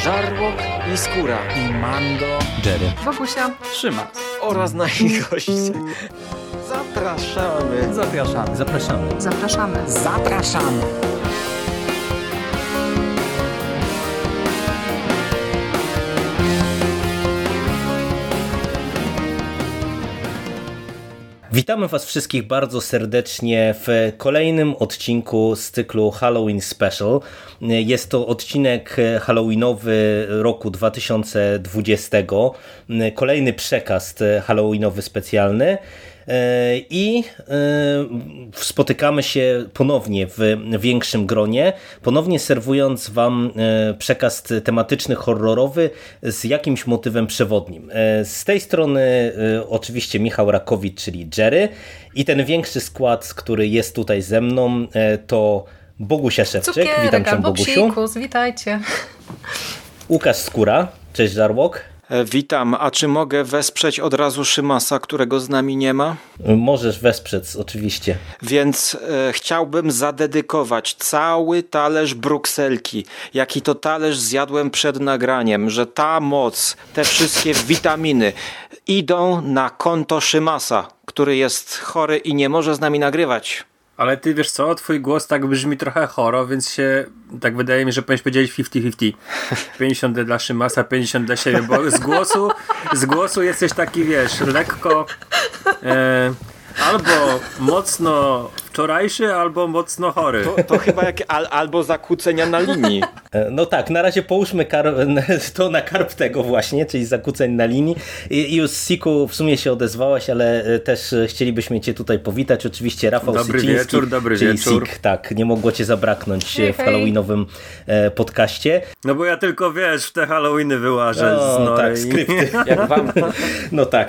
Żarłok i Skóra i Mando, Jerry, Bogusia, Szymas oraz nasi goście. Zapraszamy. Zapraszamy. zapraszamy. zapraszamy. Zapraszamy. Witamy Was wszystkich bardzo serdecznie w kolejnym odcinku z cyklu Halloween Special. Jest to odcinek halloweenowy roku 2020, kolejny przekaz halloweenowy specjalny. I spotykamy się ponownie w większym gronie, ponownie serwując Wam przekaz tematyczny, horrorowy z jakimś motywem przewodnim. Z tej strony oczywiście Michał Rakowicz, czyli Jerry, i ten większy skład, który jest tutaj ze mną, to Bogusia Szewczyk. Cukierek, Witam Cię, Bogusiu. psikus, witajcie. Łukasz Skóra. Cześć, Żarłok. Witam, a czy mogę wesprzeć od razu Szymasa, którego z nami nie ma? Możesz wesprzeć, oczywiście. Więc chciałbym zadedykować cały talerz brukselki, jaki to talerz zjadłem przed nagraniem, że ta moc, te wszystkie witaminy idą na konto Szymasa, który jest chory i nie może z nami nagrywać. Ale ty wiesz co, twój głos tak brzmi trochę choro, więc się tak wydaje mi, że powinieneś powiedzieć 50-50. 50 dla Szymasa, 50 dla siebie, bo z głosu jesteś taki, wiesz, lekko albo mocno wczorajszy, albo mocno chory. To chyba albo zakłócenia na linii. No tak, na razie połóżmy to na karb tego właśnie, czyli zakłóceń na linii. I już Siku w sumie się odezwałaś, ale też chcielibyśmy Cię tutaj powitać. Oczywiście Rafał Syciński, dobry czyli wieczór. Sik, tak, nie mogło Cię zabraknąć w halloweenowym podcaście. No bo ja tylko, wiesz, w te Halloweeny wyłażę z nory. Tak, skrypty. Jak wam. No tak.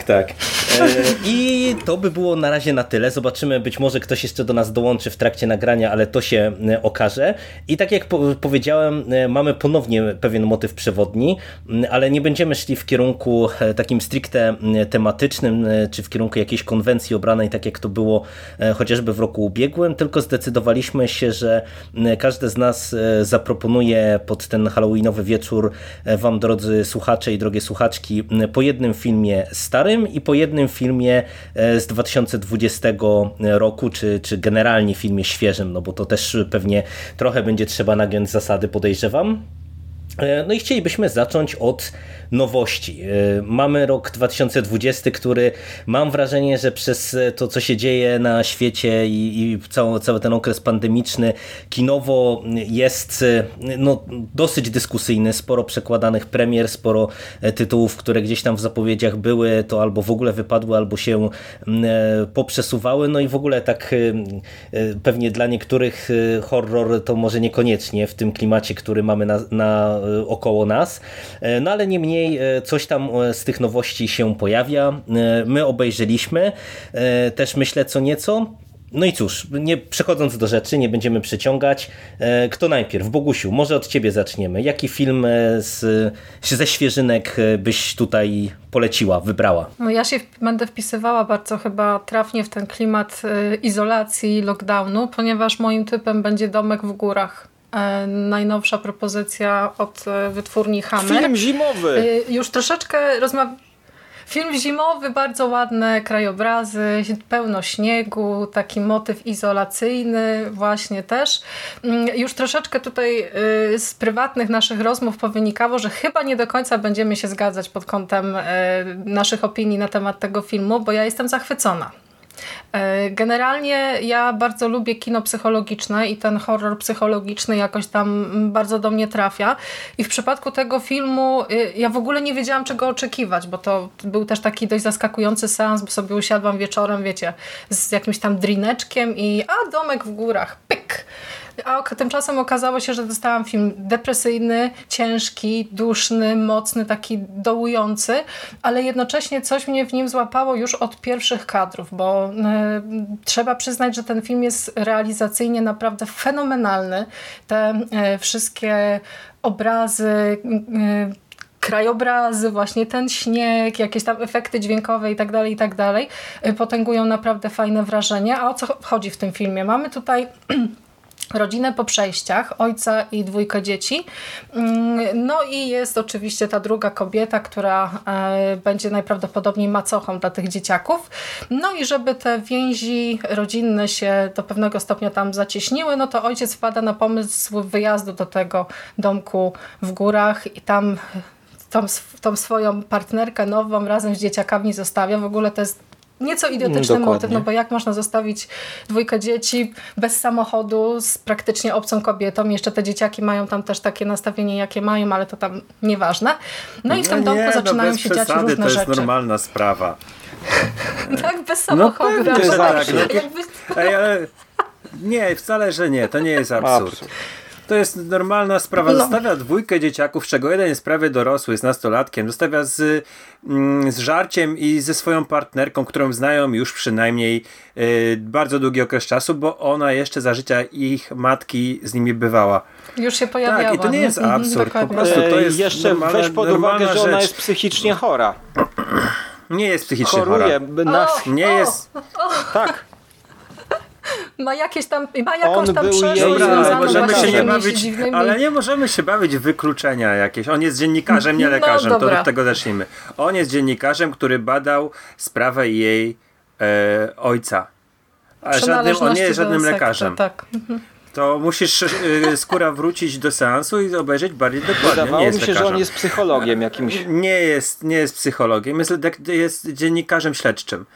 I to by było na razie na tyle. Zobaczymy, być może ktoś jeszcze do nas dołączy w trakcie nagrania, ale to się okaże. I tak jak powiedziałem, mamy ponownie pewien motyw przewodni, ale nie będziemy szli w kierunku takim stricte tematycznym, czy w kierunku jakiejś konwencji obranej, tak jak to było chociażby w roku ubiegłym, tylko zdecydowaliśmy się, że każdy z nas zaproponuje pod ten halloweenowy wieczór Wam, drodzy słuchacze i drogie słuchaczki, po jednym filmie starym i po jednym filmie z 2020 roku, czy generalnie filmie świeżym, no bo to też pewnie trochę będzie trzeba nagiąć zasady, podejrzewam. No i chcielibyśmy zacząć od nowości. Mamy rok 2020, który mam wrażenie, że przez to, co się dzieje na świecie i cały ten okres pandemiczny, kinowo jest dosyć dyskusyjny. Sporo przekładanych premier, sporo tytułów, które gdzieś tam w zapowiedziach były, to albo w ogóle wypadły, albo się poprzesuwały. No i w ogóle tak pewnie dla niektórych horror to może niekoniecznie w tym klimacie, który mamy około nas. No ale niemniej coś tam z tych nowości się pojawia. My obejrzeliśmy też, myślę, co nieco. No i cóż, nie przechodząc do rzeczy, nie będziemy przeciągać. Kto najpierw? Bogusiu, może od Ciebie zaczniemy. Jaki film ze świeżynek byś tutaj poleciła, wybrała? No ja się będę wpisywała bardzo chyba trafnie w ten klimat izolacji, lockdownu, ponieważ moim typem będzie Domek w górach. Najnowsza propozycja od wytwórni Hammer. Film zimowy! Już troszeczkę Film zimowy, bardzo ładne krajobrazy, pełno śniegu, taki motyw izolacyjny właśnie też. Już troszeczkę tutaj z prywatnych naszych rozmów powynikało, że chyba nie do końca będziemy się zgadzać pod kątem naszych opinii na temat tego filmu, bo ja jestem zachwycona. Generalnie ja bardzo lubię kino psychologiczne i ten horror psychologiczny jakoś tam bardzo do mnie trafia i w przypadku tego filmu ja w ogóle nie wiedziałam, czego oczekiwać, bo to był też taki dość zaskakujący seans, bo sobie usiadłam wieczorem, wiecie, z jakimś tam drineczkiem i Domek w górach, pyk! A tymczasem okazało się, że dostałam film depresyjny, ciężki, duszny, mocny, taki dołujący, ale jednocześnie coś mnie w nim złapało już od pierwszych kadrów, bo trzeba przyznać, że ten film jest realizacyjnie naprawdę fenomenalny. Te wszystkie obrazy, krajobrazy, właśnie ten śnieg, jakieś tam efekty dźwiękowe i tak dalej, potęgują naprawdę fajne wrażenie. A o co chodzi w tym filmie? Mamy tutaj rodzinę po przejściach, ojca i 2 dzieci. No i jest oczywiście ta druga kobieta, która będzie najprawdopodobniej macochą dla tych dzieciaków. No i żeby te więzi rodzinne się do pewnego stopnia tam zacieśniły, no to ojciec wpada na pomysł wyjazdu do tego domku w górach i tam tą swoją partnerkę nową razem z dzieciakami zostawia. W ogóle to jest nieco idiotyczny motyw, no bo jak można zostawić 2 dzieci bez samochodu z praktycznie obcą kobietą. Jeszcze te dzieciaki mają tam też takie nastawienie, jakie mają, ale to tam nieważne. No i w tym domku zaczynają się dziać różne to rzeczy. jest normalna sprawa. Tak, bez samochodu. To jest tak. Nie, wcale, że nie. To nie jest absurd. To jest normalna sprawa. Zostawia 2 dzieciaków, z czego jeden jest prawie dorosły, jest nastolatkiem. Zostawia z żarciem i ze swoją partnerką, którą znają już przynajmniej bardzo długi okres czasu, bo ona jeszcze za życia ich matki z nimi bywała. Już się pojawiała. Tak, i to nie jest absurd. Po prostu to jest jeszcze weź pod uwagę, że ona jest psychicznie chora. Nie jest psychicznie choruje. Nie jest. Tak. Ma jakąś tam przeszłość ale nie możemy się bawić w wykluczenia jakieś. On jest dziennikarzem, nie lekarzem, to od tego zacznijmy. On jest dziennikarzem, który badał sprawę jej ojca. On nie jest żadnym lekarzem. Tak. To musisz skóra wrócić do seansu i obejrzeć bardziej dokładnie. Wydawało mi się, że on jest psychologiem jakimś. Nie jest psychologiem, jest dziennikarzem śledczym.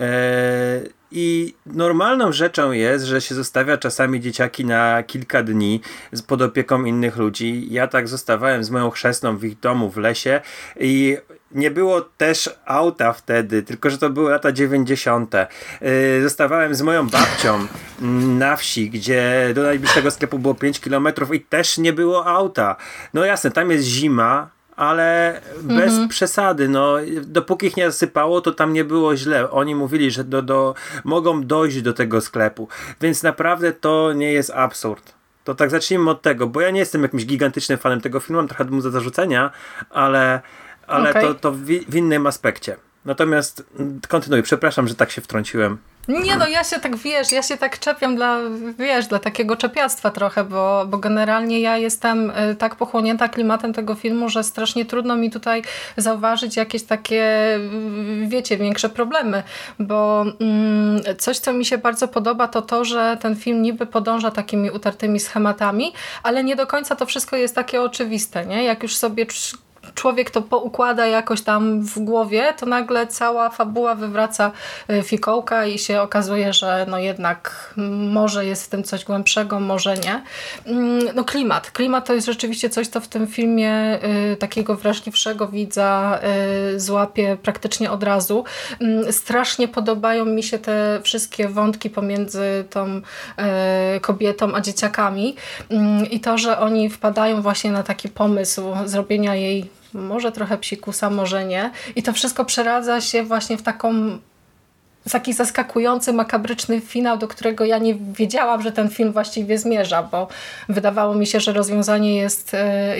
I normalną rzeczą jest, że się zostawia czasami dzieciaki na kilka dni pod opieką innych ludzi. Ja tak zostawałem z moją chrzestną w ich domu w lesie i nie było też auta wtedy, tylko że to były lata 90. Zostawałem z moją babcią na wsi, gdzie do najbliższego sklepu było 5 km i też nie było auta. No jasne, tam jest zima, ale bez przesady, no dopóki ich nie zasypało, to tam nie było źle. Oni mówili, że mogą dojść do tego sklepu, więc naprawdę to nie jest absurd. To tak zacznijmy od tego, bo ja nie jestem jakimś gigantycznym fanem tego filmu, mam trochę mu do zarzucenia, ale to w innym aspekcie. Natomiast kontynuuj, przepraszam, że tak się wtrąciłem. Nie no, ja się tak czepiam dla takiego czepiactwa trochę, bo generalnie ja jestem tak pochłonięta klimatem tego filmu, że strasznie trudno mi tutaj zauważyć jakieś takie, wiecie, większe problemy, bo coś, co mi się bardzo podoba, to, że ten film niby podąża takimi utartymi schematami, ale nie do końca to wszystko jest takie oczywiste, nie? Jak już sobie człowiek to poukłada jakoś tam w głowie, to nagle cała fabuła wywraca fikołka i się okazuje, że no jednak może jest w tym coś głębszego, może nie. No klimat to jest rzeczywiście coś, co w tym filmie takiego wrażliwszego widza złapie praktycznie od razu. Strasznie podobają mi się te wszystkie wątki pomiędzy tą kobietą a dzieciakami i to, że oni wpadają właśnie na taki pomysł zrobienia jej może trochę psikusa, może nie. I to wszystko przeradza się właśnie w taki zaskakujący, makabryczny finał, do którego ja nie wiedziałam, że ten film właściwie zmierza, bo wydawało mi się, że rozwiązanie jest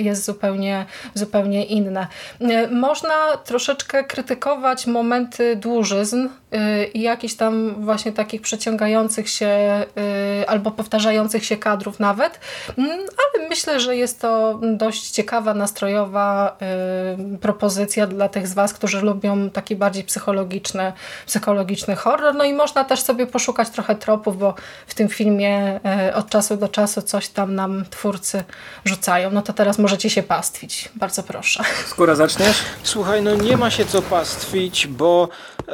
zupełnie inne. Można troszeczkę krytykować momenty dłużyzn i jakichś tam właśnie takich przeciągających się albo powtarzających się kadrów nawet, ale myślę, że jest to dość ciekawa, nastrojowa propozycja dla tych z Was, którzy lubią taki bardziej psychologiczny horror. No i można też sobie poszukać trochę tropów, bo w tym filmie od czasu do czasu coś tam nam twórcy rzucają. No to teraz możecie się pastwić. Bardzo proszę. Skóra, zaczniesz? Słuchaj, no nie ma się co pastwić, bo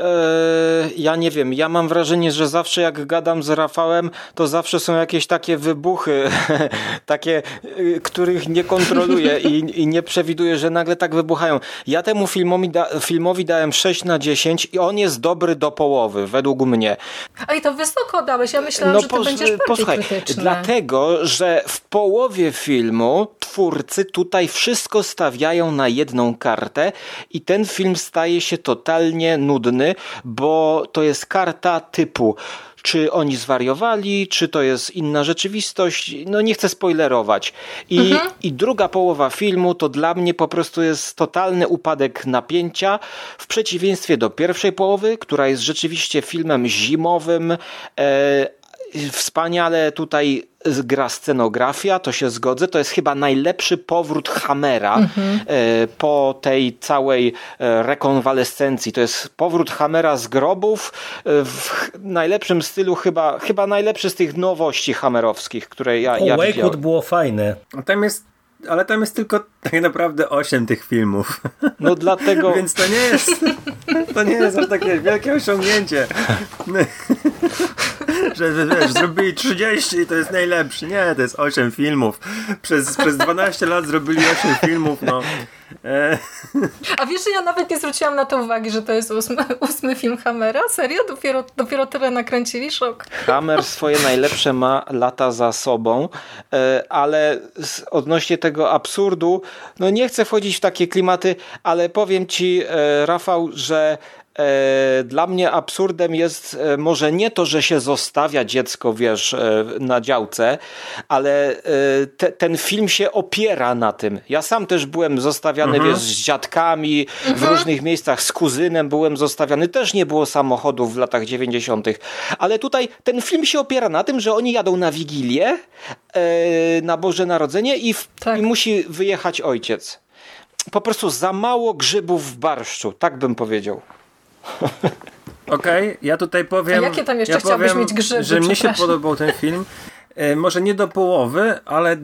ja nie wiem, ja mam wrażenie, że zawsze jak gadam z Rafałem, to zawsze są jakieś takie wybuchy, takie, których nie kontroluję i nie przewiduję, że nagle tak wybuchają. Ja temu filmowi dałem 6/10 i on jest dobry do połowy, według mnie. A i to wysoko dałeś, ja myślałam, że ty będziesz bardziej krytyczny. Dlatego, że w połowie filmu twórcy tutaj wszystko stawiają na jedną kartę i ten film staje się totalnie nudny, bo to jest karta typu czy oni zwariowali, czy to jest inna rzeczywistość, no nie chcę spoilerować. I druga połowa filmu to dla mnie po prostu jest totalny upadek napięcia, w przeciwieństwie do pierwszej połowy, która jest rzeczywiście filmem zimowym, wspaniale tutaj gra scenografia, to się zgodzę. To jest chyba najlepszy powrót Hammera po tej całej rekonwalescencji. To jest powrót Hammera z grobów w najlepszym stylu, chyba najlepszy z tych nowości hammerowskich, które ja widziałem. Wakewood było fajne. Ale tam jest tylko tak naprawdę 8 tych filmów. No dlatego... Więc to nie jest aż takie wielkie osiągnięcie. Że wiesz, zrobili 30 i to jest najlepszy. Nie, to jest 8 filmów. Przez 12 lat zrobili 8 filmów, no. A wiesz, że ja nawet nie zwróciłam na to uwagi, że to jest 8 film Hammera? Serio? Dopiero tyle nakręcili? Szok. Hammer swoje najlepsze ma lata za sobą, ale odnośnie tego absurdu, no nie chcę wchodzić w takie klimaty, ale powiem ci, Rafał, że dla mnie absurdem jest może nie to, że się zostawia dziecko, wiesz, na działce, ale ten film się opiera na tym. Ja sam też byłem zostawiany, wiesz, z dziadkami, w różnych miejscach, z kuzynem byłem zostawiany. Też nie było samochodów w latach 90. Ale tutaj ten film się opiera na tym, że oni jadą na Wigilię, na Boże Narodzenie i musi wyjechać ojciec. Po prostu za mało grzybów w barszczu, tak bym powiedział. Okej, ja tutaj powiem... A jakie tam jeszcze chciałbyś mieć grzyby? Że mnie się podobał ten film. Może nie do połowy, ale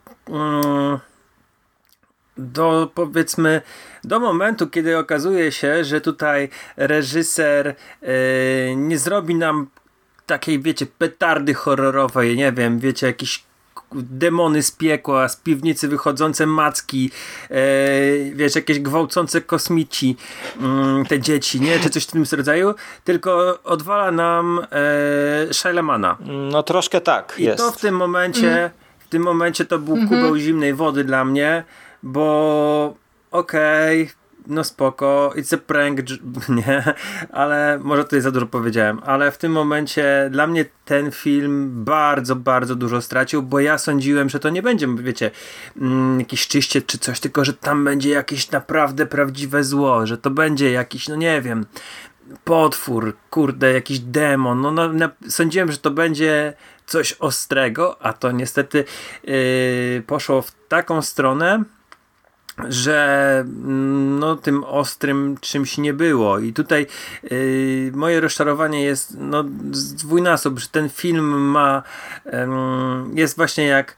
do powiedzmy do momentu, kiedy okazuje się, że tutaj reżyser nie zrobi nam takiej, wiecie, petardy horrorowej, nie wiem, wiecie, jakiś demony z piekła, z piwnicy wychodzące macki, wiesz, jakieś gwałcące kosmici, te dzieci, nie? Czy coś w tym rodzaju, tylko odwala nam Shailamana. No troszkę tak jest. I to w tym momencie to był kubeł zimnej wody dla mnie, bo okej, no spoko, it's a prank, nie, ale może tutaj za dużo powiedziałem, ale w tym momencie dla mnie ten film bardzo, bardzo dużo stracił, bo ja sądziłem, że to nie będzie, wiecie, jakieś czyście czy coś, tylko że tam będzie jakieś naprawdę prawdziwe zło, że to będzie jakiś, no nie wiem, potwór, kurde, jakiś demon, sądziłem, że to będzie coś ostrego, a to niestety poszło w taką stronę, że no tym ostrym czymś nie było i tutaj moje rozczarowanie jest dwójnasób, że ten film jest właśnie jak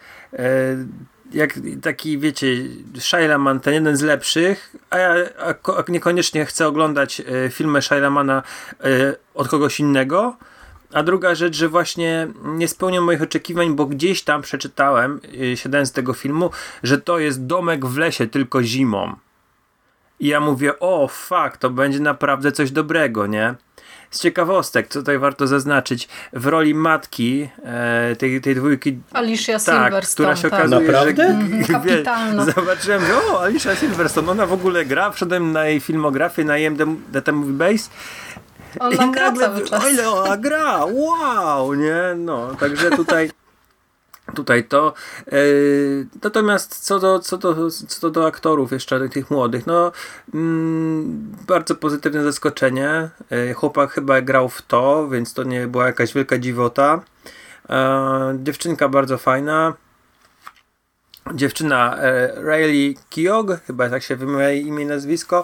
taki, wiecie, Shailaman, ten jeden z lepszych, a ja niekoniecznie chcę oglądać filmy Shailamana od kogoś innego. A druga rzecz, że właśnie nie spełnią moich oczekiwań, bo gdzieś tam przeczytałem, siadając z tego filmu, że to jest domek w lesie, tylko zimą. I ja mówię, o fuck, to będzie naprawdę coś dobrego, nie? Z ciekawostek, co tutaj warto zaznaczyć, w roli matki tej dwójki, Alicia Silverstone, która się okazuje, naprawdę? Kapitalna. Zobaczyłem, że Alicia Silverstone, ona w ogóle gra, wszedłem na jej filmografię, na IMDb Movie Base. Ona gra cały czas. O ile ona gra, wow, nie? No, także tutaj to. Natomiast co do aktorów jeszcze tych młodych, bardzo pozytywne zaskoczenie. Chłopak chyba grał w to, więc to nie była jakaś wielka dziwota. Dziewczynka bardzo fajna. Dziewczyna Riley Keough, chyba tak się wymawia imię i nazwisko.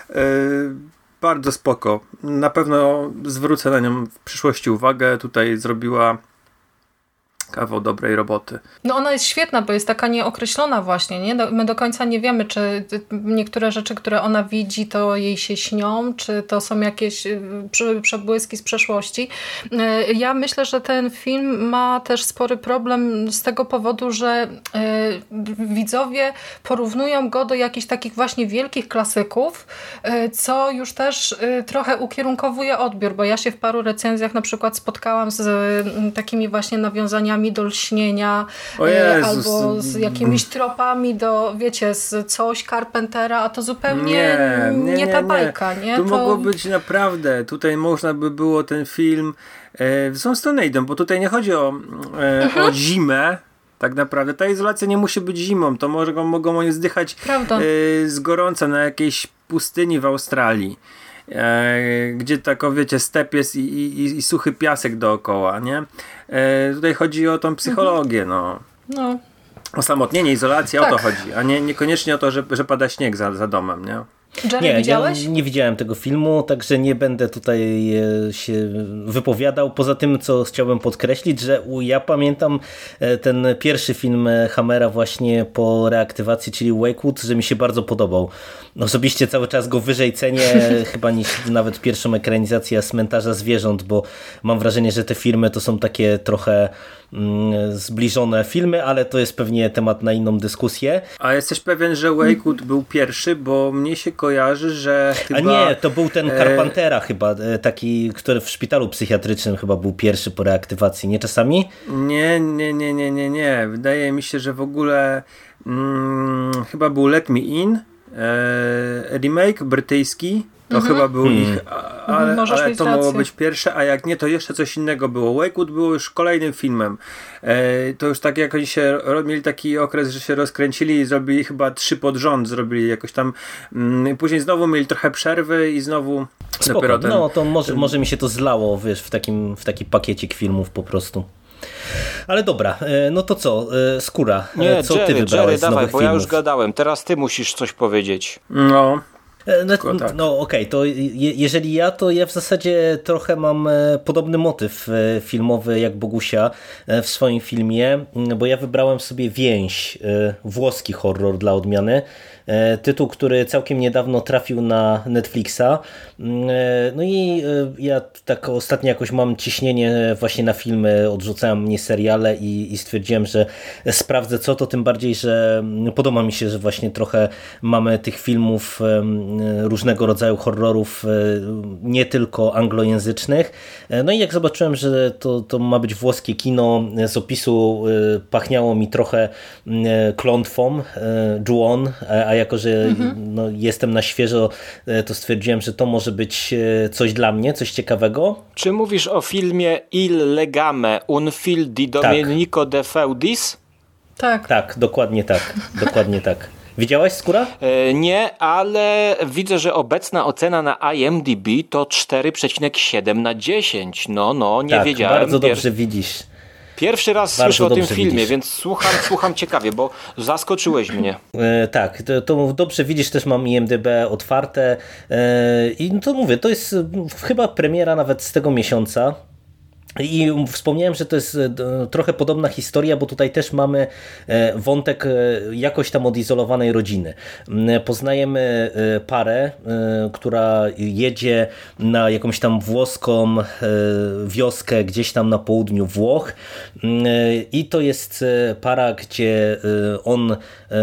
Bardzo spoko. Na pewno zwrócę na nią w przyszłości uwagę. Tutaj zrobiła kawał dobrej roboty. No ona jest świetna, bo jest taka nieokreślona właśnie, nie? My do końca nie wiemy, czy niektóre rzeczy, które ona widzi, to jej się śnią, czy to są jakieś przebłyski z przeszłości. Ja myślę, że ten film ma też spory problem z tego powodu, że widzowie porównują go do jakichś takich właśnie wielkich klasyków, co już też trochę ukierunkowuje odbiór, bo ja się w paru recenzjach na przykład spotkałam z takimi właśnie nawiązaniami do lśnienia, albo z jakimiś tropami do, wiecie, z coś Carpentera, a to zupełnie nie ta bajka. Nie? Tu mogło być naprawdę, tutaj można by było ten film w złą stronę idą, bo tutaj nie chodzi o zimę, tak naprawdę. Ta izolacja nie musi być zimą, to mogą oni zdychać z gorąca na jakiejś pustyni w Australii. gdzie tako, wiecie, step jest i suchy piasek dookoła, nie? Tutaj chodzi o tą psychologię, no. Osamotnienie, izolacja, tak. O to chodzi, a niekoniecznie o to, że pada śnieg za domem, nie? Jerry, widziałeś? Ja nie widziałem tego filmu, także nie będę tutaj się wypowiadał. Poza tym, co chciałbym podkreślić, że ja pamiętam ten pierwszy film Hammera właśnie po reaktywacji, czyli Wakewood, że mi się bardzo podobał. Osobiście cały czas go wyżej cenię, chyba niż nawet pierwszą ekranizację Cmentarza Zwierząt, bo mam wrażenie, że te filmy to są takie trochę zbliżone filmy, ale to jest pewnie temat na inną dyskusję. A jesteś pewien, że Wakewood był pierwszy, bo mnie się kojarzy, że chyba... A nie, to był ten Carpentera chyba, taki, który w szpitalu psychiatrycznym chyba był pierwszy po reaktywacji, nie czasami? Nie. Wydaje mi się, że w ogóle chyba był Let Me In, remake brytyjski. To chyba był ich, ale to mogło być pierwsze, a jak nie, to jeszcze coś innego było. Wakewood było już kolejnym filmem. To już tak jak oni się mieli taki okres, że się rozkręcili i zrobili chyba 3 pod rząd, zrobili jakoś tam. Później znowu mieli trochę przerwy i znowu dopiero ten... No to może mi się to zlało, wiesz, w taki pakiecik filmów po prostu. Ale dobra, no to co? Skóra, nie, co ty wybrałeś Jerry, z dawaj, nowych bo filmów? ja już gadałem, teraz ty musisz coś powiedzieć. No okej, to jeżeli to ja w zasadzie trochę mam podobny motyw filmowy jak Bogusia w swoim filmie, bo ja wybrałem sobie Więź, włoski horror dla odmiany. Tytuł, który całkiem niedawno trafił na Netflixa. No i ja tak ostatnio jakoś mam ciśnienie właśnie na filmy, odrzucałem mnie seriale i stwierdziłem, że sprawdzę co to, tym bardziej, że podoba mi się, że właśnie trochę mamy tych filmów różnego rodzaju horrorów, nie tylko anglojęzycznych. No i jak zobaczyłem, że to ma być włoskie kino, z opisu pachniało mi trochę klątwą, Ju-on, a jako, że jestem na świeżo, to stwierdziłem, że to może być coś dla mnie, coś ciekawego. Czy mówisz o filmie Il legame, un film di Domenico De Feudis? Tak, dokładnie tak. Dokładnie tak. Widziałaś Skóra? Nie, ale widzę, że obecna ocena na IMDb to 4,7 na 10. No, nie wiedziałem. Bardzo dobrze widzisz. Pierwszy raz słyszę o tym filmie, więc słucham ciekawie, bo zaskoczyłeś mnie. Tak, to dobrze widzisz, też mam IMDb otwarte i to mówię, to jest chyba premiera nawet z tego miesiąca. I wspomniałem, że to jest trochę podobna historia, bo tutaj też mamy wątek jakoś tam odizolowanej rodziny. Poznajemy parę, która jedzie na jakąś tam włoską wioskę gdzieś tam na południu Włoch i to jest para, gdzie on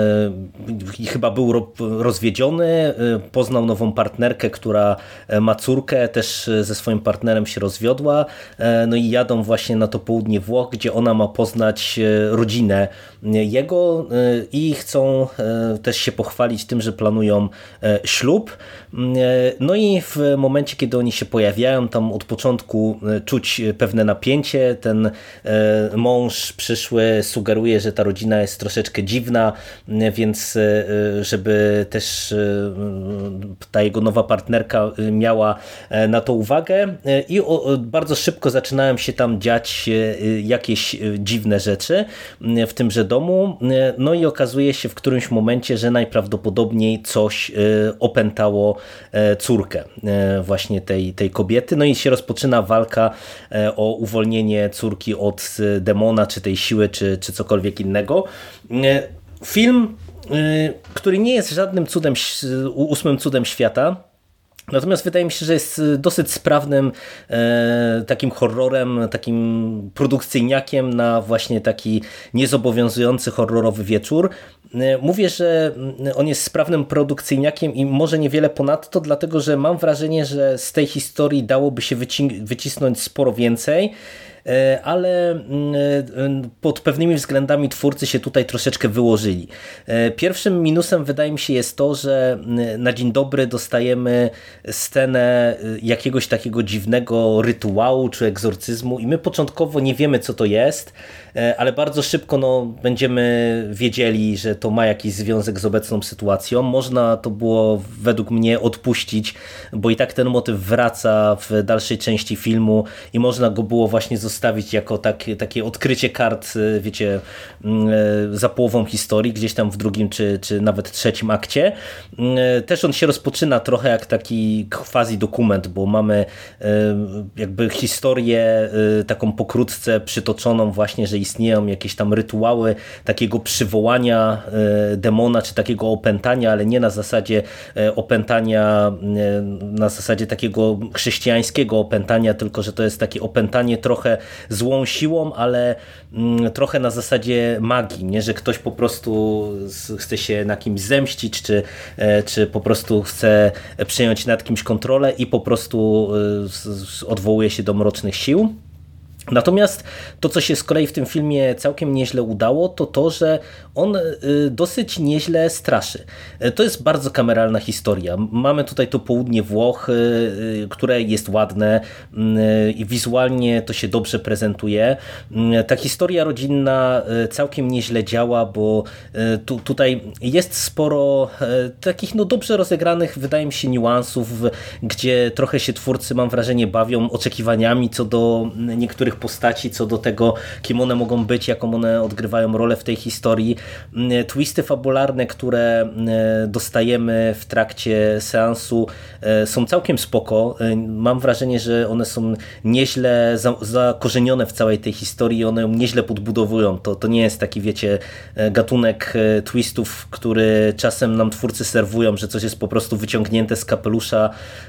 chyba był rozwiedziony, poznał nową partnerkę, która ma córkę, też ze swoim partnerem się rozwiodła, no i jadą właśnie na to południe Włoch, gdzie ona ma poznać rodzinę jego i chcą też się pochwalić tym, że planują ślub. No i w momencie, kiedy oni się pojawiają, tam od początku czuć pewne napięcie. Ten mąż przyszły sugeruje, że ta rodzina jest troszeczkę dziwna, więc żeby też ta jego nowa partnerka miała na to uwagę i bardzo szybko zaczynają się tam dziać jakieś dziwne rzeczy w tymże domu. No i okazuje się w którymś momencie, że najprawdopodobniej coś opętało córkę właśnie tej kobiety. No i się rozpoczyna walka o uwolnienie córki od demona, czy tej siły, czy cokolwiek innego. Film, który nie jest żadnym cudem, 8 cudem świata, natomiast wydaje mi się, że jest dosyć sprawnym takim horrorem, takim produkcyjniakiem na właśnie taki niezobowiązujący horrorowy wieczór. Mówię, że on jest sprawnym produkcyjniakiem i może niewiele ponadto, dlatego że mam wrażenie, że z tej historii dałoby się wycisnąć sporo więcej. ale pod pewnymi względami twórcy się tutaj troszeczkę wyłożyli. Pierwszym minusem wydaje mi się jest to, że na dzień dobry dostajemy scenę jakiegoś takiego dziwnego rytuału czy egzorcyzmu i my początkowo nie wiemy, co to jest, ale bardzo szybko będziemy wiedzieli, że to ma jakiś związek z obecną sytuacją. Można to było według mnie odpuścić, bo i tak ten motyw wraca w dalszej części filmu i można go było właśnie zostawić jako takie odkrycie kart, wiecie, za połową historii, gdzieś tam w drugim czy nawet trzecim akcie. Też on się rozpoczyna trochę jak taki quasi dokument, bo mamy jakby historię taką pokrótce przytoczoną właśnie, że istnieją jakieś tam rytuały takiego przywołania demona, czy takiego opętania, ale nie na zasadzie opętania, na zasadzie takiego chrześcijańskiego opętania, tylko że to jest takie opętanie trochę złą siłą, ale trochę na zasadzie magii, nie? Że ktoś po prostu chce się na kimś zemścić, czy po prostu chce przejąć nad kimś kontrolę i po prostu odwołuje się do mrocznych sił. Natomiast to, co się z kolei w tym filmie całkiem nieźle udało, to to, że on dosyć nieźle straszy. To jest bardzo kameralna historia. Mamy tutaj to południe Włoch, które jest ładne i wizualnie to się dobrze prezentuje. Ta historia rodzinna całkiem nieźle działa, bo tutaj jest sporo takich dobrze rozegranych, wydaje mi się, niuansów, gdzie trochę się twórcy, mam wrażenie, bawią oczekiwaniami co do niektórych postaci, co do tego, kim one mogą być, jaką one odgrywają rolę w tej historii. Twisty fabularne, które dostajemy w trakcie seansu, są całkiem spoko. Mam wrażenie, że one są nieźle zakorzenione w całej tej historii i one ją nieźle podbudowują. To nie jest taki, wiecie, gatunek twistów, który czasem nam twórcy serwują, że coś jest po prostu wyciągnięte z kapelusza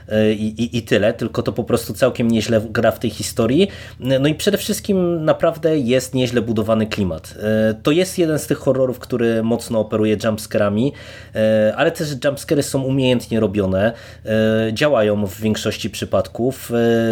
i tyle, tylko to po prostu całkiem nieźle gra w tej historii. No i przede wszystkim naprawdę jest nieźle budowany klimat. To jest jeden z tych horrorów, który mocno operuje jumpscarami, ale też jumpscary są umiejętnie robione, działają w większości przypadków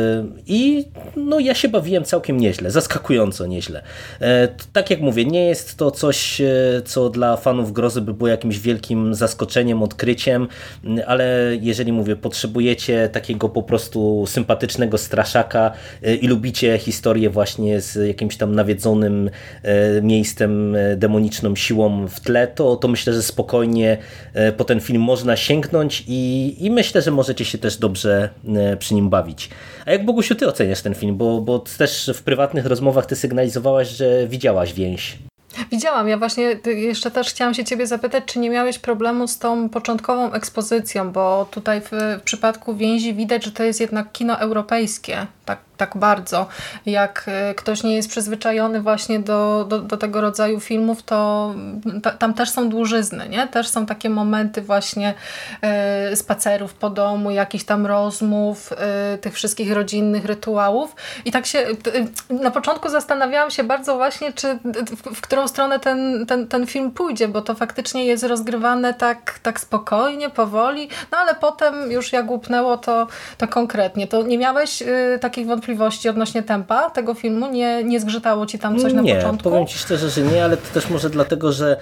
i ja się bawiłem całkiem nieźle, zaskakująco nieźle. Tak jak mówię, nie jest to coś, co dla fanów grozy by było jakimś wielkim zaskoczeniem, odkryciem, ale jeżeli mówię, potrzebujecie takiego po prostu sympatycznego straszaka i lubicie historię właśnie z jakimś tam nawiedzonym miejscem, demoniczną siłą w tle, to myślę, że spokojnie po ten film można sięgnąć i myślę, że możecie się też dobrze przy nim bawić. A jak, Bogusiu, ty oceniasz ten film? Bo też w prywatnych rozmowach ty sygnalizowałaś, że widziałaś Więź. Widziałam. Ja właśnie jeszcze też chciałam się ciebie zapytać, czy nie miałeś problemu z tą początkową ekspozycją, bo tutaj w przypadku Więzi widać, że to jest jednak kino europejskie. Tak bardzo. Jak ktoś nie jest przyzwyczajony właśnie do tego rodzaju filmów, to tam też są dłużyzny, nie? Też są takie momenty właśnie spacerów po domu, jakichś tam rozmów, tych wszystkich rodzinnych rytuałów. I tak się na początku zastanawiałam się bardzo właśnie, czy w którą stronę ten film pójdzie, bo to faktycznie jest rozgrywane tak spokojnie, powoli, ale potem już jak łupnęło to konkretnie. To nie miałeś takich wątpliwości odnośnie tempa tego filmu? Nie zgrzytało ci tam coś na początku? Nie, powiem ci szczerze, że nie, ale to też może dlatego, że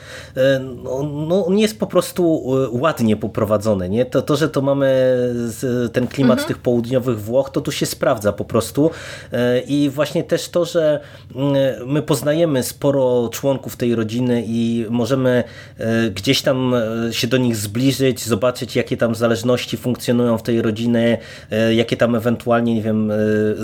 on jest po prostu ładnie poprowadzony. Nie? To, że to mamy ten klimat tych południowych Włoch, to tu się sprawdza po prostu. I właśnie też to, że my poznajemy sporo członków tej rodziny i możemy gdzieś tam się do nich zbliżyć, zobaczyć, jakie tam zależności funkcjonują w tej rodzinie, jakie tam ewentualnie, nie wiem,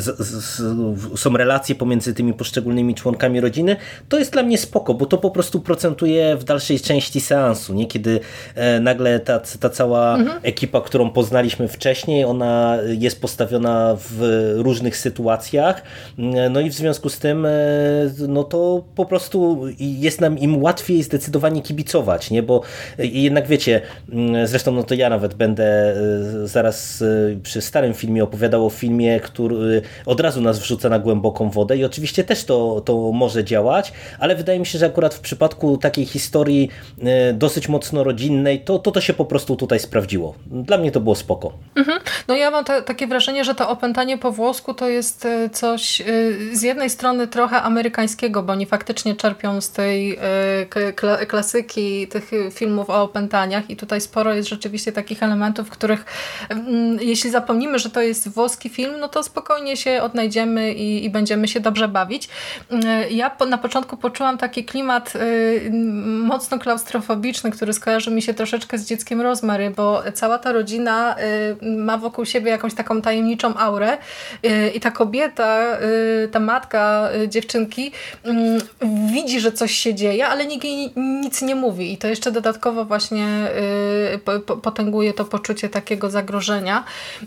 są relacje pomiędzy tymi poszczególnymi członkami rodziny, to jest dla mnie spoko, bo to po prostu procentuje w dalszej części seansu, nie? Kiedy nagle ta cała ekipa, którą poznaliśmy wcześniej, ona jest postawiona w różnych sytuacjach, no i w związku z tym to po prostu jest nam im łatwiej zdecydowanie kibicować, nie? Bo jednak wiecie, zresztą to ja nawet będę zaraz przy starym filmie opowiadał o filmie, od razu nas wrzuca na głęboką wodę i oczywiście też to może działać, ale wydaje mi się, że akurat w przypadku takiej historii dosyć mocno rodzinnej, to się po prostu tutaj sprawdziło. Dla mnie to było spoko. No ja mam takie wrażenie, że to opętanie po włosku to jest coś z jednej strony trochę amerykańskiego, bo oni faktycznie czerpią z tej klasyki tych filmów o opętaniach i tutaj sporo jest rzeczywiście takich elementów, których jeśli zapomnimy, że to jest włoski film, no to spokojnie się odnajdziemy i będziemy się dobrze bawić. Ja na początku poczułam taki klimat mocno klaustrofobiczny, który skojarzy mi się troszeczkę z Dzieckiem Rozmary, bo cała ta rodzina ma wokół siebie jakąś taką tajemniczą aurę i ta kobieta, ta matka dziewczynki widzi, że coś się dzieje, ale nikt jej nic nie mówi i to jeszcze dodatkowo właśnie potęguje to poczucie takiego zagrożenia.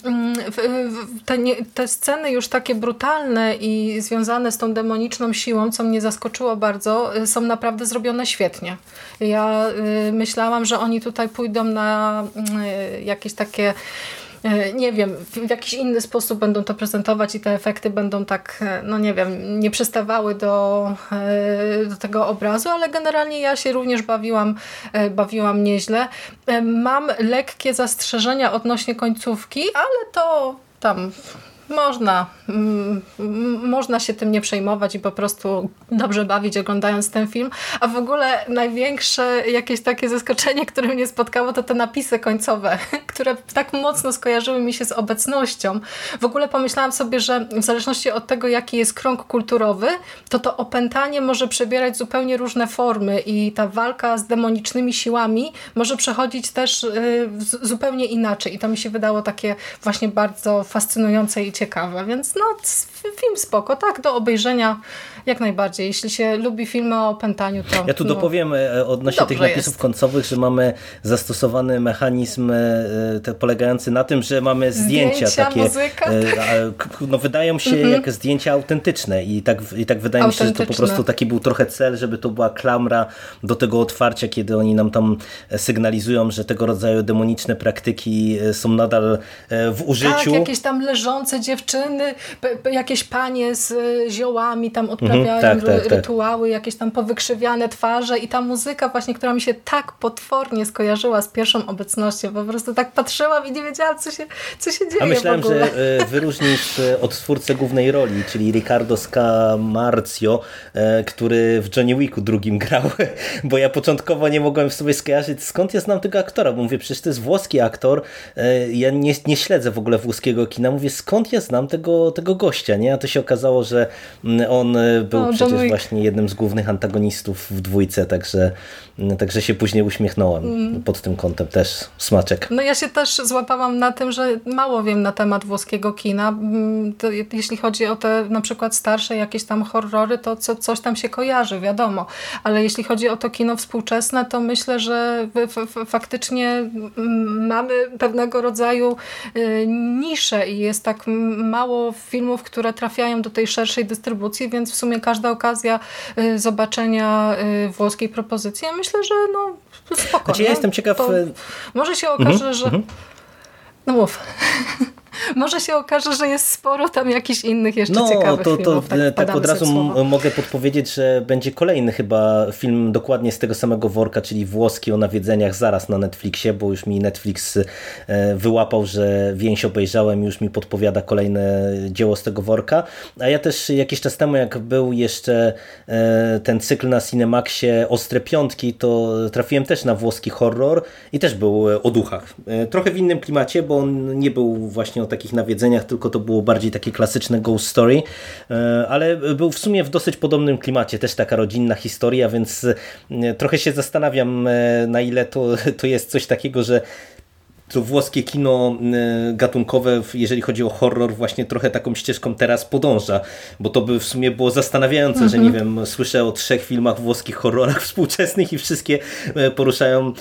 Te sceny już takie brutalne i związane z tą demoniczną siłą, co mnie zaskoczyło bardzo, są naprawdę zrobione świetnie. Ja myślałam, że oni tutaj pójdą na jakieś takie, nie wiem, w jakiś inny sposób będą to prezentować i te efekty będą tak, no nie wiem, nie przystawały do tego obrazu, ale generalnie ja się również bawiłam nieźle. Mam lekkie zastrzeżenia odnośnie końcówki, ale to tam można się tym nie przejmować i po prostu dobrze bawić oglądając ten film. A w ogóle największe jakieś takie zaskoczenie, które mnie spotkało, to te napisy końcowe, które tak mocno skojarzyły mi się z obecnością. W ogóle pomyślałam sobie, że w zależności od tego, jaki jest krąg kulturowy, to opętanie może przebierać zupełnie różne formy i ta walka z demonicznymi siłami może przechodzić też zupełnie inaczej. I to mi się wydało takie właśnie bardzo fascynujące i ciekawe, więc no film spoko, tak, do obejrzenia jak najbardziej. Jeśli się lubi filmy o opętaniu, to... Ja tu dopowiem odnośnie tych napisów końcowych, że mamy zastosowany mechanizm polegający na tym, że mamy zdjęcia takie, muzyka. No wydają się jak zdjęcia autentyczne i tak wydaje mi się, że to po prostu taki był trochę cel, żeby to była klamra do tego otwarcia, kiedy oni nam tam sygnalizują, że tego rodzaju demoniczne praktyki są nadal w użyciu. Tak, jakieś tam leżące dziewczyny, jakieś panie z ziołami tam odprawiają rytuały, jakieś tam powykrzywiane twarze i ta muzyka właśnie, która mi się tak potwornie skojarzyła z pierwszą obecnością, po prostu tak patrzyłam i nie wiedziałam, co się dzieje. A myślałem, że wyróżnisz odtwórcę głównej roli, czyli Riccardo Scamarcio, który w Johnny Wicku drugim grał, bo ja początkowo nie mogłem sobie skojarzyć, skąd ja znam tego aktora, bo mówię, przecież to jest włoski aktor, ja nie śledzę w ogóle włoskiego kina, mówię, skąd ja znam tego gościa, nie? A to się okazało, że on był przecież właśnie jednym z głównych antagonistów w dwójce, także się później uśmiechnąłem pod tym kątem, też smaczek. No ja się też złapałam na tym, że mało wiem na temat włoskiego kina. Jeśli chodzi o te na przykład starsze jakieś tam horrory, to coś tam się kojarzy, wiadomo. Ale jeśli chodzi o to kino współczesne, to myślę, że faktycznie mamy pewnego rodzaju niszę i jest tak mało filmów, które trafiają do tej szerszej dystrybucji, więc w sumie każda okazja zobaczenia włoskiej propozycji, ja myślę, że no spoko. Znaczy, ja jestem ciekaw... Może się okaże, że... No mów. Może się okaże, że jest sporo tam jakichś innych jeszcze ciekawych filmów. Tak od razu mogę podpowiedzieć, że będzie kolejny chyba film dokładnie z tego samego worka, czyli włoski o nawiedzeniach zaraz na Netflixie, bo już mi Netflix wyłapał, że Więź obejrzałem i już mi podpowiada kolejne dzieło z tego worka. A ja też jakiś czas temu, jak był jeszcze ten cykl na Cinemaxie Ostre Piątki, to trafiłem też na włoski horror i też był o duchach. Trochę w innym klimacie, bo on nie był właśnie o takich nawiedzeniach, tylko to było bardziej takie klasyczne ghost story, ale był w sumie w dosyć podobnym klimacie, też taka rodzinna historia, więc trochę się zastanawiam, na ile to jest coś takiego, że to włoskie kino gatunkowe, jeżeli chodzi o horror, właśnie trochę taką ścieżką teraz podąża, bo to by w sumie było zastanawiające, że nie wiem, słyszę o 3 filmach włoskich horrorach współczesnych i wszystkie poruszają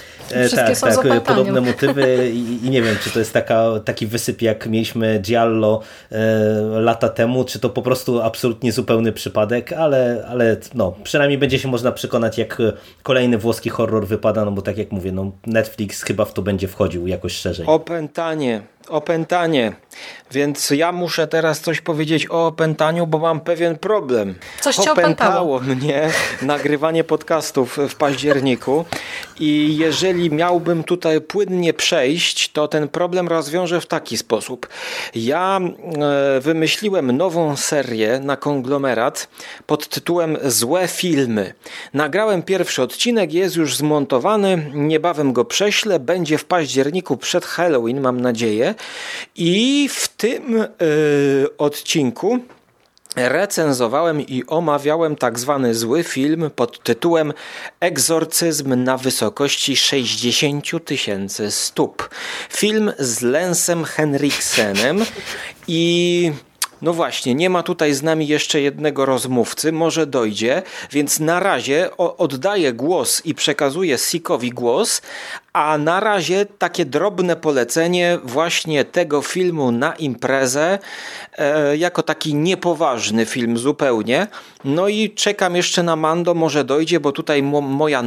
podobne motywy i nie wiem, czy to jest taki wysyp, jak mieliśmy Giallo lata temu, czy to po prostu absolutnie zupełny przypadek, ale no, przynajmniej będzie się można przekonać, jak kolejny włoski horror wypada, no bo tak jak mówię, no Netflix chyba w to będzie wchodził jakoś szerzej. Opętanie. Więc ja muszę teraz coś powiedzieć o opętaniu, bo mam pewien problem. Coś cię opętało mnie nagrywanie podcastów w październiku i jeżeli miałbym tutaj płynnie przejść, to ten problem rozwiążę w taki sposób. Ja wymyśliłem nową serię na konglomerat pod tytułem Złe filmy. Nagrałem pierwszy odcinek, jest już zmontowany, niebawem go prześlę, będzie w październiku przed Halloween, mam nadzieję. I w tym odcinku recenzowałem i omawiałem tak zwany zły film pod tytułem Egzorcyzm na wysokości 60 000 stóp. Film z Lensem Henriksenem i... No właśnie, nie ma tutaj z nami jeszcze jednego rozmówcy, może dojdzie, więc na razie oddaję głos i przekazuję Sikowi głos, a na razie takie drobne polecenie właśnie tego filmu na imprezę, jako taki niepoważny film zupełnie. No i czekam jeszcze na Mando, może dojdzie, bo tutaj moja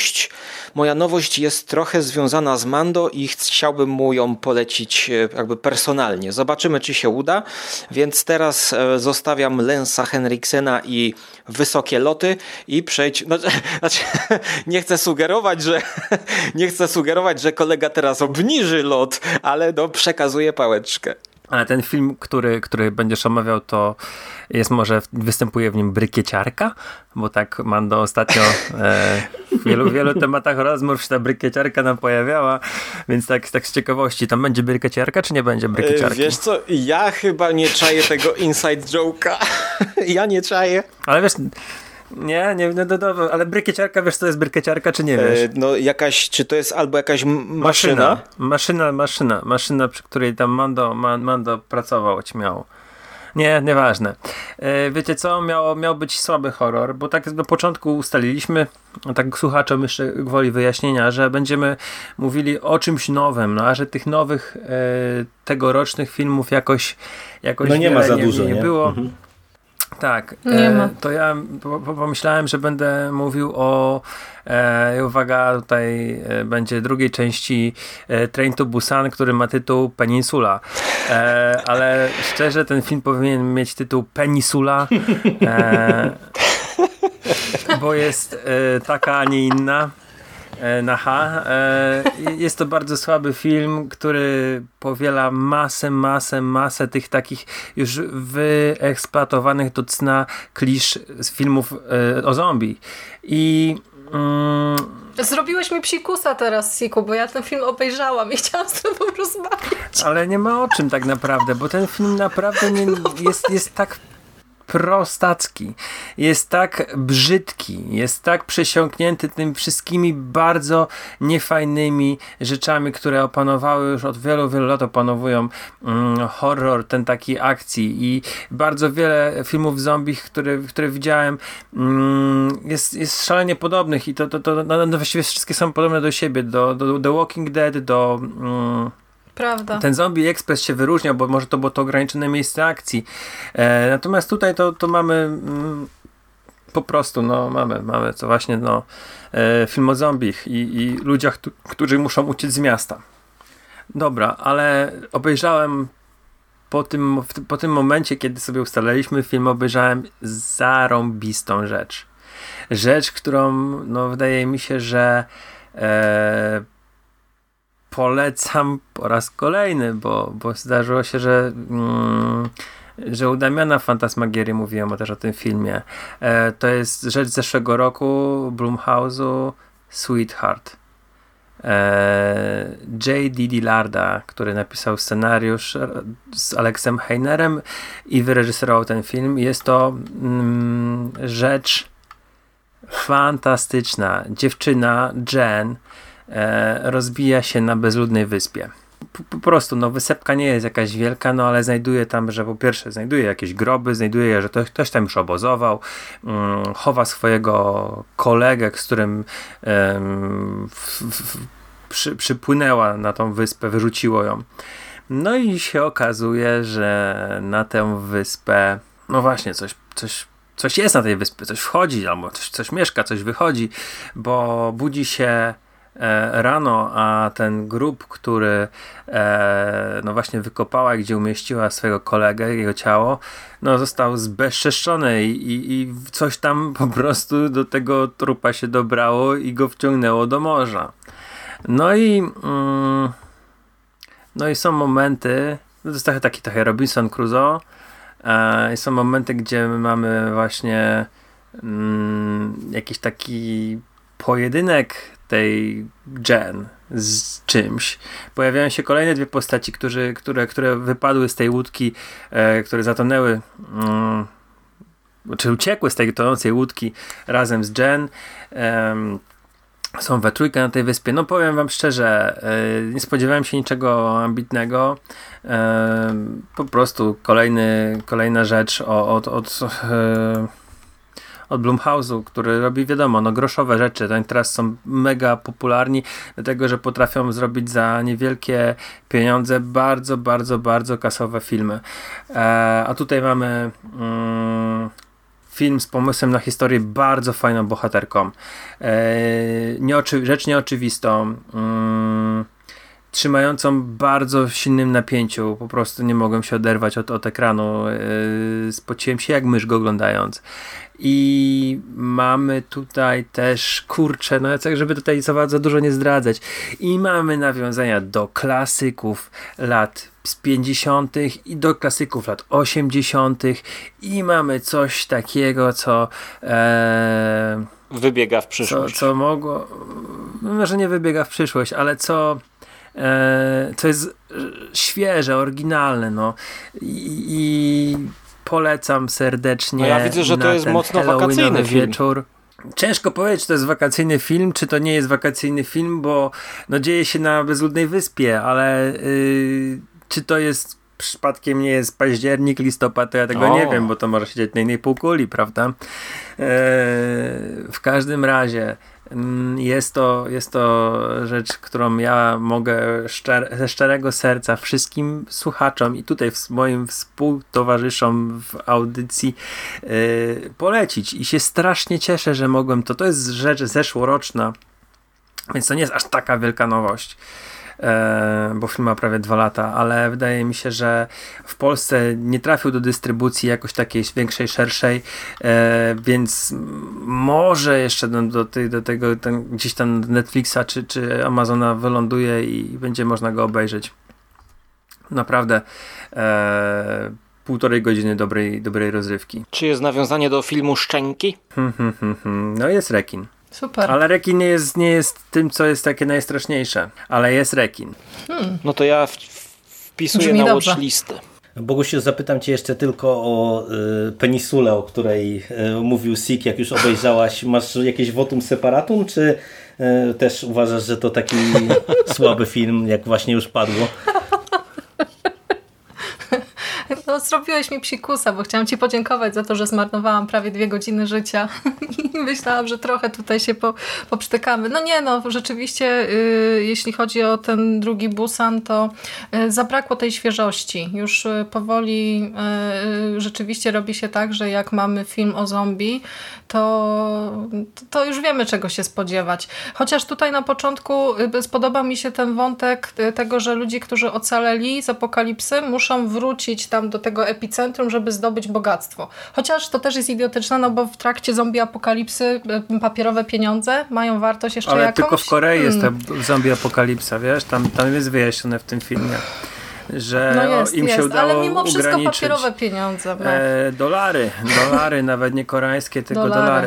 nowość jest trochę związana z Mando i chciałbym mu ją polecić jakby personalnie. Zobaczymy, czy się uda, więc teraz zostawiam Lensa Henriksena i wysokie loty i nie chcę sugerować, że kolega teraz obniży lot, ale przekazuję pałeczkę. Ale ten film, który będziesz omawiał, to jest może występuje w nim brykieciarka? Bo tak Mando ostatnio w wielu tematach rozmów się ta brykieciarka nam pojawiała, więc tak z ciekawości, tam będzie brykieciarka, czy nie będzie brykieciarki? Wiesz co, ja chyba nie czaję tego inside joke'a. Ja nie czaję. Ale wiesz... Nie, ale brykieciarka, wiesz co jest brykieciarka, czy nie wiesz? No czy to jest albo jakaś maszyna? Maszyna, przy której tam Mando pracował, miał. Nieważne. Wiecie co, miał być słaby horror, bo tak do początku ustaliliśmy, tak słuchaczom jeszcze gwoli wyjaśnienia, że będziemy mówili o czymś nowym, no a że tych nowych tegorocznych filmów jakoś no nie ma za dużo, nie było. Mhm. Tak, to ja pomyślałem, że będę mówił uwaga, tutaj będzie drugiej części Train to Busan, który ma tytuł Peninsula, ale szczerze ten film powinien mieć tytuł Peninsula, bo jest taka, a nie inna. Jest to bardzo słaby film, który powiela masę tych takich już wyeksploatowanych do cna klisz z filmów o zombie. I zrobiłeś mi psikusa teraz, Siku, bo ja ten film obejrzałam i chciałam z tobą rozmawiać. Ale nie ma o czym tak naprawdę, bo ten film naprawdę jest tak prostacki, jest tak brzydki, jest tak przesiąknięty tym wszystkimi bardzo niefajnymi rzeczami, które opanowały już od wielu lat, opanowują horror, ten taki akcji i bardzo wiele filmów zombie, które widziałem, jest szalenie podobnych i to właściwie wszystkie są podobne do siebie, do The Walking Dead, do Prawda. Ten Zombie Express się wyróżniał, bo może to było to ograniczone miejsce akcji. Natomiast tutaj to mamy po prostu, mamy to właśnie film o zombich i ludziach, którzy muszą uciec z miasta. Dobra, ale obejrzałem po tym momencie, kiedy sobie ustaliliśmy film, obejrzałem zarąbistą rzecz. Rzecz, którą wydaje mi się, że polecam po raz kolejny, bo zdarzyło się, że u Damiana Fantasmagierii mówiłem też o tym filmie. To jest rzecz z zeszłego roku Blumhouse'u Sweetheart. J.D. Dillarda, który napisał scenariusz z Alexem Heinerem i wyreżyserował ten film. Jest to rzecz fantastyczna. Dziewczyna Jen rozbija się na bezludnej wyspie. Po prostu, wysepka nie jest jakaś wielka, ale znajduje tam, że po pierwsze znajduje jakieś groby, znajduje, że ktoś tam już obozował, chowa swojego kolegę, z którym przypłynęła na tą wyspę, wyrzuciło ją. No i się okazuje, że na tę wyspę, właśnie coś jest na tej wyspie, coś wchodzi, albo coś mieszka, coś wychodzi, bo budzi się rano, a ten grób, który no właśnie wykopała, gdzie umieściła swojego kolegę, jego ciało, no został zbezczeszczony i coś tam po prostu do tego trupa się dobrało i go wciągnęło do morza. No i są momenty, to jest taki trochę Robinson Crusoe, i są momenty, gdzie mamy właśnie jakiś taki pojedynek tej Jen z czymś. Pojawiają się kolejne dwie postaci, które wypadły z tej łódki, które zatonęły, czy uciekły z tej tonącej łódki razem z Jen. Są we trójkę na tej wyspie. No powiem wam szczerze, nie spodziewałem się niczego ambitnego. Po prostu kolejna rzecz od Blumhouse'u, który robi, wiadomo, no groszowe rzeczy. Oni teraz są mega popularni, dlatego, że potrafią zrobić za niewielkie pieniądze bardzo, bardzo, bardzo kasowe filmy. A tutaj mamy film z pomysłem na historię, bardzo fajną bohaterką. Rzecz nieoczywistą. Trzymającą bardzo silnym napięciu. Po prostu nie mogłem się oderwać od ekranu. Spociłem się jak mysz go oglądając. I mamy tutaj też, kurczę, no żeby tutaj za dużo nie zdradzać. I mamy nawiązania do klasyków lat z 50. i do klasyków lat 80. I mamy coś takiego, co wybiega w przyszłość. Co mogło, może nie wybiega w przyszłość, ale co jest świeże, oryginalne, no i polecam serdecznie. No ja widzę, że to jest mocno wakacyjny wieczór. Ciężko powiedzieć, czy to jest wakacyjny film, czy to nie jest wakacyjny film, bo no dzieje się na bezludnej wyspie, ale czy to jest przypadkiem nie jest październik, listopad, to ja tego nie wiem, bo to może się dziać na innej półkuli, prawda? W każdym razie jest to rzecz, którą ja mogę ze szczerego serca wszystkim słuchaczom i tutaj moim współtowarzyszom w audycji polecić. I się strasznie cieszę, że mogłem to. To jest rzecz zeszłoroczna, więc to nie jest aż taka wielka nowość. Bo film ma prawie 2 lata, ale wydaje mi się, że w Polsce nie trafił do dystrybucji jakoś takiej większej, szerszej, więc może jeszcze do tego gdzieś tam Netflixa czy Amazona wyląduje i będzie można go obejrzeć. Naprawdę 1,5 godziny dobrej rozrywki. Czy jest nawiązanie do filmu Szczęki? No jest rekin. Super. Ale rekin nie jest tym, co jest takie najstraszniejsze. Ale jest rekin. No to ja wpisuję na watchlistę. Bogusiu, zapytam cię jeszcze tylko o Penisulę, o której mówił Sik, jak już obejrzałaś. Masz jakieś votum separatum, czy też uważasz, że to taki słaby film, jak właśnie już padło? No, zrobiłeś mi psikusa, bo chciałam ci podziękować za to, że zmarnowałam prawie 2 godziny życia i myślałam, że trochę tutaj się poprztykamy. No nie, no rzeczywiście jeśli chodzi o ten drugi Busan, to zabrakło tej świeżości. Już powoli rzeczywiście robi się tak, że jak mamy film o zombie, to już wiemy, czego się spodziewać. Chociaż tutaj na początku spodobał mi się ten wątek tego, że ludzie, którzy ocaleli z apokalipsy, muszą wrócić tam do tego epicentrum, żeby zdobyć bogactwo. Chociaż to też jest idiotyczne, no bo w trakcie zombie apokalipsy papierowe pieniądze mają wartość jeszcze ale jakąś. Ale tylko w Korei jest ta zombie apokalipsa, wiesz? Tam jest wyjaśnione w tym filmie, że no im się udało ale mimo wszystko ograniczyć papierowe pieniądze. No. Dolary, nawet nie koreańskie, tylko dolary.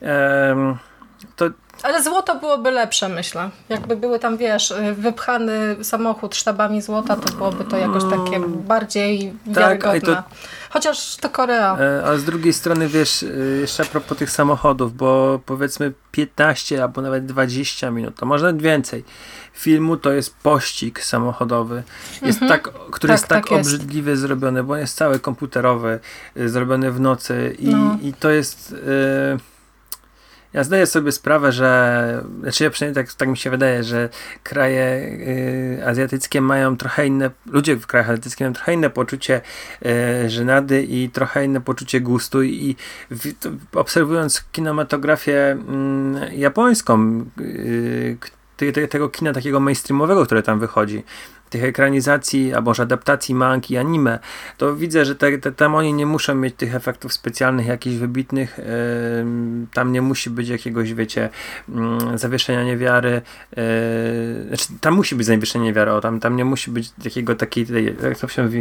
Ale złoto byłoby lepsze, myślę. Jakby były tam, wiesz, wypchany samochód sztabami złota, to byłoby to jakoś takie bardziej wiarygodne. Chociaż to Korea. A z drugiej strony, wiesz, jeszcze a propos tych samochodów, bo powiedzmy 15 albo nawet 20 minut, to może nawet więcej filmu to jest pościg samochodowy, który jest tak obrzydliwie zrobiony, bo on jest cały komputerowy, zrobiony w nocy i to jest... Ja zdaję sobie sprawę, że, znaczy ja przynajmniej tak mi się wydaje, że kraje azjatyckie mają trochę inne, ludzie w krajach azjatyckich mają trochę inne poczucie żenady i trochę inne poczucie gustu i obserwując kinematografię japońską, tego kina takiego mainstreamowego, które tam wychodzi, tych ekranizacji, albo może adaptacji mangi i anime, to widzę, że tam oni nie muszą mieć tych efektów specjalnych, jakichś wybitnych, tam nie musi być jakiegoś, wiecie, zawieszenia niewiary, znaczy tam musi być zawieszenie niewiary, tam nie musi być takiej, jak to się mówi,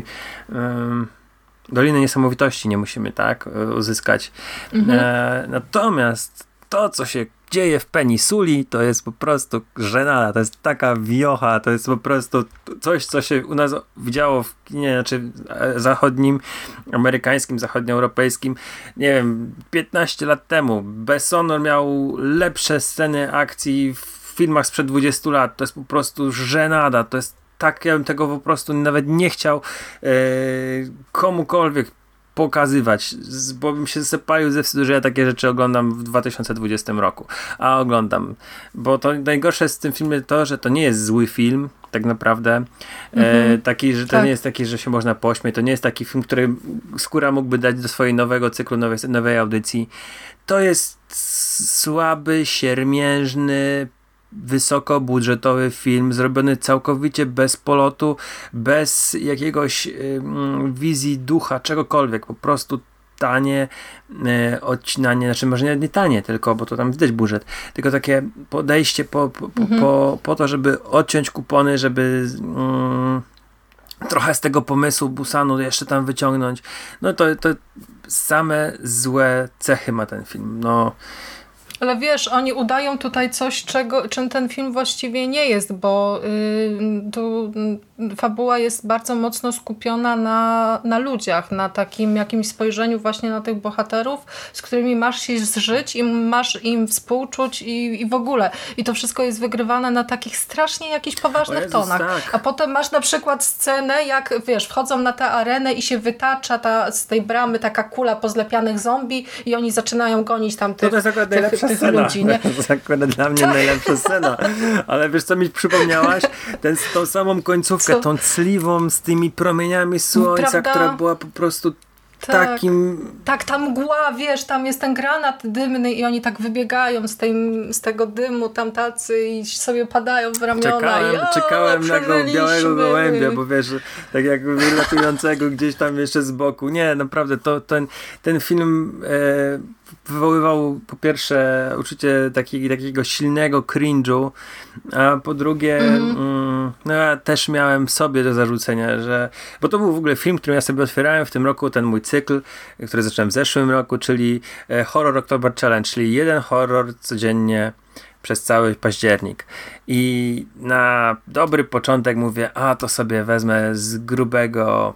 Doliny Niesamowitości nie musimy, tak, uzyskać. Natomiast to, co się dzieje w Penisuli, to jest po prostu żenada, to jest taka wiocha, to jest po prostu coś, co się u nas widziało w kinie, znaczy zachodnim, amerykańskim, zachodnioeuropejskim, nie wiem, 15 lat temu. Besson miał lepsze sceny akcji w filmach sprzed 20 lat, to jest po prostu żenada, to jest tak, ja bym tego po prostu nawet nie chciał komukolwiek pokazywać, bo bym się zapalił ze wstydu, że ja takie rzeczy oglądam w 2020 roku. A oglądam. Bo to najgorsze z tym filmem to, że to nie jest zły film, tak naprawdę. Taki, że to nie jest taki, że się można pośmiać. To nie jest taki film, który Skóra mógłby dać do swojego nowego cyklu, nowej audycji. To jest słaby, siermiężny, wysokobudżetowy film, zrobiony całkowicie bez polotu, bez jakiegoś wizji ducha, czegokolwiek, po prostu tanie odcinanie, znaczy może nie tanie tylko, bo to tam widać budżet, tylko takie podejście po to, żeby odciąć kupony, żeby trochę z tego pomysłu Busanu jeszcze tam wyciągnąć. No to same złe cechy ma ten film. No. Ale wiesz, oni udają tutaj coś, czym ten film właściwie nie jest, bo tu fabuła jest bardzo mocno skupiona na ludziach, na takim jakimś spojrzeniu właśnie na tych bohaterów, z którymi masz się zżyć i masz im współczuć i w ogóle. I to wszystko jest wygrywane na takich strasznie jakichś poważnych tonach. Tak. A potem masz na przykład scenę, jak wiesz, wchodzą na tę arenę i się wytacza z tej bramy taka kula pozlepianych zombie i oni zaczynają gonić tam tych ludzi, nie? To jest akurat dla mnie najlepsza scena. Ale wiesz, co mi przypomniałaś? Tą samą końcówkę, tą cliwą z tymi promieniami słońca, prawda? Która była po prostu takim... Tak, ta mgła, wiesz, tam jest ten granat dymny i oni tak wybiegają z tego dymu tam tacy i sobie padają w ramiona. Czekałem na białego gołębia, bo wiesz, tak jak wylatującego gdzieś tam jeszcze z boku. Nie, naprawdę, ten film wywoływał po pierwsze uczucie takiego silnego cringe'u, a po drugie no ja też miałem sobie do zarzucenia, bo to był w ogóle film, który ja sobie otwierałem w tym roku, ten mój cykl, który zacząłem w zeszłym roku, czyli Horror October Challenge, czyli jeden horror codziennie przez cały październik. I na dobry początek mówię, to sobie wezmę z grubej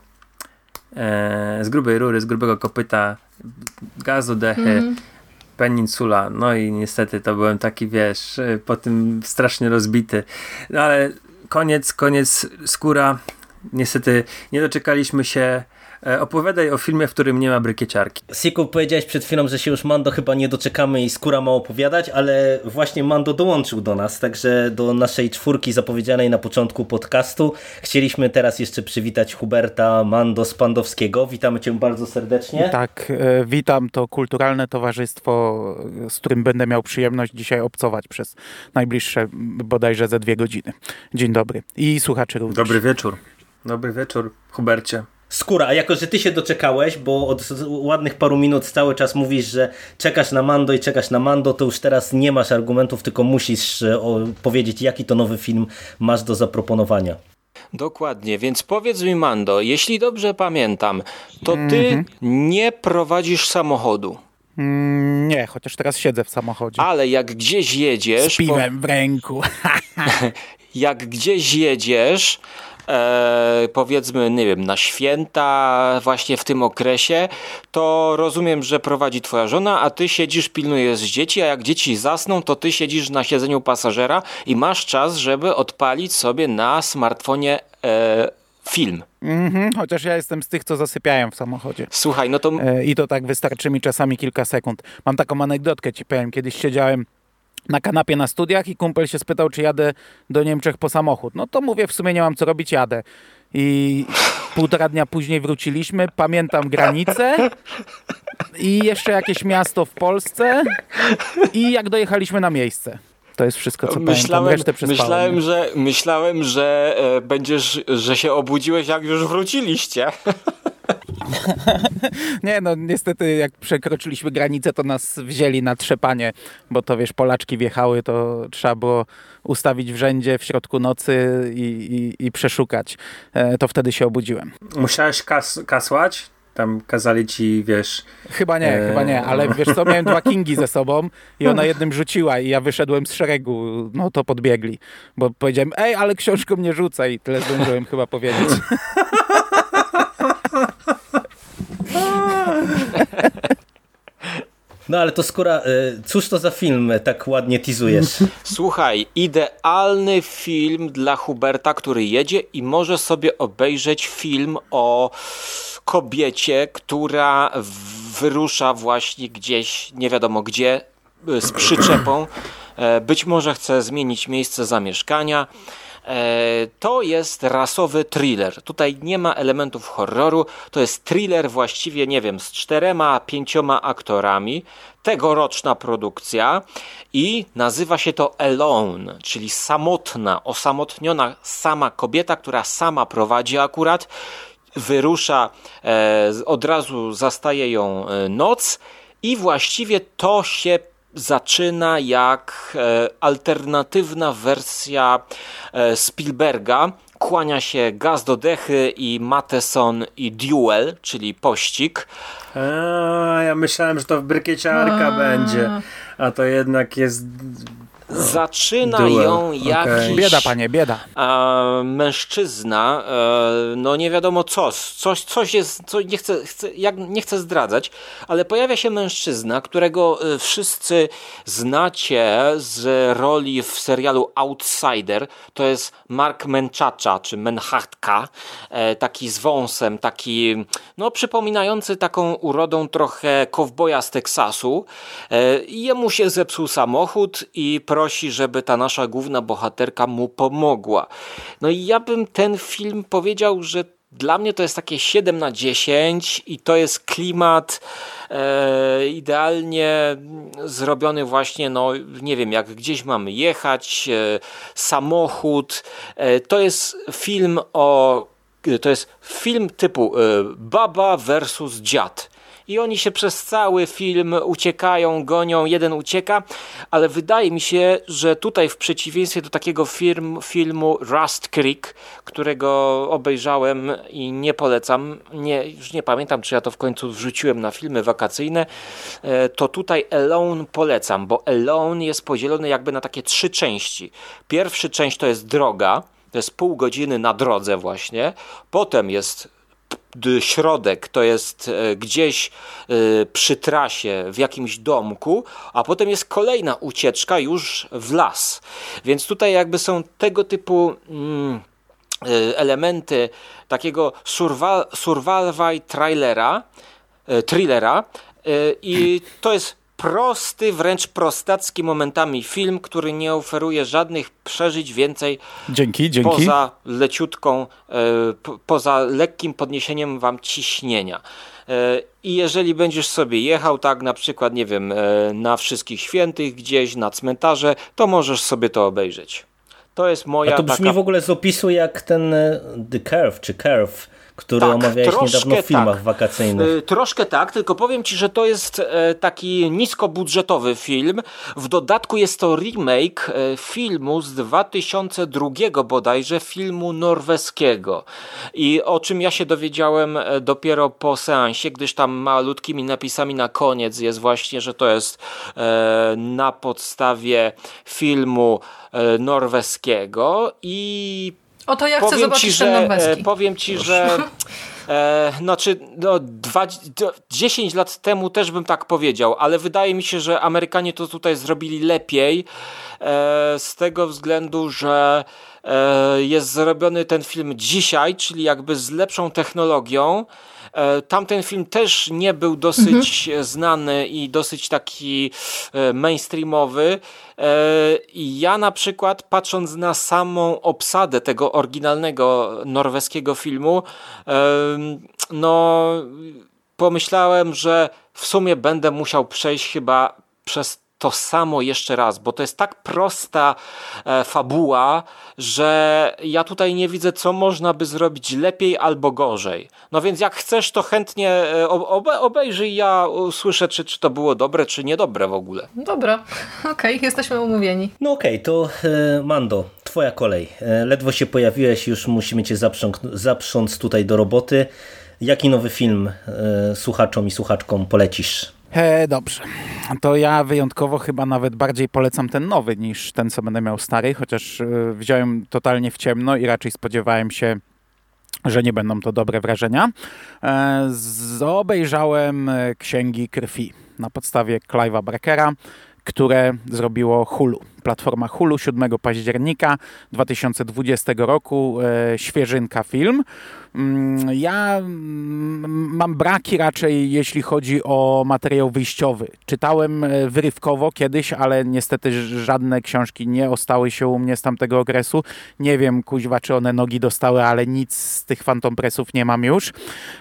rury, z grubego kopyta gazu, dechy, Peninsula. No i niestety to byłem taki, wiesz, po tym strasznie rozbity. No ale koniec, Skóra. Niestety nie doczekaliśmy się. Opowiadaj o filmie, w którym nie ma brykieciarki. Siku, powiedziałeś przed chwilą, że się już Mando chyba nie doczekamy i Skóra ma opowiadać, ale właśnie Mando dołączył do nas, także do naszej czwórki zapowiedzianej na początku podcastu. Chcieliśmy teraz jeszcze przywitać Huberta Mando Spandowskiego. Witamy cię bardzo serdecznie. Tak, witam, to kulturalne towarzystwo, z którym będę miał przyjemność dzisiaj obcować przez najbliższe bodajże ze 2 godziny. Dzień dobry i słuchacze również. Dobry wieczór, Hubercie. Skóra, a jako, że ty się doczekałeś, bo od ładnych paru minut cały czas mówisz, że czekasz na Mando, to już teraz nie masz argumentów, tylko musisz powiedzieć, jaki to nowy film masz do zaproponowania. Dokładnie, więc powiedz mi, Mando, jeśli dobrze pamiętam, to ty nie prowadzisz samochodu. Nie, chociaż teraz siedzę w samochodzie. Ale jak gdzieś jedziesz... Z piwem w ręku. Jak gdzieś jedziesz... powiedzmy, nie wiem, na święta właśnie w tym okresie, to rozumiem, że prowadzi twoja żona, a ty siedzisz, pilnujesz dzieci, a jak dzieci zasną, to ty siedzisz na siedzeniu pasażera i masz czas, żeby odpalić sobie na smartfonie film. Chociaż ja jestem z tych, co zasypiają w samochodzie. Słuchaj, no to... I to tak wystarczy mi czasami kilka sekund. Mam taką anegdotkę, ci powiem. Kiedyś siedziałem na kanapie na studiach i kumpel się spytał, czy jadę do Niemczech po samochód. No to mówię, w sumie nie mam co robić, jadę. I 1,5 dnia później wróciliśmy, pamiętam granicę i jeszcze jakieś miasto w Polsce i jak dojechaliśmy na miejsce. To jest wszystko, co pamiętam. Resztę przespałem. Myślałem, że że się obudziłeś, jak już wróciliście. Nie, no niestety jak przekroczyliśmy granicę, to nas wzięli na trzepanie, bo to wiesz, Polaczki wjechały, to trzeba było ustawić w rzędzie w środku nocy i przeszukać. To wtedy się obudziłem. Musiałeś kasłać? Tam kazali ci, wiesz... Chyba nie, ale wiesz co, miałem 2 kingi ze sobą i ona jednym rzuciła i ja wyszedłem z szeregu, no to podbiegli, bo powiedziałem, ej, ale książką nie rzucaj i tyle zdążyłem chyba powiedzieć. No ale to skóra, cóż to za film tak ładnie teasujesz? Słuchaj, idealny film dla Huberta, który jedzie i może sobie obejrzeć film o kobiecie, która wyrusza właśnie gdzieś, nie wiadomo gdzie, z przyczepą. Być może chce zmienić miejsce zamieszkania. To jest rasowy thriller. Tutaj nie ma elementów horroru. To jest thriller właściwie, nie wiem, z 4-5 aktorami. Tegoroczna produkcja i nazywa się to Alone, czyli samotna, osamotniona sama kobieta, która sama prowadzi akurat. Wyrusza, od razu zastaje ją noc i właściwie to się zaczyna jak alternatywna wersja Spielberga. Kłania się Gaz do Dechy i Matheson i Duel, czyli pościg. Ja myślałem, że to w Brykieciarka będzie, a to jednak jest... Zaczyna ją jakiś... Bieda, panie, bieda. Mężczyzna, no nie wiadomo coś jest, co nie chcę zdradzać, ale pojawia się mężczyzna, którego wszyscy znacie z roli w serialu Outsider. To jest Mark Menchaca, czy Menchatka, taki z wąsem, taki no przypominający taką urodą trochę kowboja z Teksasu. Jemu się zepsuł samochód i prosi, żeby ta nasza główna bohaterka mu pomogła. No i ja bym ten film powiedział, że dla mnie to jest takie 7/10 i to jest klimat idealnie zrobiony właśnie, no nie wiem, jak gdzieś mamy jechać, samochód. To jest film typu baba versus dziad. I oni się przez cały film uciekają, gonią, jeden ucieka, ale wydaje mi się, że tutaj w przeciwieństwie do takiego filmu Rust Creek, którego obejrzałem i nie polecam, już nie pamiętam, czy ja to w końcu wrzuciłem na filmy wakacyjne, to tutaj Alone polecam, bo Alone jest podzielony jakby na takie 3 części. Pierwsza część to jest droga, to jest pół godziny na drodze właśnie, potem jest środek, to jest gdzieś przy trasie w jakimś domku, a potem jest kolejna ucieczka już w las. Więc tutaj jakby są tego typu elementy takiego survival thrillera i to jest prosty, wręcz prostacki momentami film, który nie oferuje żadnych przeżyć więcej. Dzięki. Poza leciutką, poza lekkim podniesieniem wam ciśnienia. I jeżeli będziesz sobie jechał tak na przykład, nie wiem, na Wszystkich Świętych gdzieś, na cmentarze, to możesz sobie to obejrzeć. To jest moja to brzmi w ogóle z opisu jak ten The Curve, czy Curve, który omawiałeś niedawno w filmach wakacyjnych. Troszkę tak, tylko powiem ci, że to jest taki niskobudżetowy film. W dodatku jest to remake filmu z 2002 bodajże, filmu norweskiego. I o czym ja się dowiedziałem dopiero po seansie, gdyż tam malutkimi napisami na koniec jest właśnie, że to jest na podstawie filmu norweskiego i oto ja chcę zobaczyć ten norweski. Powiem ci, że 10 lat temu też bym tak powiedział, ale wydaje mi się, że Amerykanie to tutaj zrobili lepiej z tego względu, że jest zrobiony ten film dzisiaj, czyli jakby z lepszą technologią. Tamten film też nie był dosyć znany i dosyć taki mainstreamowy. I ja na przykład, patrząc na samą obsadę tego oryginalnego norweskiego filmu, pomyślałem, że w sumie będę musiał przejść chyba przez to samo jeszcze raz, bo to jest tak prosta fabuła, że ja tutaj nie widzę, co można by zrobić lepiej albo gorzej. No więc jak chcesz, to chętnie obejrzyj, ja usłyszę, czy to było dobre, czy niedobre w ogóle. Dobra, okej, jesteśmy umówieni. No okej, to Mando, twoja kolej. Ledwo się pojawiłeś, już musimy cię zaprząc tutaj do roboty. Jaki nowy film słuchaczom i słuchaczkom polecisz? Dobrze. To ja wyjątkowo chyba nawet bardziej polecam ten nowy niż ten, co będę miał stary, chociaż wziąłem totalnie w ciemno i raczej spodziewałem się, że nie będą to dobre wrażenia. Obejrzałem Księgi Krwi na podstawie Clive'a Barkera, które zrobiło Hulu. Platforma Hulu 7 października 2020 roku. Świeżynka film. Ja mam braki raczej, jeśli chodzi o materiał wyjściowy. Czytałem wyrywkowo kiedyś, ale niestety żadne książki nie ostały się u mnie z tamtego okresu. Nie wiem, kuźwa, czy one nogi dostały, ale nic z tych Phantom Pressów nie mam już.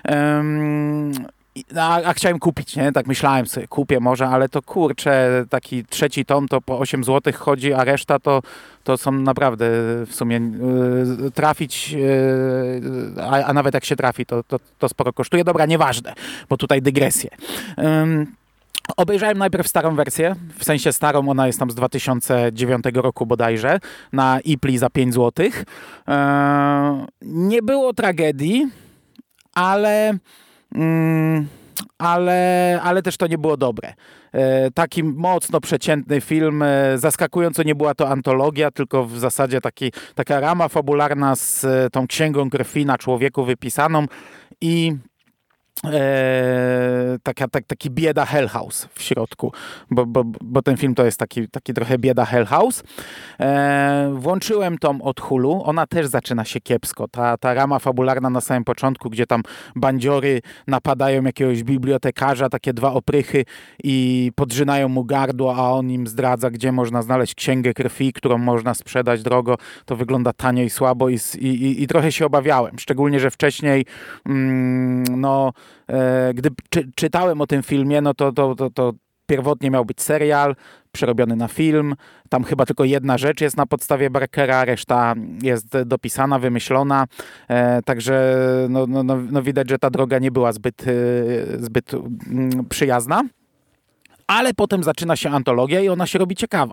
A chciałem kupić, nie? Tak myślałem sobie, kupię może, ale to kurczę, taki trzeci tom to po 8 zł chodzi, a reszta to są naprawdę w sumie trafić, a nawet jak się trafi, to sporo kosztuje. Dobra, nieważne, bo tutaj dygresje. Obejrzałem najpierw starą wersję, w sensie starą, ona jest tam z 2009 roku bodajże, na Ipli za 5 zł. Nie było tragedii, ale też to nie było dobre. Taki mocno przeciętny film, zaskakująco nie była to antologia, tylko w zasadzie taka rama fabularna z tą księgą krwi na człowieku wypisaną i taki bieda Hell House w środku, bo ten film to jest taki trochę bieda Hell House. Włączyłem tą od Hulu, ona też zaczyna się kiepsko. Ta rama fabularna na samym początku, gdzie tam bandziory napadają jakiegoś bibliotekarza, takie dwa oprychy i podrzynają mu gardło, a on im zdradza, gdzie można znaleźć księgę krwi, którą można sprzedać drogo. To wygląda tanio i słabo i trochę się obawiałem. Szczególnie, że wcześniej gdy czytałem o tym filmie, no to pierwotnie miał być serial przerobiony na film. Tam chyba tylko jedna rzecz jest na podstawie Barkera, reszta jest dopisana, wymyślona. Także no widać, że ta droga nie była zbyt przyjazna. Ale potem zaczyna się antologia i ona się robi ciekawa.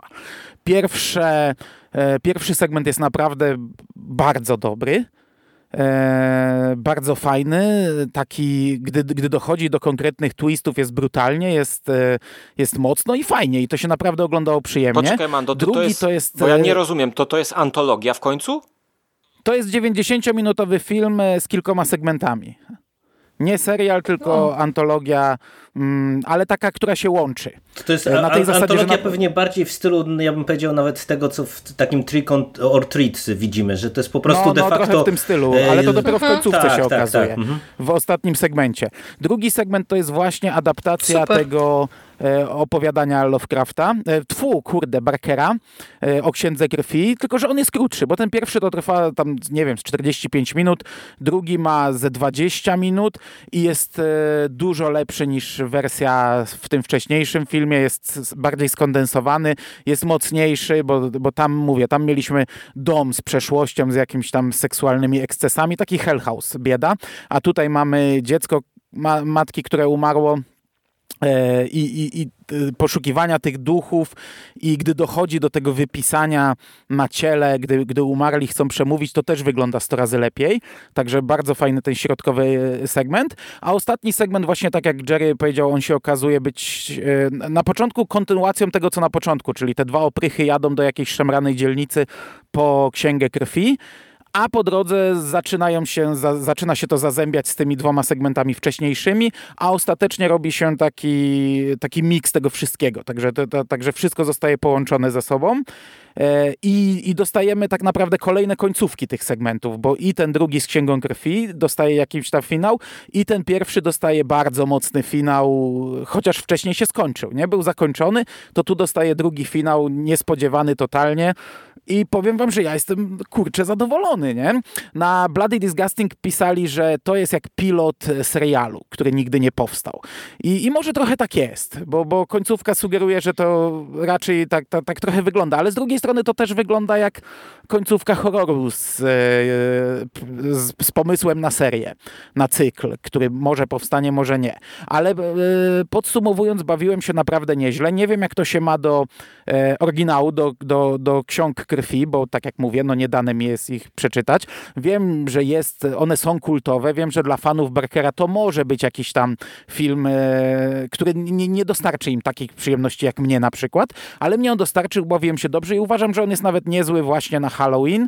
Pierwszy segment jest naprawdę bardzo dobry. Bardzo fajny, taki, gdy dochodzi do konkretnych twistów, jest brutalnie, jest mocno i fajnie i to się naprawdę oglądało przyjemnie. Poczekaj, Mando, to jest, bo ja nie rozumiem, to jest antologia w końcu? To jest 90-minutowy film z kilkoma segmentami. Nie serial, tylko antologia, ale taka, która się łączy. To jest na tej zasadzie, antologia pewnie bardziej w stylu, ja bym powiedział, nawet tego, co w takim Trick or Treat widzimy, że to jest po prostu de facto... trochę w tym stylu, ale to dopiero w końcówce się okazuje. W ostatnim segmencie. Drugi segment to jest właśnie adaptacja tego opowiadania Lovecrafta, Barkera o Księdze Krwi, tylko że on jest krótszy, bo ten pierwszy to trwa tam, nie wiem, z 45 minut, drugi ma ze 20 minut i jest dużo lepszy niż wersja w tym wcześniejszym filmie, jest bardziej skondensowany, jest mocniejszy, bo tam mieliśmy dom z przeszłością, z jakimiś tam seksualnymi ekscesami, taki Hell House, bieda, a tutaj mamy dziecko matki, które umarło i poszukiwania tych duchów i gdy dochodzi do tego wypisania na ciele, gdy umarli chcą przemówić, to też wygląda 100 razy lepiej. Także bardzo fajny ten środkowy segment. A ostatni segment właśnie tak jak Jerry powiedział, on się okazuje być na początku kontynuacją tego, co na początku, czyli te dwa oprychy jadą do jakiejś szemranej dzielnicy po Księgę Krwi, a po drodze zaczyna się to zazębiać z tymi dwoma segmentami wcześniejszymi, a ostatecznie robi się taki miks tego wszystkiego. Także wszystko zostaje połączone ze sobą. i dostajemy tak naprawdę kolejne końcówki tych segmentów, bo i ten drugi z Księgą Krwi dostaje jakiś tam finał i ten pierwszy dostaje bardzo mocny finał, chociaż wcześniej się skończył, nie? Był zakończony, to tu dostaje drugi finał, niespodziewany totalnie i powiem wam, że ja jestem, kurczę, zadowolony, nie? Na Bloody Disgusting pisali, że to jest jak pilot serialu, który nigdy nie powstał. I może trochę tak jest, bo końcówka sugeruje, że to raczej tak trochę wygląda, ale z drugiej strony to też wygląda jak końcówka horroru z pomysłem na serię, na cykl, który może powstanie, może nie. Ale podsumowując, bawiłem się naprawdę nieźle. Nie wiem, jak to się ma do oryginału, do Ksiąg Krwi, bo tak jak mówię, no nie dane mi jest ich przeczytać. Wiem, że one są kultowe, wiem, że dla fanów Barkera to może być jakiś tam film, który nie dostarczy im takich przyjemności jak mnie na przykład, ale mnie on dostarczył, bawiłem się dobrze i uważam, że on jest nawet niezły właśnie na Halloween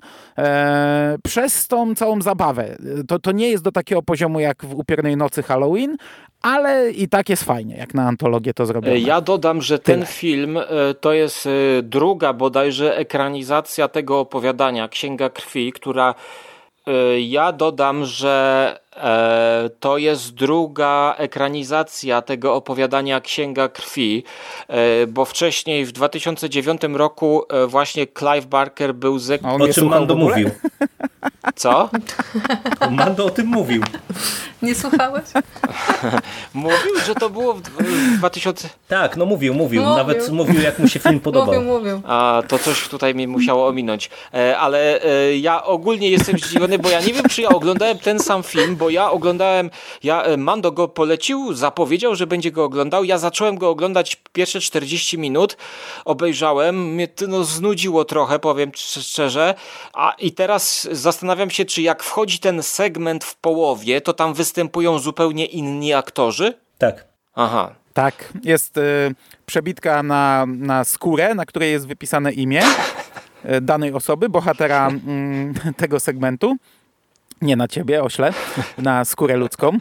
przez tą całą zabawę. To nie jest do takiego poziomu jak w Upiornej Nocy Halloween, ale i tak jest fajnie, jak na antologię to zrobione. Ja dodam, że ten film to jest druga bodajże ekranizacja tego opowiadania Księga Krwi, która ja dodam, że to jest druga ekranizacja tego opowiadania Księga Krwi, bo wcześniej w 2009 roku właśnie Clive Barker był o czym Mando mówił. Co? Mando o tym mówił. Nie słuchałeś? Mówił, że to było w 2000... Tak, no mówił. Nawet mówił, jak mu się film podobał. Mówił. A to coś tutaj mi musiało ominąć. Ale ja ogólnie jestem zdziwiony, bo ja nie wiem, czy ja oglądałem ten sam film, bo ja oglądałem, Mando go polecił, zapowiedział, że będzie go oglądał. Ja zacząłem go oglądać pierwsze 40 minut, obejrzałem, mnie to znudziło trochę, powiem szczerze. I teraz zastanawiam się, czy jak wchodzi ten segment w połowie, to tam występują zupełnie inni aktorzy? Tak. Aha. Tak, jest przebitka na skórę, na której jest wypisane imię danej osoby, bohatera tego segmentu. Nie na ciebie, ośle, na skórę ludzką.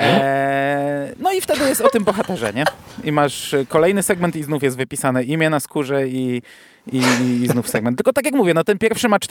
No i wtedy jest o tym bohaterze, nie? I masz kolejny segment i znów jest wypisane imię na skórze i znów segment. Tylko tak jak mówię, no ten pierwszy ma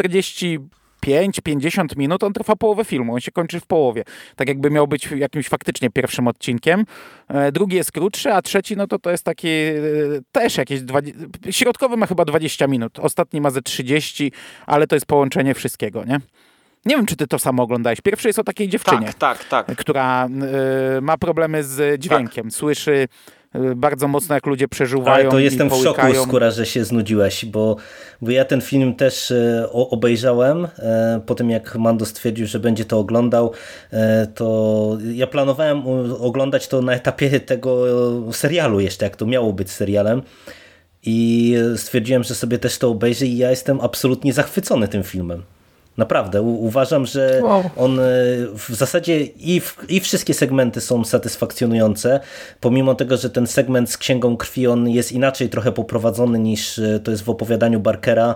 45-50 minut, on trwa połowę filmu, on się kończy w połowie. Tak jakby miał być jakimś faktycznie pierwszym odcinkiem. Drugi jest krótszy, a trzeci no to jest taki też jakieś środkowy ma chyba 20 minut. Ostatni ma ze 30, ale to jest połączenie wszystkiego, nie? Nie wiem, czy ty to samo oglądałeś. Pierwszy jest o takiej dziewczynie, tak. która ma problemy z dźwiękiem. Tak. Słyszy bardzo mocno, jak ludzie przeżuwają. Ale to jestem w szoku, Skóra, że się znudziłeś, bo ja ten film też obejrzałem po tym, jak Mando stwierdził, że będzie to oglądał, to ja planowałem oglądać to na etapie tego serialu jeszcze, jak to miało być serialem. I stwierdziłem, że sobie też to obejrzę i ja jestem absolutnie zachwycony tym filmem. Naprawdę, uważam, że on w zasadzie i wszystkie segmenty są satysfakcjonujące, pomimo tego, że ten segment z Księgą Krwi, on jest inaczej trochę poprowadzony niż to jest w opowiadaniu Barkera,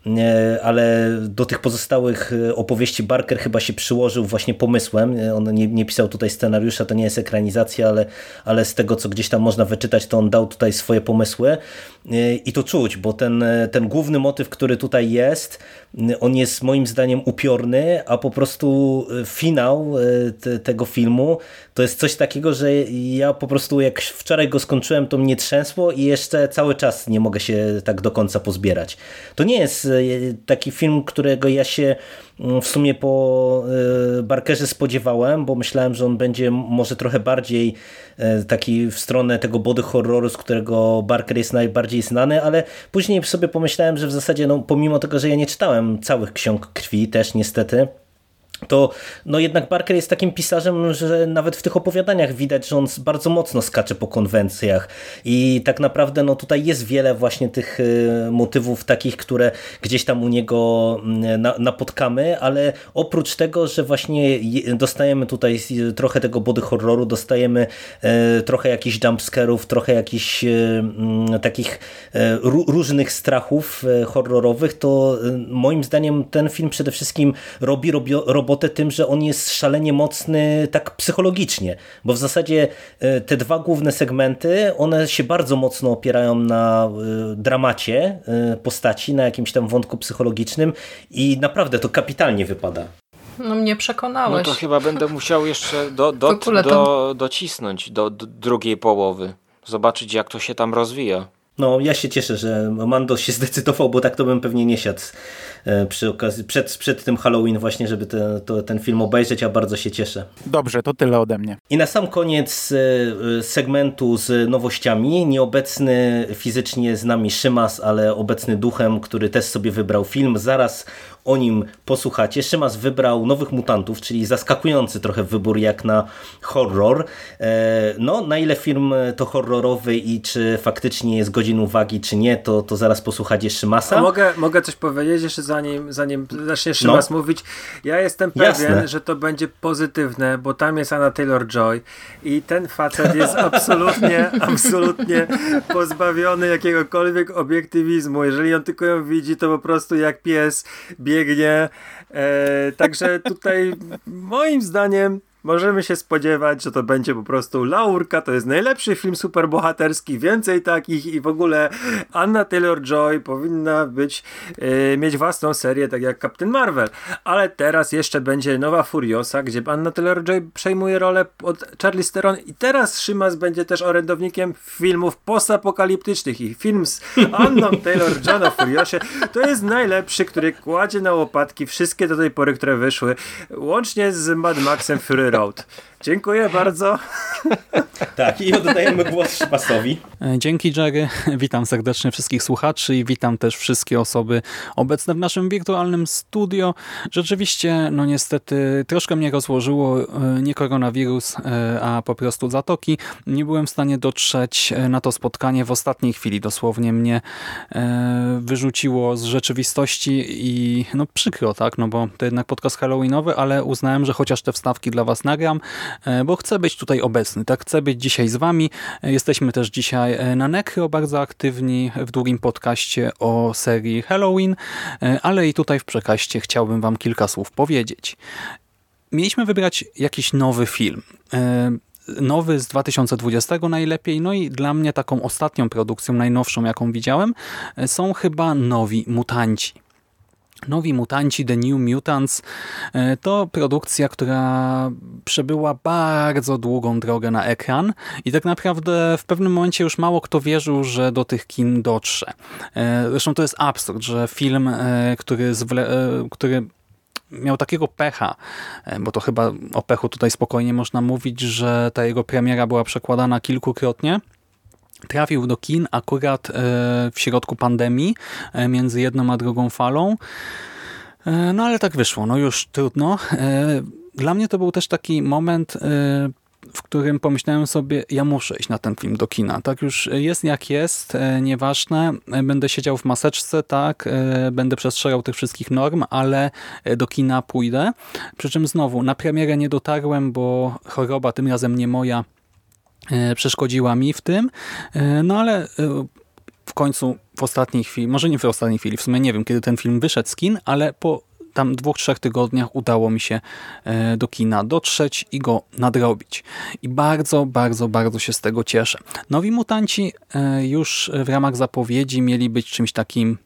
ale do tych pozostałych opowieści Barker chyba się przyłożył właśnie pomysłem. On nie pisał tutaj scenariusza, to nie jest ekranizacja, ale z tego, co gdzieś tam można wyczytać, to on dał tutaj swoje pomysły i to czuć, bo ten główny motyw, który tutaj jest, on jest moim zdaniem upiorny, a po prostu finał tego filmu to jest coś takiego, że ja po prostu jak wczoraj go skończyłem, to mnie trzęsło i jeszcze cały czas nie mogę się tak do końca pozbierać. To nie jest taki film, którego ja się w sumie po Barkerze spodziewałem, bo myślałem, że on będzie może trochę bardziej taki w stronę tego body horroru, z którego Barker jest najbardziej znany, ale później sobie pomyślałem, że w zasadzie pomimo tego, że ja nie czytałem całych Ksiąg Krwi też niestety, to jednak Barker jest takim pisarzem, że nawet w tych opowiadaniach widać, że on bardzo mocno skacze po konwencjach i tak naprawdę tutaj jest wiele właśnie tych motywów takich, które gdzieś tam u niego napotkamy, ale oprócz tego, że właśnie dostajemy tutaj trochę tego body horroru, dostajemy trochę jakichś jumpscarów, trochę jakichś takich różnych strachów horrorowych, to moim zdaniem ten film przede wszystkim robi robotę tym, że on jest szalenie mocny tak psychologicznie, bo w zasadzie te dwa główne segmenty, one się bardzo mocno opierają na dramacie postaci, na jakimś tam wątku psychologicznym i naprawdę to kapitalnie wypada. No mnie przekonałeś. No to chyba będę musiał jeszcze docisnąć do drugiej połowy. Zobaczyć, jak to się tam rozwija. No, ja się cieszę, że Mando się zdecydował, bo tak to bym pewnie nie siadł przy okazji, przed tym Halloween właśnie, żeby ten film obejrzeć, a bardzo się cieszę. Dobrze, to tyle ode mnie. I na sam koniec segmentu z nowościami, nieobecny fizycznie z nami Szymas, ale obecny duchem, który też sobie wybrał film. Zaraz o nim posłuchacie. Szymas wybrał Nowych Mutantów, czyli zaskakujący trochę wybór jak na horror. No, na ile film to horrorowy i czy faktycznie jest godzin uwagi, czy nie, to zaraz posłuchacie Szymasa. Mogę coś powiedzieć jeszcze zanim zacznie Szymas mówić. Ja jestem pewien, że to będzie pozytywne, bo tam jest Anna Taylor-Joy i ten facet jest absolutnie pozbawiony jakiegokolwiek obiektywizmu. Jeżeli on tylko ją widzi, to po prostu jak pies biegnie. Także tutaj moim zdaniem możemy się spodziewać, że to będzie po prostu laurka, to jest najlepszy film superbohaterski, więcej takich i w ogóle Anna Taylor-Joy powinna mieć własną serię, tak jak Captain Marvel. Ale teraz jeszcze będzie nowa Furiosa, gdzie Anna Taylor-Joy przejmuje rolę od Charlize Theron i teraz Szymas będzie też orędownikiem filmów postapokaliptycznych i film z Anną Taylor-Joy na Furiosie to jest najlepszy, który kładzie na łopatki wszystkie do tej pory, które wyszły, łącznie z Mad Maxem Fury Road. Dziękuję bardzo. Tak, i oddajemy głos Szymasowi. Dzięki, Jerry. Witam serdecznie wszystkich słuchaczy i witam też wszystkie osoby obecne w naszym wirtualnym studio. Rzeczywiście, no niestety, troszkę mnie rozłożyło nie koronawirus, a po prostu zatoki. Nie byłem w stanie dotrzeć na to spotkanie w ostatniej chwili. Dosłownie mnie wyrzuciło z rzeczywistości i no przykro, tak, no bo to jednak podcast halloweenowy, ale uznałem, że chociaż te wstawki dla was nagram, bo chcę być tutaj obecny, tak? Chcę być dzisiaj z wami. Jesteśmy też dzisiaj na Nekro bardzo aktywni w długim podcaście o serii Halloween, ale i tutaj w przekaście chciałbym wam kilka słów powiedzieć. Mieliśmy wybrać jakiś nowy film. Nowy z 2020 najlepiej, no i dla mnie taką ostatnią produkcją, najnowszą jaką widziałem, są chyba Nowi Mutanci. Nowi Mutanci, The New Mutants, to produkcja, która przebyła bardzo długą drogę na ekran i tak naprawdę w pewnym momencie już mało kto wierzył, że do tych kin dotrze. Zresztą to jest absurd, że film, który miał takiego pecha, bo to chyba o pechu tutaj spokojnie można mówić, że ta jego premiera była przekładana kilkukrotnie, trafił do kin akurat w środku pandemii, między jedną a drugą falą. No ale tak wyszło, no już trudno. Dla mnie to był też taki moment, w którym pomyślałem sobie, ja muszę iść na ten film do kina. Tak już jest jak jest, nieważne. Będę siedział w maseczce, tak, będę przestrzegał tych wszystkich norm, ale do kina pójdę. Przy czym znowu, na premierę nie dotarłem, bo choroba, tym razem nie moja, przeszkodziła mi w tym, no ale w końcu w ostatniej chwili, może nie w ostatniej chwili, w sumie nie wiem, kiedy ten film wyszedł z kin, ale po tam 2-3 tygodniach udało mi się do kina dotrzeć i go nadrobić. I bardzo, bardzo, bardzo się z tego cieszę. Nowi Mutanci już w ramach zapowiedzi mieli być czymś takim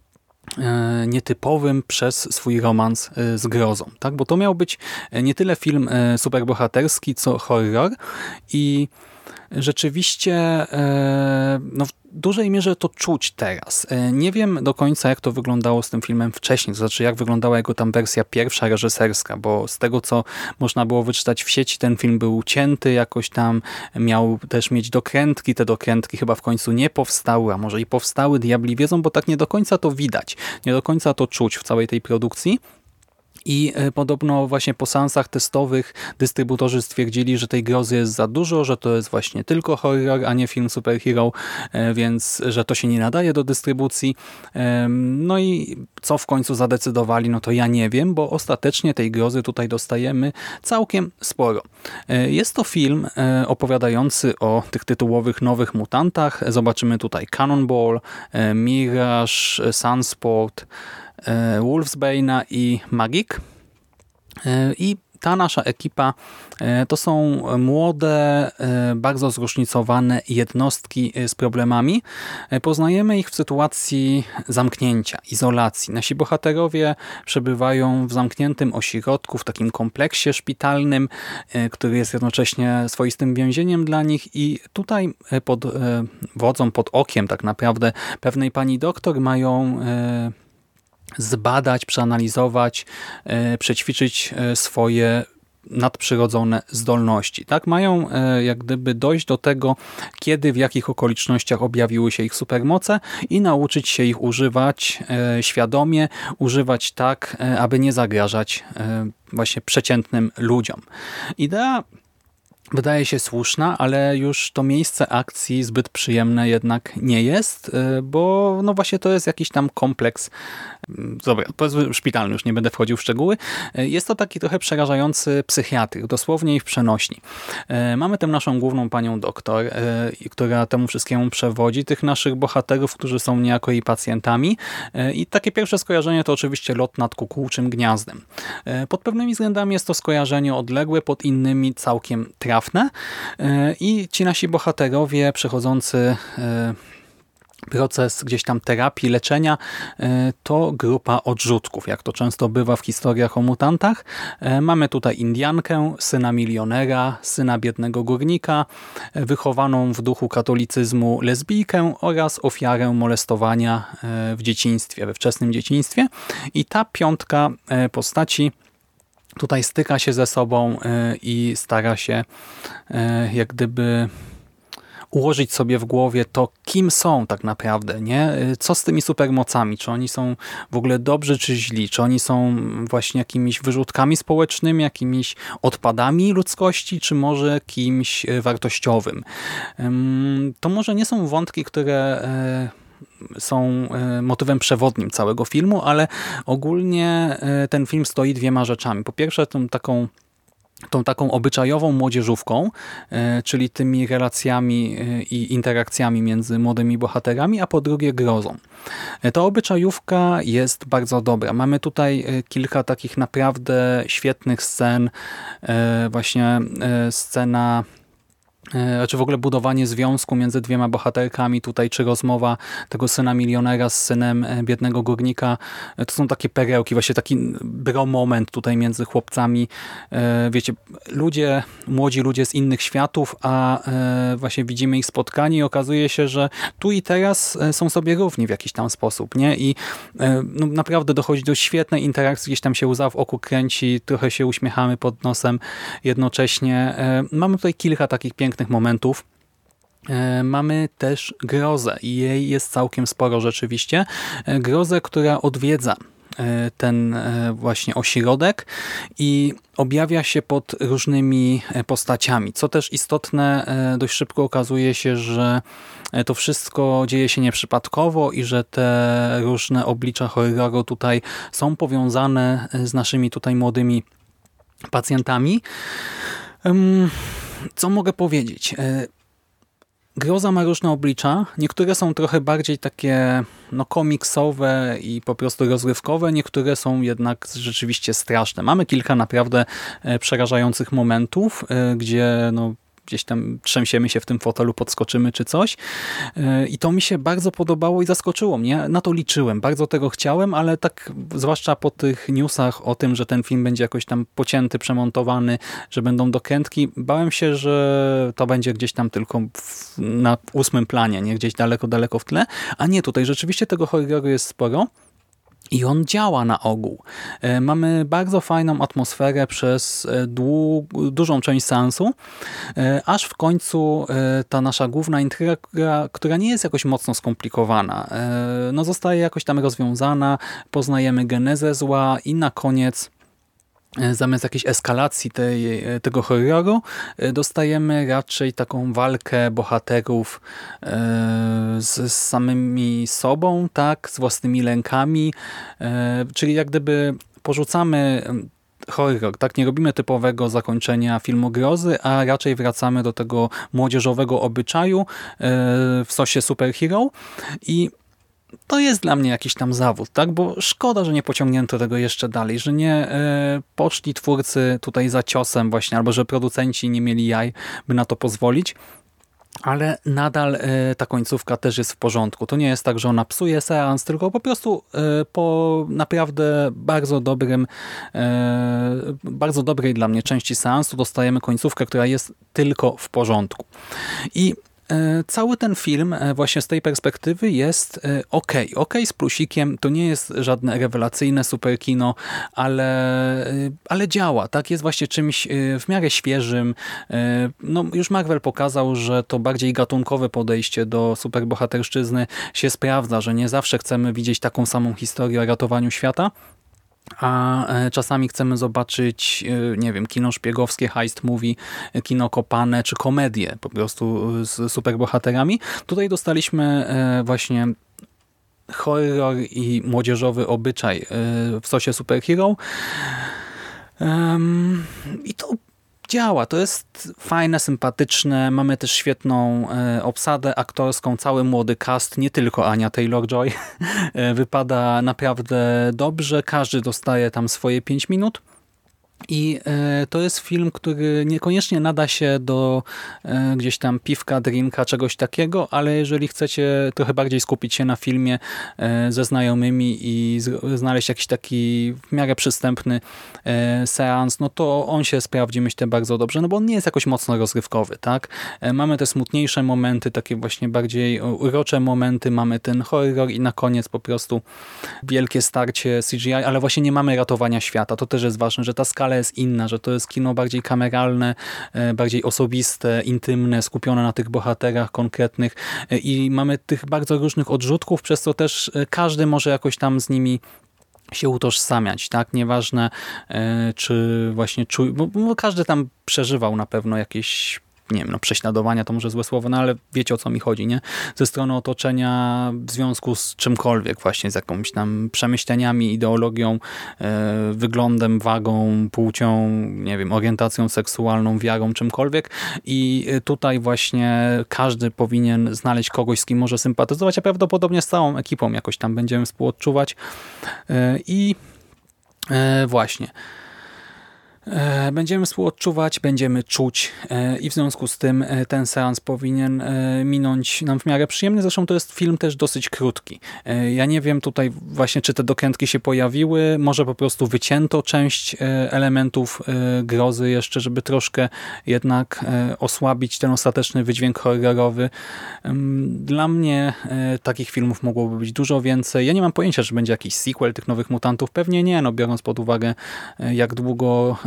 nietypowym przez swój romans z grozą, tak? Bo to miał być nie tyle film superbohaterski, co horror i rzeczywiście no w dużej mierze to czuć teraz. Nie wiem do końca, jak to wyglądało z tym filmem wcześniej, to znaczy jak wyglądała jego tam wersja pierwsza reżyserska, bo z tego, co można było wyczytać w sieci, ten film był cięty, jakoś tam miał też mieć dokrętki, te dokrętki chyba w końcu nie powstały, a może i powstały, diabli wiedzą, bo tak nie do końca to widać, nie do końca to czuć w całej tej produkcji. I podobno właśnie po seansach testowych dystrybutorzy stwierdzili, że tej grozy jest za dużo, że to jest właśnie tylko horror, a nie film superhero, więc że to się nie nadaje do dystrybucji. No i co w końcu zadecydowali, no to ja nie wiem, bo ostatecznie tej grozy tutaj dostajemy całkiem sporo. Jest to film opowiadający o tych tytułowych nowych mutantach. Zobaczymy tutaj Cannonball, Mirage, Sunspot, Wolfsbane'a i Magik. I ta nasza ekipa to są młode, bardzo zróżnicowane jednostki z problemami. Poznajemy ich w sytuacji zamknięcia, izolacji. Nasi bohaterowie przebywają w zamkniętym ośrodku, w takim kompleksie szpitalnym, który jest jednocześnie swoistym więzieniem dla nich i tutaj pod wodzą, pod okiem tak naprawdę pewnej pani doktor mają zbadać, przeanalizować, przećwiczyć swoje nadprzyrodzone zdolności. Tak, mają jak gdyby dojść do tego, kiedy, w jakich okolicznościach objawiły się ich supermoce i nauczyć się ich używać świadomie, używać tak, aby nie zagrażać właśnie przeciętnym ludziom. Idea wydaje się słuszna, ale już to miejsce akcji zbyt przyjemne jednak nie jest, bo no właśnie to jest jakiś tam kompleks, dobra, powiedzmy szpitalny, już nie będę wchodził w szczegóły. Jest to taki trochę przerażający psychiatryk, dosłownie i w przenośni. Mamy tę naszą główną panią doktor, która temu wszystkiemu przewodzi, tych naszych bohaterów, którzy są niejako jej pacjentami i takie pierwsze skojarzenie to oczywiście lot nad kukułczym gniazdem. Pod pewnymi względami jest to skojarzenie odległe, pod innymi całkiem trafne i ci nasi bohaterowie przechodzący proces gdzieś tam terapii, leczenia, to grupa odrzutków, jak to często bywa w historiach o mutantach. Mamy tutaj Indiankę, syna milionera, syna biednego górnika, wychowaną w duchu katolicyzmu lesbijkę oraz ofiarę molestowania w dzieciństwie, we wczesnym dzieciństwie. I ta piątka postaci tutaj styka się ze sobą i stara się jak gdyby ułożyć sobie w głowie to, kim są tak naprawdę, nie? Co z tymi supermocami? Czy oni są w ogóle dobrzy, czy źli? Czy oni są właśnie jakimiś wyrzutkami społecznymi, jakimiś odpadami ludzkości, czy może kimś wartościowym? To może nie są wątki, które są motywem przewodnim całego filmu, ale ogólnie ten film stoi dwiema rzeczami. Po pierwsze, tą taką obyczajową młodzieżówką, czyli tymi relacjami i interakcjami między młodymi bohaterami, a po drugie grozą. Ta obyczajówka jest bardzo dobra. Mamy tutaj kilka takich naprawdę świetnych scen, właśnie scena, czy w ogóle budowanie związku między dwiema bohaterkami tutaj, czy rozmowa tego syna milionera z synem biednego górnika. To są takie perełki, właśnie taki moment tutaj między chłopcami. Wiecie, młodzi ludzie z innych światów, a właśnie widzimy ich spotkanie i okazuje się, że tu i teraz są sobie równi w jakiś tam sposób, nie? I no, naprawdę dochodzi do świetnej interakcji, gdzieś tam się łza w oku kręci, trochę się uśmiechamy pod nosem jednocześnie. Mamy tutaj kilka takich pięknych momentów. Mamy też grozę i jej jest całkiem sporo rzeczywiście. Grozę, która odwiedza ten właśnie ośrodek i objawia się pod różnymi postaciami. Co też istotne, dość szybko okazuje się, że to wszystko dzieje się nieprzypadkowo i że te różne oblicza horroru tutaj są powiązane z naszymi tutaj młodymi pacjentami. Co mogę powiedzieć? Groza ma różne oblicza. Niektóre są trochę bardziej takie komiksowe i po prostu rozrywkowe. Niektóre są jednak rzeczywiście straszne. Mamy kilka naprawdę przerażających momentów, gdzie gdzieś tam trzęsiemy się w tym fotelu, podskoczymy czy coś. I to mi się bardzo podobało i zaskoczyło mnie. Na to liczyłem. Bardzo tego chciałem, ale tak zwłaszcza po tych newsach o tym, że ten film będzie jakoś tam pocięty, przemontowany, że będą dokrętki, bałem się, że to będzie gdzieś tam tylko na 8. planie, nie gdzieś daleko, daleko w tle. A nie, tutaj rzeczywiście tego horroru jest sporo. I on działa na ogół. Mamy bardzo fajną atmosferę przez dużą część seansu, aż w końcu ta nasza główna intryga, która nie jest jakoś mocno skomplikowana, zostaje jakoś tam rozwiązana, poznajemy genezę zła i na koniec zamiast jakiejś eskalacji tego horroru dostajemy raczej taką walkę bohaterów z samymi sobą, tak, z własnymi lękami, czyli jak gdyby porzucamy horror, tak, nie robimy typowego zakończenia filmu grozy, a raczej wracamy do tego młodzieżowego obyczaju w sosie superhero i to jest dla mnie jakiś tam zawód, tak? Bo szkoda, że nie pociągnięto tego jeszcze dalej, że nie poszli twórcy tutaj za ciosem właśnie, albo że producenci nie mieli jaj, by na to pozwolić. Ale nadal ta końcówka też jest w porządku. To nie jest tak, że ona psuje seans, tylko po prostu po naprawdę bardzo dobrej dla mnie części seansu dostajemy końcówkę, która jest tylko w porządku. I cały ten film właśnie z tej perspektywy jest okej z plusikiem, to nie jest żadne rewelacyjne super kino, ale działa, tak? Jest właśnie czymś w miarę świeżym. No, już Marvel pokazał, że to bardziej gatunkowe podejście do superbohaterszczyzny się sprawdza, że nie zawsze chcemy widzieć taką samą historię o ratowaniu świata, a czasami chcemy zobaczyć, nie wiem, kino szpiegowskie, heist movie, kino kopane, czy komedię po prostu z superbohaterami. Tutaj dostaliśmy właśnie horror i młodzieżowy obyczaj w sosie superhero. I to działa, to jest fajne, sympatyczne, mamy też świetną obsadę aktorską, cały młody cast, nie tylko Anya Taylor-Joy. Wypada naprawdę dobrze, każdy dostaje tam swoje 5 minut. I to jest film, który niekoniecznie nada się do gdzieś tam piwka, drinka, czegoś takiego, ale jeżeli chcecie trochę bardziej skupić się na filmie ze znajomymi i znaleźć jakiś taki w miarę przystępny seans, no to on się sprawdzi, myślę, bardzo dobrze, no bo on nie jest jakoś mocno rozrywkowy, tak? Mamy te smutniejsze momenty, takie właśnie bardziej urocze momenty, mamy ten horror i na koniec po prostu wielkie starcie CGI, ale właśnie nie mamy ratowania świata. To też jest ważne, że ta skala jest inna, że to jest kino bardziej kameralne, bardziej osobiste, intymne, skupione na tych bohaterach konkretnych i mamy tych bardzo różnych odrzutków, przez co też każdy może jakoś tam z nimi się utożsamiać, tak? Nieważne, czy właśnie bo każdy tam przeżywał na pewno jakieś, nie wiem, prześladowania, to może złe słowo, no ale wiecie, o co mi chodzi, nie? Ze strony otoczenia w związku z czymkolwiek, właśnie z jakimiś tam przemyśleniami, ideologią, wyglądem, wagą, płcią, nie wiem, orientacją seksualną, wiarą, czymkolwiek i tutaj właśnie każdy powinien znaleźć kogoś, z kim może sympatyzować, a prawdopodobnie z całą ekipą jakoś tam będziemy współodczuwać i właśnie będziemy współodczuwać, będziemy czuć i w związku z tym ten seans powinien minąć nam w miarę przyjemnie. Zresztą to jest film też dosyć krótki. Ja nie wiem tutaj właśnie, czy te dokrętki się pojawiły. Może po prostu wycięto część elementów grozy jeszcze, żeby troszkę jednak osłabić ten ostateczny wydźwięk horrorowy. Dla mnie takich filmów mogłoby być dużo więcej. Ja nie mam pojęcia, czy będzie jakiś sequel tych Nowych Mutantów. Pewnie nie, no biorąc pod uwagę, jak długo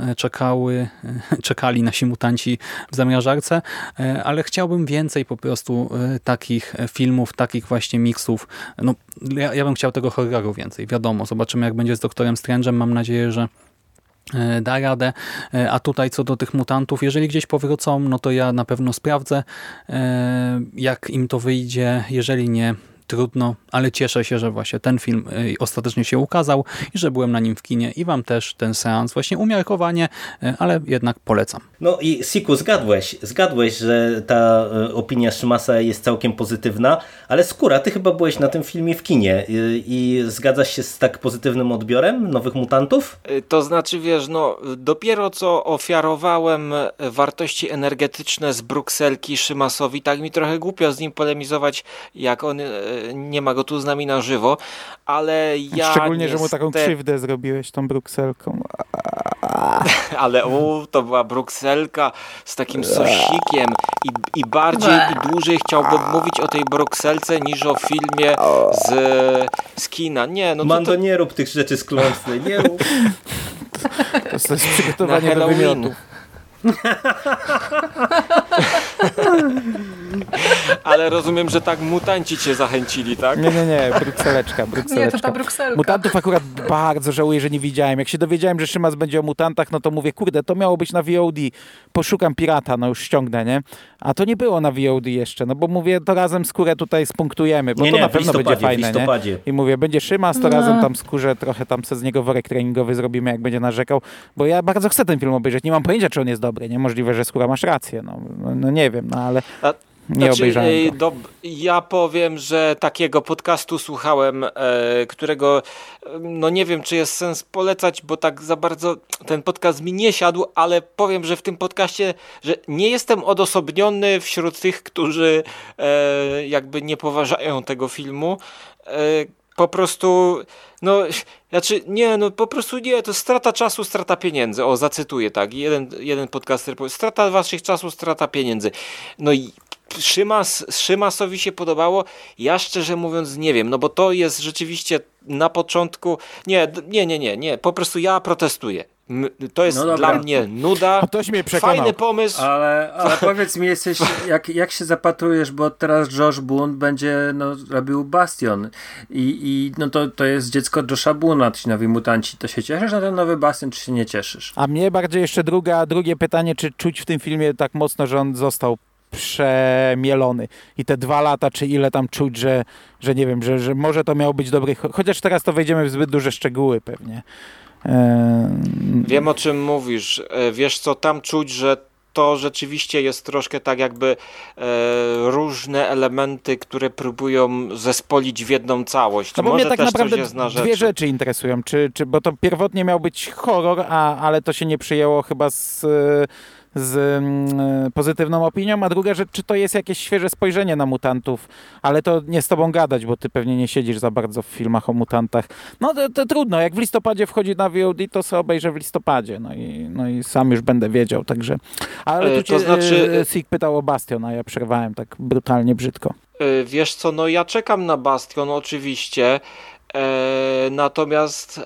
czekali nasi mutanci w zamrażarce, ale chciałbym więcej po prostu takich filmów, takich właśnie miksów. No, ja bym chciał tego horroru więcej, wiadomo. Zobaczymy, jak będzie z Doktorem Strange'em. Mam nadzieję, że da radę. A tutaj co do tych mutantów, jeżeli gdzieś powrócą, no to ja na pewno sprawdzę, jak im to wyjdzie. Jeżeli nie, trudno, ale cieszę się, że właśnie ten film ostatecznie się ukazał i że byłem na nim w kinie i wam też ten seans właśnie umiarkowanie, ale jednak polecam. No i Siku, zgadłeś, że ta opinia Szymasa jest całkiem pozytywna, ale Skóra, ty chyba byłeś na tym filmie w kinie i zgadzasz się z tak pozytywnym odbiorem Nowych Mutantów? To znaczy, wiesz, no dopiero co ofiarowałem wartości energetyczne z Brukselki Szymasowi, tak mi trochę głupio z nim polemizować, jak on nie ma go tu z nami na żywo, ale ja szczególnie, niestety... że mu taką krzywdę zrobiłeś tą Brukselką. Ale to była Brukselka z takim sosikiem i bardziej i dłużej chciałbym mówić o tej Brukselce niż o filmie z kina. Nie, no Mando, nie rób tych rzeczy z klątwy, nie rób. To jest przygotowanie do wymiotu. Ale rozumiem, że tak mutanci cię zachęcili, tak? Nie, Brukseleczka. Nie, to ta Brukselka. Mutantów akurat bardzo żałuję, że nie widziałem. Jak się dowiedziałem, że Szymas będzie o mutantach, no to mówię, kurde, to miało być na VOD. Poszukam pirata, no już ściągnę, nie? A to nie było na VOD jeszcze, no bo mówię, to razem Skórę tutaj spunktujemy, bo to na pewno będzie fajne, nie? I mówię, będzie Szymas, to razem tam Skórze trochę tam z niego worek treningowy zrobimy, jak będzie narzekał, bo ja bardzo chcę ten film obejrzeć. Nie mam pojęcia, czy on jest dobry, nie? Możliwe, że Skóra masz rację, no nie wiem, no ale... Nie obejrzałem go. Ja powiem, że takiego podcastu słuchałem, którego no nie wiem, czy jest sens polecać, bo tak za bardzo ten podcast mi nie siadł, ale powiem, że w tym podcaście, że nie jestem odosobniony wśród tych, którzy jakby nie poważają tego filmu. Po prostu, po prostu nie, to strata czasu, strata pieniędzy. O, zacytuję tak, jeden podcaster powiedział, strata waszych czasu, strata pieniędzy. No i Szymasowi się podobało, ja szczerze mówiąc nie wiem, no bo to jest rzeczywiście na początku, nie, po prostu ja protestuję. To jest dla mnie nuda, mnie fajny pomysł. Ale powiedz mi, jak się zapatrujesz, bo teraz Josh Boone będzie robił Bastion i to jest dziecko Josha Boone'a, ci nowi mutanci. To się cieszysz na ten nowy Bastion, czy się nie cieszysz? A mnie bardziej jeszcze drugie pytanie, czy czuć w tym filmie tak mocno, że on został przemielony i te 2 lata, czy ile tam czuć, że nie wiem, że może to miało być dobry, chociaż teraz to wejdziemy w zbyt duże szczegóły pewnie. Wiem, o czym mówisz. Wiesz co, tam czuć, że to rzeczywiście jest troszkę tak jakby różne elementy, które próbują zespolić w jedną całość. No bo może mnie tak też naprawdę coś jest na dwie rzeczy interesują. Bo to pierwotnie miał być horror, ale to się nie przyjęło chyba z pozytywną opinią, a druga rzecz, czy to jest jakieś świeże spojrzenie na mutantów, ale to nie z tobą gadać, bo ty pewnie nie siedzisz za bardzo w filmach o mutantach. No to trudno, jak w listopadzie wchodzi na VOD, to sobie obejrzę w listopadzie, no i sam już będę wiedział, także... Ale tu cię Sig pytał o Bastion, a ja przerwałem tak brutalnie brzydko. Wiesz co, no ja czekam na Bastion oczywiście, natomiast...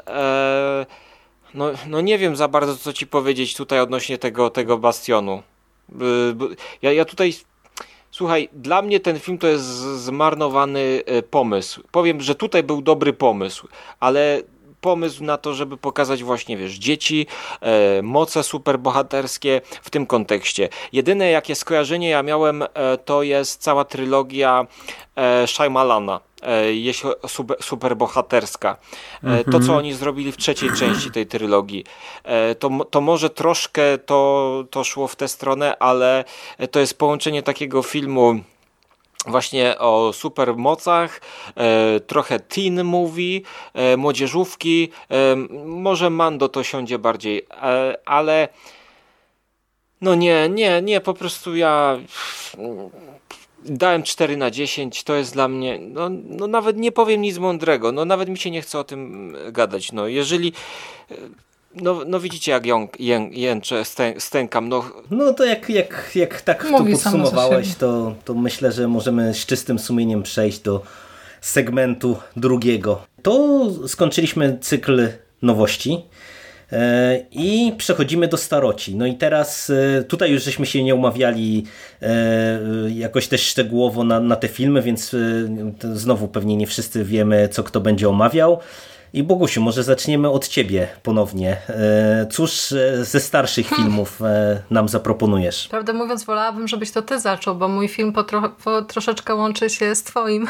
No nie wiem za bardzo, co ci powiedzieć tutaj odnośnie tego Bastionu. Ja tutaj... Słuchaj, dla mnie ten film to jest zmarnowany pomysł. Powiem, że tutaj był dobry pomysł, ale pomysł na to, żeby pokazać właśnie, wiesz, dzieci, moce superbohaterskie w tym kontekście. Jedyne jakie skojarzenie ja miałem, to jest cała trylogia Shyamalana. Jeśli superbohaterska. To, co oni zrobili w trzeciej części tej trylogii, to może troszkę to szło w tę stronę, ale to jest połączenie takiego filmu właśnie o supermocach, trochę teen movie, młodzieżówki, może Mando to siądzie bardziej, ale no nie, po prostu ja... Dałem 4/10, to jest dla mnie, no nawet nie powiem nic mądrego, no nawet mi się nie chce o tym gadać, no jeżeli, no widzicie jak jęczę, stękam, no. No to jak tak to podsumowałeś, to myślę, że możemy z czystym sumieniem przejść do segmentu drugiego. To skończyliśmy cykl nowości. I przechodzimy do staroci. No i teraz tutaj już żeśmy się nie umawiali jakoś też szczegółowo na te filmy, więc znowu pewnie nie wszyscy wiemy, co kto będzie omawiał. I Bogusiu, może zaczniemy od ciebie ponownie. Cóż ze starszych filmów nam zaproponujesz? Prawdę mówiąc, wolałabym, żebyś to ty zaczął, bo mój film troszeczkę łączy się z twoim.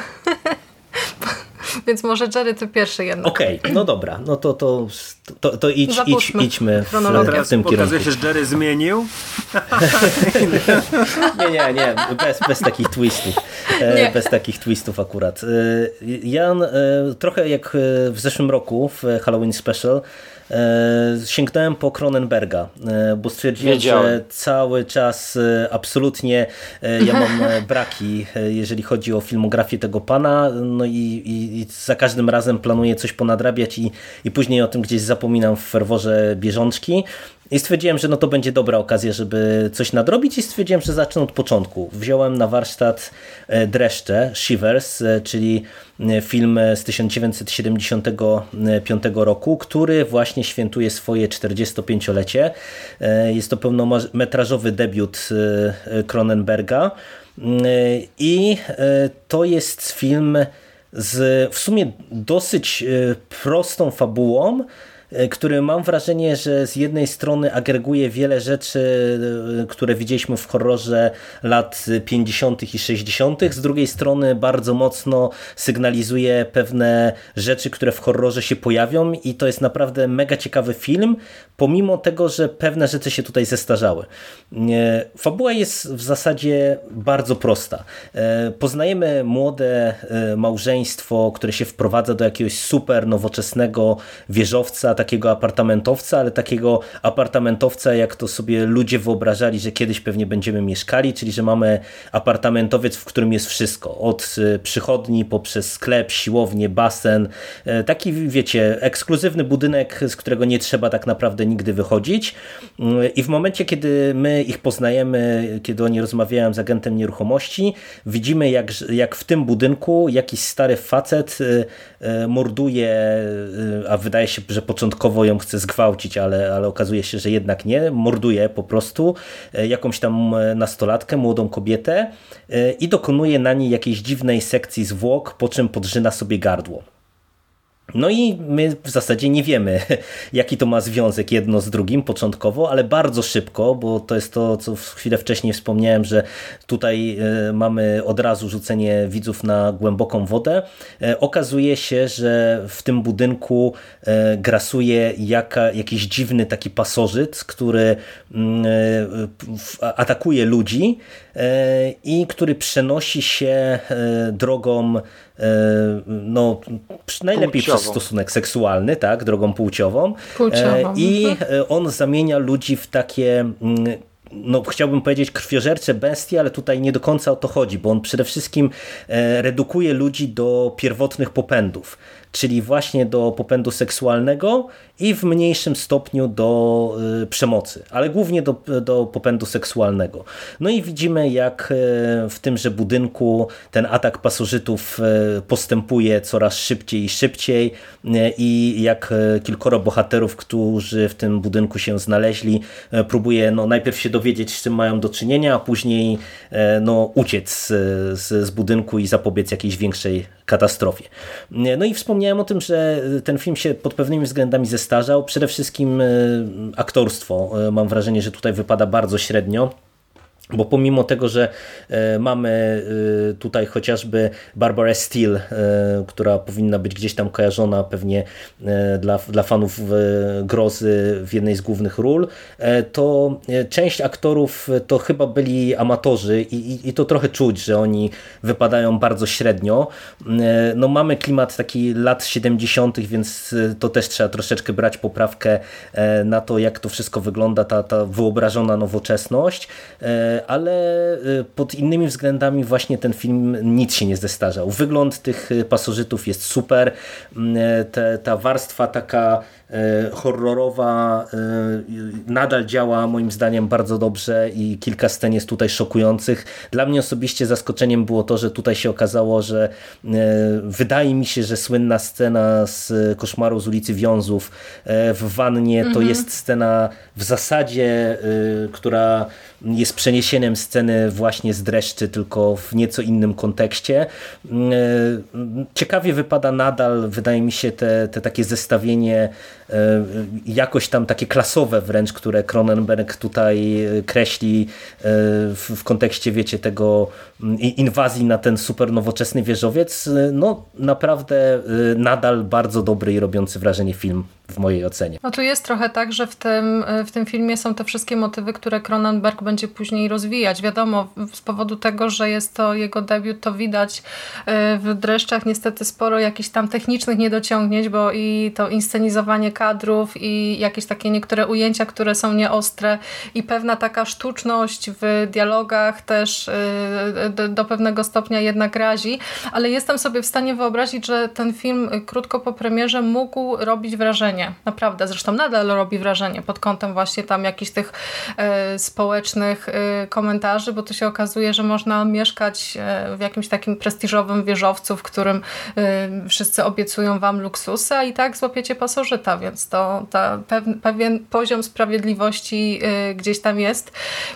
Więc może Jerry, ty pierwszy jednak. Okej, no dobra, no to idźmy w tym kierunku. Okazuje się, że Jerry zmienił. Nie, bez takich twistów. Bez takich twistów akurat. Ja trochę jak w zeszłym roku w Halloween Special sięgnąłem po Cronenberga, bo stwierdziłem, że cały czas absolutnie ja mam braki, jeżeli chodzi o filmografię tego pana, no i za każdym razem planuję coś ponadrabiać i później o tym gdzieś zapominam w ferworze bieżączki. I stwierdziłem, że no to będzie dobra okazja, żeby coś nadrobić i stwierdziłem, że zacznę od początku. Wziąłem na warsztat Dreszcze, Shivers, czyli film z 1975 roku, który właśnie świętuje swoje 45-lecie. Jest to pełnometrażowy debiut Cronenberga i to jest film z w sumie dosyć prostą fabułą, który mam wrażenie, że z jednej strony agreguje wiele rzeczy, które widzieliśmy w horrorze lat 50. i 60., z drugiej strony bardzo mocno sygnalizuje pewne rzeczy, które w horrorze się pojawią i to jest naprawdę mega ciekawy film, pomimo tego, że pewne rzeczy się tutaj zestarzały. Fabuła jest w zasadzie bardzo prosta. Poznajemy młode małżeństwo, które się wprowadza do jakiegoś super nowoczesnego wieżowca, takiego apartamentowca, ale takiego apartamentowca, jak to sobie ludzie wyobrażali, że kiedyś pewnie będziemy mieszkali, czyli że mamy apartamentowiec, w którym jest wszystko. Od przychodni poprzez sklep, siłownię, basen. Taki, wiecie, ekskluzywny budynek, z którego nie trzeba tak naprawdę nigdy wychodzić. I w momencie, kiedy my ich poznajemy, kiedy oni rozmawiają z agentem nieruchomości, widzimy jak w tym budynku jakiś stary facet morduje, a wydaje się, że początkowo ją chce zgwałcić, ale okazuje się, że jednak nie. Morduje po prostu jakąś tam nastolatkę, młodą kobietę i dokonuje na niej jakiejś dziwnej sekcji zwłok, po czym podrzyna sobie gardło. No i my w zasadzie nie wiemy, jaki to ma związek jedno z drugim początkowo, ale bardzo szybko, bo to jest to, co chwilę wcześniej wspomniałem, że tutaj mamy od razu rzucenie widzów na głęboką wodę. Okazuje się, że w tym budynku grasuje jakiś dziwny taki pasożyt, który atakuje ludzi i który przenosi się drogą no najlepiej płciową. przez stosunek seksualny, tak, drogą płciową. I on zamienia ludzi w takie, no chciałbym powiedzieć krwiożercze bestie, ale tutaj nie do końca o to chodzi, bo on przede wszystkim redukuje ludzi do pierwotnych popędów, czyli właśnie do popędu seksualnego i w mniejszym stopniu do przemocy, ale głównie do popędu seksualnego. No i widzimy, jak w tymże budynku ten atak pasożytów postępuje coraz szybciej i szybciej i jak kilkoro bohaterów, którzy w tym budynku się znaleźli, próbuje no, najpierw się dowiedzieć, z czym mają do czynienia, a później no, uciec z budynku i zapobiec jakiejś większej katastrofie. No i wspomniałem o tym, że ten film się pod pewnymi względami zestarzał. Przede wszystkim aktorstwo. Mam wrażenie, że tutaj wypada bardzo średnio. Bo pomimo tego, że mamy tutaj chociażby Barbarę Steele, która powinna być gdzieś tam kojarzona pewnie dla fanów grozy w jednej z głównych ról, to część aktorów to chyba byli amatorzy i to trochę czuć, że oni wypadają bardzo średnio. No mamy klimat taki lat 70., więc to też trzeba troszeczkę brać poprawkę na to, jak to wszystko wygląda, ta wyobrażona nowoczesność, ale pod innymi względami właśnie ten film nic się nie zestarzał. Wygląd tych pasożytów jest super, ta warstwa taka horrorowa nadal działa moim zdaniem bardzo dobrze i kilka scen jest tutaj szokujących. Dla mnie osobiście zaskoczeniem było to, że tutaj się okazało, że wydaje mi się, że słynna scena z Koszmaru z ulicy Wiązów w wannie to jest scena w zasadzie, która jest przeniesieniem sceny właśnie z Dreszczy, tylko w nieco innym kontekście. Ciekawie wypada nadal, wydaje mi się, te takie zestawienie jakoś tam takie klasowe wręcz, które Cronenberg tutaj kreśli w kontekście, wiecie, tego inwazji na ten super nowoczesny wieżowiec. No naprawdę nadal bardzo dobry i robiący wrażenie film w mojej ocenie. No tu jest trochę tak, że w tym filmie są te wszystkie motywy, które Cronenberg będzie później rozwijać. Wiadomo, z powodu tego, że jest to jego debiut, to widać w Dreszczach niestety sporo jakichś tam technicznych niedociągnięć, bo i to inscenizowanie kadrów i jakieś takie niektóre ujęcia, które są nieostre i pewna taka sztuczność w dialogach też do pewnego stopnia jednak razi, ale jestem sobie w stanie wyobrazić, że ten film krótko po premierze mógł robić wrażenie. Naprawdę. Zresztą nadal robi wrażenie pod kątem właśnie tam jakichś tych społecznych komentarzy, bo tu się okazuje, że można mieszkać w jakimś takim prestiżowym wieżowcu, w którym wszyscy obiecują wam luksusy, a i tak złapiecie pasożyta, więc to pewien poziom sprawiedliwości gdzieś tam jest.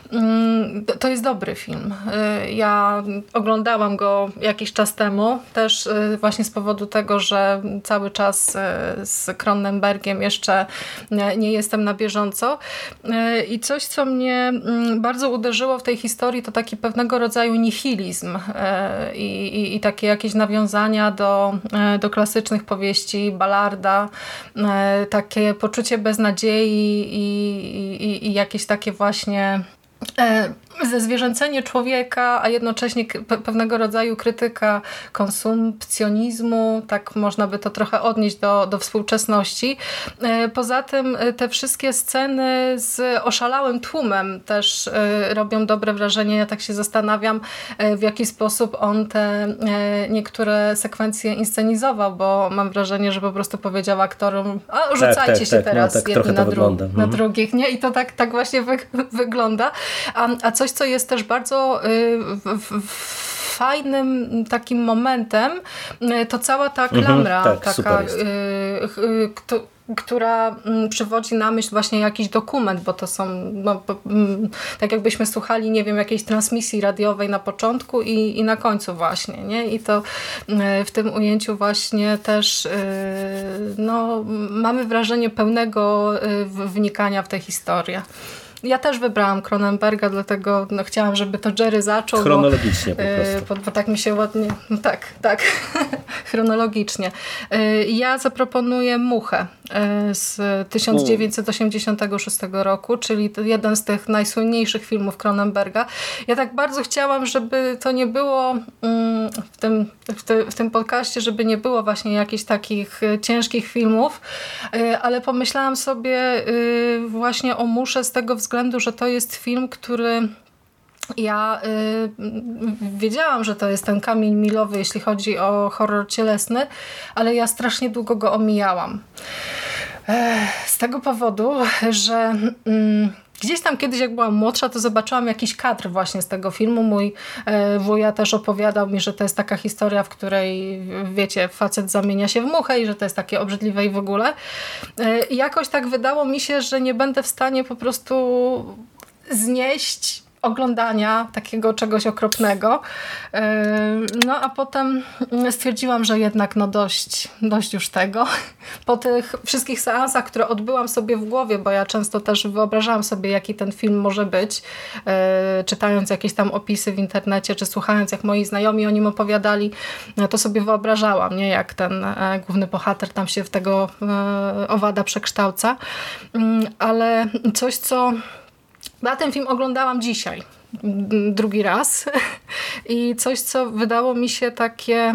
To jest dobry film. Ja oglądałam go jakiś czas temu, też właśnie z powodu tego, że cały czas z Cronenbergiem Cronenbergiem jeszcze nie jestem na bieżąco. I coś, co mnie bardzo uderzyło w tej historii, to taki pewnego rodzaju nihilizm i takie jakieś nawiązania do klasycznych powieści Ballarda, takie poczucie beznadziei i jakieś takie właśnie zezwierzęcenie człowieka, a jednocześnie pewnego rodzaju krytyka konsumpcjonizmu, tak można by to trochę odnieść do współczesności. Poza tym te wszystkie sceny z oszalałym tłumem też robią dobre wrażenie. Ja tak się zastanawiam, w jaki sposób on te niektóre sekwencje inscenizował, bo mam wrażenie, że po prostu powiedział aktorom, rzucajcie się teraz jedni na drugich. Nie? I to tak właśnie wygląda. A coś, co jest też bardzo fajnym takim momentem, to cała ta klamra, taka, która przywodzi na myśl właśnie jakiś dokument, bo to są tak jakbyśmy słuchali, nie wiem, jakiejś transmisji radiowej na początku i na końcu właśnie, nie? I to w tym ujęciu właśnie też mamy wrażenie pełnego wnikania w tę historię. Ja też wybrałam Cronenberga, dlatego chciałam, żeby to Jerry zaczął. Chronologicznie po prostu. Bo tak mi się ładnie... Tak. Chronologicznie. Ja zaproponuję Muchę z 1986 roku, czyli jeden z tych najsłynniejszych filmów Cronenberga. Ja tak bardzo chciałam, żeby to nie było w tym podcaście, żeby nie było właśnie jakichś takich ciężkich filmów, ale pomyślałam sobie właśnie o Musze z tego względu, że to jest film, który ja wiedziałam, że to jest ten kamień milowy, jeśli chodzi o horror cielesny, ale ja strasznie długo go omijałam. Z tego powodu, że gdzieś tam kiedyś, jak byłam młodsza, to zobaczyłam jakiś kadr właśnie z tego filmu. Mój wuja też opowiadał mi, że to jest taka historia, w której, wiecie, facet zamienia się w muchę i że to jest takie obrzydliwe i w ogóle. I jakoś tak wydało mi się, że nie będę w stanie po prostu znieść oglądania takiego czegoś okropnego. No a potem stwierdziłam, że jednak dość już tego. Po tych wszystkich seansach, które odbyłam sobie w głowie, bo ja często też wyobrażałam sobie, jaki ten film może być, czytając jakieś tam opisy w internecie, czy słuchając, jak moi znajomi o nim opowiadali, to sobie wyobrażałam, nie, jak ten główny bohater tam się w tego owada przekształca. Ale coś, co... Ja ten film oglądałam dzisiaj, drugi raz i coś, co wydało mi się takie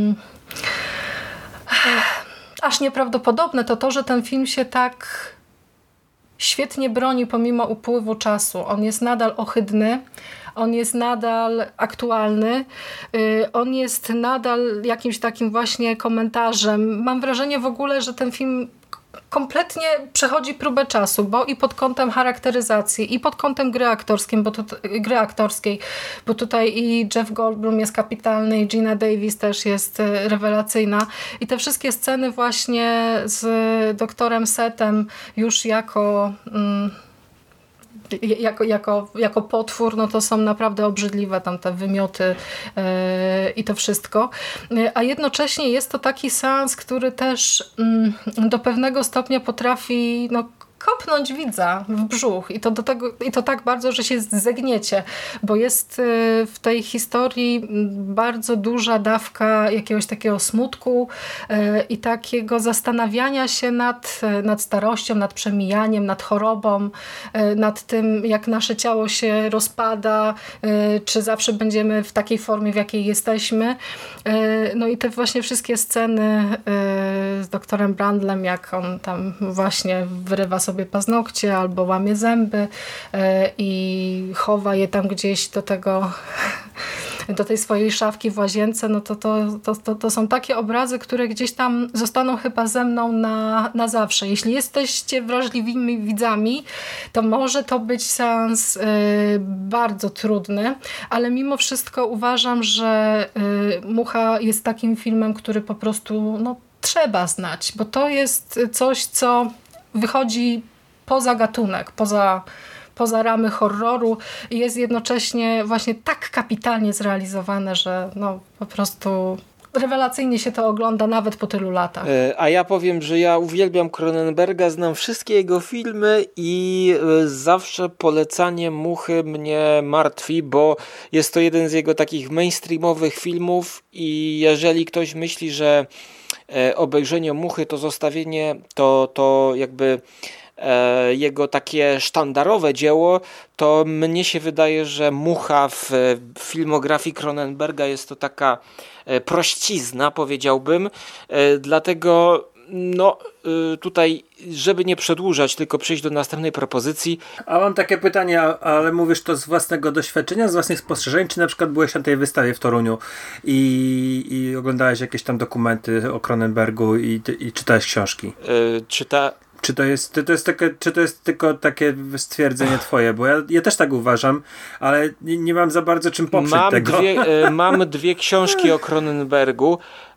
aż nieprawdopodobne, to, że ten film się tak świetnie broni pomimo upływu czasu. On jest nadal ohydny, on jest nadal aktualny, on jest nadal jakimś takim właśnie komentarzem. Mam wrażenie w ogóle, że ten film kompletnie przechodzi próbę czasu, bo i pod kątem charakteryzacji, i pod kątem gry aktorskiej, bo tutaj i Jeff Goldblum jest kapitalny, i Geena Davis też jest rewelacyjna. I te wszystkie sceny właśnie z doktorem Setem już jako potwór, no to są naprawdę obrzydliwe tam te wymioty i to wszystko. A jednocześnie jest to taki seans, który też do pewnego stopnia potrafi kopnąć widza w brzuch i to tak bardzo, że się zegniecie, bo jest w tej historii bardzo duża dawka jakiegoś takiego smutku i takiego zastanawiania się nad starością, nad przemijaniem, nad chorobą, nad tym, jak nasze ciało się rozpada, czy zawsze będziemy w takiej formie, w jakiej jesteśmy. No i te właśnie wszystkie sceny z doktorem Brandlem, jak on tam właśnie wyrywa sobie paznokcie albo łamie zęby i chowa je tam gdzieś do tej swojej szafki w łazience, no to są takie obrazy, które gdzieś tam zostaną chyba ze mną na zawsze. Jeśli jesteście wrażliwymi widzami, to może to być seans bardzo trudny, ale mimo wszystko uważam, że Mucha jest takim filmem, który po prostu trzeba znać, bo to jest coś, co wychodzi poza gatunek, poza ramy horroru i jest jednocześnie właśnie tak kapitalnie zrealizowane, że po prostu rewelacyjnie się to ogląda nawet po tylu latach. A ja powiem, że ja uwielbiam Cronenberga, znam wszystkie jego filmy i zawsze polecanie Muchy mnie martwi, bo jest to jeden z jego takich mainstreamowych filmów i jeżeli ktoś myśli, że obejrzenie Muchy to zostawienie, to jakby jego takie sztandarowe dzieło, to mnie się wydaje, że Mucha w filmografii Cronenberga jest to taka prościzna, powiedziałbym, dlatego tutaj, żeby nie przedłużać, tylko przejść do następnej propozycji. A mam takie pytanie, ale mówisz to z własnego doświadczenia, z własnych spostrzeżeń, czy na przykład byłeś na tej wystawie w Toruniu i oglądałeś jakieś tam dokumenty o Cronenbergu i czytałeś książki? Czy to jest tylko takie stwierdzenie twoje? Bo ja też tak uważam, ale nie mam za bardzo czym poprzeć tego. Mam dwie książki o Cronenbergu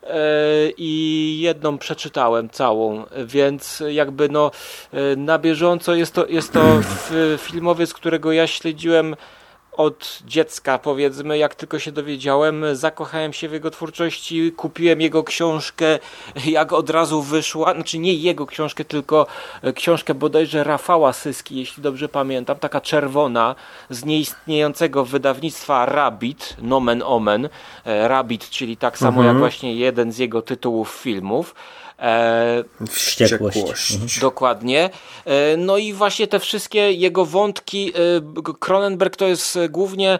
i jedną przeczytałem całą, więc jakby na bieżąco jest to filmowiec, którego ja śledziłem od dziecka, powiedzmy, jak tylko się dowiedziałem, zakochałem się w jego twórczości, kupiłem jego książkę, jak od razu wyszła, znaczy nie jego książkę, tylko książkę bodajże Rafała Syski, jeśli dobrze pamiętam, taka czerwona, z nieistniejącego wydawnictwa Rabbit, nomen omen, Rabbit, czyli tak samo jak właśnie jeden z jego tytułów filmów. Wściekłość. Dokładnie. No i właśnie te wszystkie jego wątki, Cronenberg to jest głównie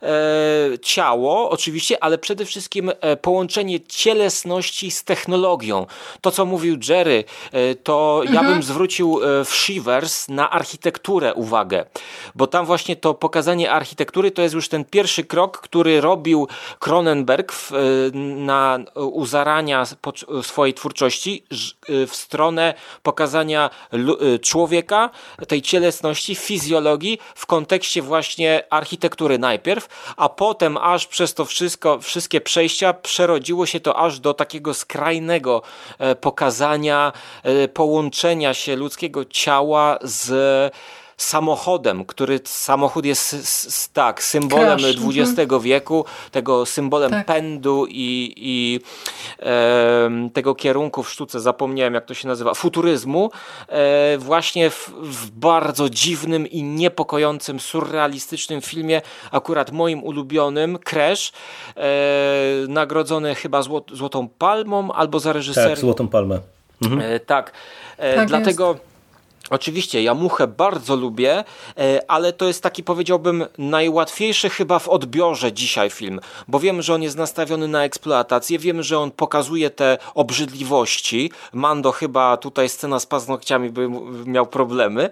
ciało, oczywiście, ale przede wszystkim połączenie cielesności z technologią. To, co mówił Jerry, to ja bym zwrócił w Shivers na architekturę uwagę, bo tam właśnie to pokazanie architektury to jest już ten pierwszy krok, który robił Cronenberg na u zarania swojej twórczości w stronę pokazania człowieka, tej cielesności, fizjologii w kontekście właśnie architektury najpierw, a potem aż przez to wszystkie przejścia przerodziło się to aż do takiego skrajnego pokazania połączenia się ludzkiego ciała z samochodem, samochód jest symbolem XX wieku, tego symbolem pędu i tego kierunku w sztuce, zapomniałem jak to się nazywa, futuryzmu, właśnie w bardzo dziwnym i niepokojącym, surrealistycznym filmie, akurat moim ulubionym, Crash, nagrodzony chyba Złotą Palmą albo za reżyserię. Tak, Złotą Palmę. Tak, dlatego jest. Oczywiście, ja Muchę bardzo lubię, ale to jest taki, powiedziałbym, najłatwiejszy chyba w odbiorze dzisiaj film, bo wiem, że on jest nastawiony na eksploatację, wiem, że on pokazuje te obrzydliwości. Mando chyba tutaj scena z paznokciami by miał problemy,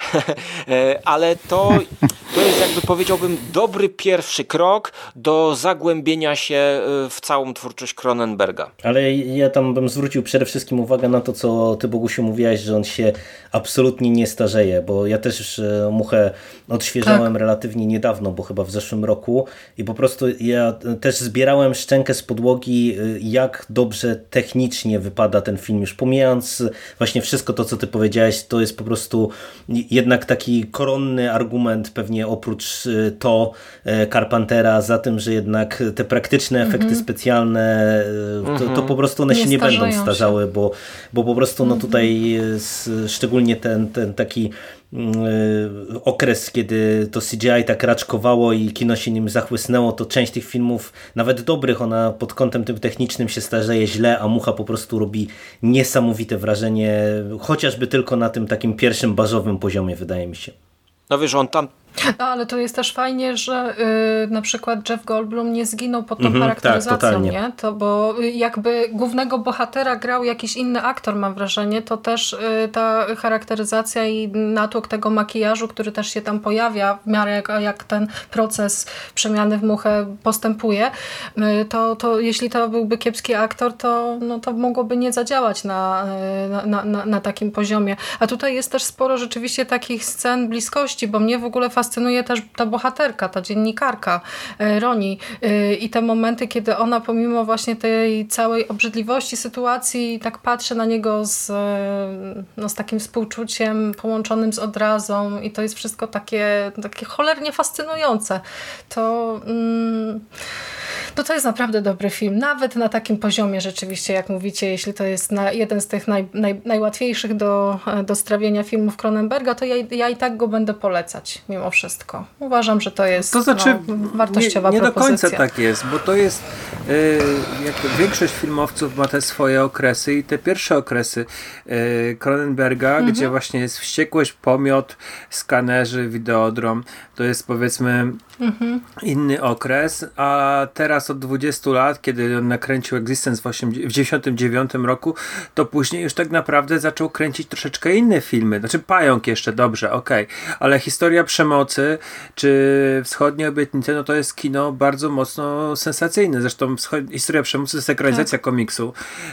ale to jest jakby, powiedziałbym, dobry pierwszy krok do zagłębienia się w całą twórczość Cronenberga. Ale ja tam bym zwrócił przede wszystkim uwagę na to, co ty, Bogusiu, mówiłaś, że on się absolutnie nie starzeje, bo ja też Muchę odświeżałem relatywnie niedawno, bo chyba w zeszłym roku i po prostu ja też zbierałem szczękę z podłogi, jak dobrze technicznie wypada ten film, już pomijając właśnie wszystko to, co ty powiedziałeś, to jest po prostu jednak taki koronny argument, pewnie oprócz Carpentera, za tym, że jednak te praktyczne efekty specjalne to po prostu one się nie będą starzały, bo po prostu tutaj szczególnie ten taki okres, kiedy to CGI tak raczkowało i kino się nim zachłysnęło, to część tych filmów, nawet dobrych, ona pod kątem tym technicznym się starzeje źle, a Mucha po prostu robi niesamowite wrażenie, chociażby tylko na tym takim pierwszym bazowym poziomie, wydaje mi się. No wiesz, on tam... No, ale to jest też fajnie, że na przykład Jeff Goldblum nie zginął pod tą charakteryzacją, nie? To bo jakby głównego bohatera grał jakiś inny aktor, mam wrażenie, to też ta charakteryzacja i natłok tego makijażu, który też się tam pojawia w miarę jak ten proces przemiany w Muchę postępuje, to jeśli to byłby kiepski aktor, to mogłoby nie zadziałać na takim poziomie. A tutaj jest też sporo rzeczywiście takich scen bliskości, bo mnie w ogóle fascynuje też ta bohaterka, ta dziennikarka Roni i te momenty, kiedy ona pomimo właśnie tej całej obrzydliwości sytuacji tak patrzy na niego z takim współczuciem połączonym z odrazą i to jest wszystko takie cholernie fascynujące. To jest naprawdę dobry film, nawet na takim poziomie rzeczywiście, jak mówicie, jeśli to jest jeden z tych najłatwiejszych do strawienia filmów Cronenberga, to ja i tak go będę polecać mimo wszystko. Uważam, że to jest wartościowa nie propozycja. Nie do końca tak jest, bo to jest jak większość filmowców ma te swoje okresy i te pierwsze okresy Cronenberga, gdzie właśnie jest wściekłość, pomiot, skanerzy, wideodrom, to jest powiedzmy inny okres, a teraz od 20 lat, kiedy on nakręcił Existence w 1999 roku, to później już tak naprawdę zaczął kręcić troszeczkę inne filmy. Znaczy Pająk jeszcze, dobrze, okej, ale Historia przemocy czy Wschodnie obietnice, no to jest kino bardzo mocno sensacyjne. Zresztą Historia przemocy to jest ekranizacja komiksu.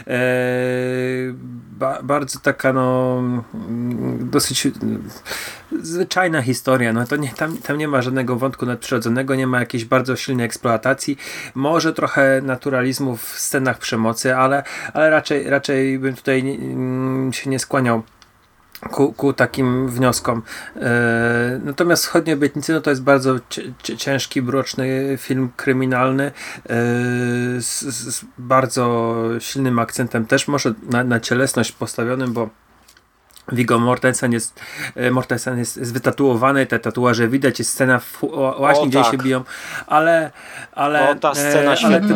Bardzo taka dosyć zwyczajna historia. No to tam nie ma żadnego wątku nadprzyrodzonego, nie ma jakiejś bardzo silnej eksploatacji. Może trochę naturalizmu w scenach przemocy, ale raczej bym tutaj się nie skłaniał ku takim wnioskom. Natomiast Wschodnie obietnice, no to jest bardzo ciężki, mroczny film kryminalny z bardzo silnym akcentem też może na cielesność postawionym, bo Viggo Mortensen jest wytatuowany, te tatuaże widać, jest scena właśnie gdzie się biją, ale ta scena ale te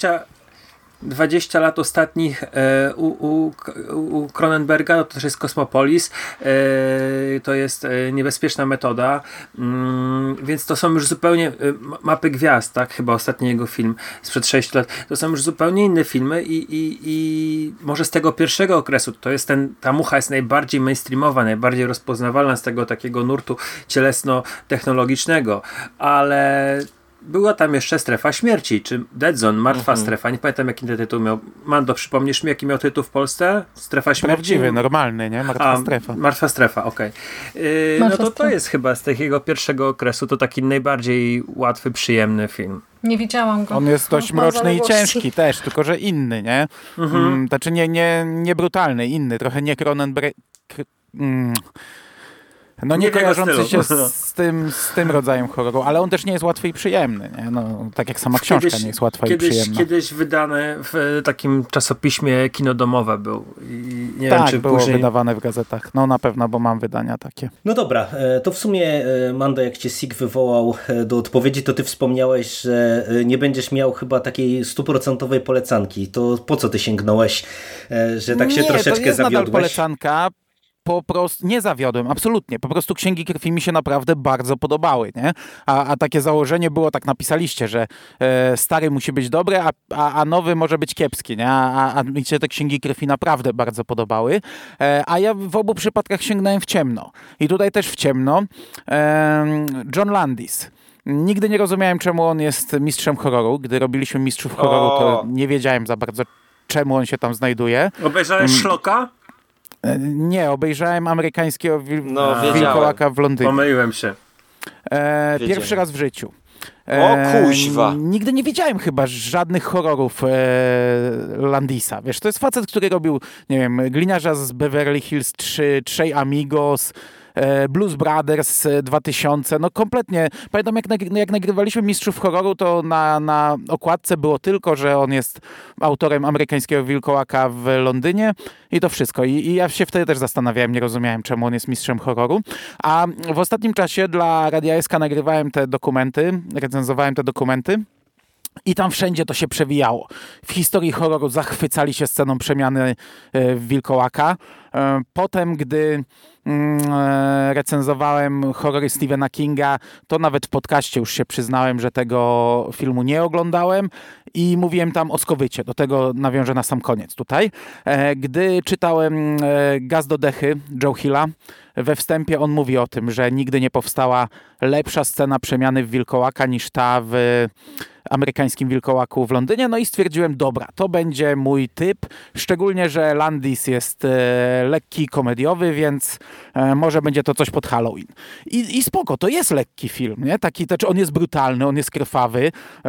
20 lat ostatnich u Cronenberga, no to też jest Kosmopolis, to jest Niebezpieczna metoda, więc to są już zupełnie Mapy gwiazd, tak? Chyba ostatni jego film sprzed 6 lat. To są już zupełnie inne filmy i może z tego pierwszego okresu, to jest ta mucha jest najbardziej mainstreamowa, najbardziej rozpoznawalna z tego takiego nurtu cielesno-technologicznego, ale była tam jeszcze Strefa śmierci, czy Dead Zone, Martwa strefa. Nie pamiętam, jaki ten tytuł miał. Mando, przypomnisz mi, jaki miał tytuł w Polsce? Strefa śmierci? Prawdziwy, normalny, nie? Martwa strefa. Martwa strefa, okej. No to jest chyba z takiego pierwszego okresu to taki najbardziej łatwy, przyjemny film. Nie widziałam go. On jest dość mroczny i ciężki też, tylko że inny, nie? Znaczy nie brutalny, inny. Trochę nie Cronenberg... No nie kojarzący się z tym rodzajem horroru, ale on też nie jest łatwy i przyjemny, nie? No, tak jak sama książka nie jest łatwa i przyjemna. Kiedyś wydany w takim czasopiśmie Kino Domowe był. I nie tak, wiem, czy było później... wydawane w gazetach. No na pewno, bo mam wydania takie. No dobra, to w sumie Mando, jak cię Sig wywołał do odpowiedzi, to ty wspomniałeś, że nie będziesz miał chyba takiej 100% polecanki. To po co ty sięgnąłeś, że tak się troszeczkę to jest zawiodłeś? Nadal polecanka. Po prostu nie zawiodłem, absolutnie. Po prostu Księgi Krwi mi się naprawdę bardzo podobały, nie? A takie założenie było, tak napisaliście, że stary musi być dobry, a nowy może być kiepski, nie? A mi się te Księgi Krwi naprawdę bardzo podobały. A ja w obu przypadkach sięgnąłem w ciemno. I tutaj też w ciemno. John Landis. Nigdy nie rozumiałem, czemu on jest mistrzem horroru. Gdy robiliśmy mistrzów horroru, to nie wiedziałem za bardzo, czemu on się tam znajduje. Obejrzałeś Szloka? Nie, obejrzałem amerykańskiego wilkołaka w Londynie. Pomyliłem się. Pierwszy raz w życiu. O kuźwa. Nigdy nie widziałem chyba żadnych horrorów Landisa. Wiesz, to jest facet, który robił, nie wiem, Gliniarza z Beverly Hills 3, Trzej Amigos, Blues Brothers 2000, no kompletnie. Pamiętam, jak nagrywaliśmy Mistrzów Horroru, to na okładce było tylko, że on jest autorem amerykańskiego wilkołaka w Londynie i to wszystko. I ja się wtedy też zastanawiałem, nie rozumiałem, czemu on jest mistrzem horroru. A w ostatnim czasie dla Radia SK nagrywałem te dokumenty, recenzowałem te dokumenty. I tam wszędzie to się przewijało. W historii horroru zachwycali się sceną przemiany wilkołaka. Potem, gdy recenzowałem horrory Stephena Kinga, to nawet w podcaście już się przyznałem, że tego filmu nie oglądałem i mówiłem tam o Skowycie. Do tego nawiążę na sam koniec tutaj. Gdy czytałem Gaz do dechy Joe Hilla, we wstępie on mówi o tym, że nigdy nie powstała lepsza scena przemiany w wilkołaka niż ta w amerykańskim wilkołaku w Londynie. No i stwierdziłem, dobra, to będzie mój typ. Szczególnie, że Landis jest lekki komediowy, więc może będzie to coś pod Halloween. I spoko, to jest lekki film, nie? Taki, on jest brutalny, on jest krwawy.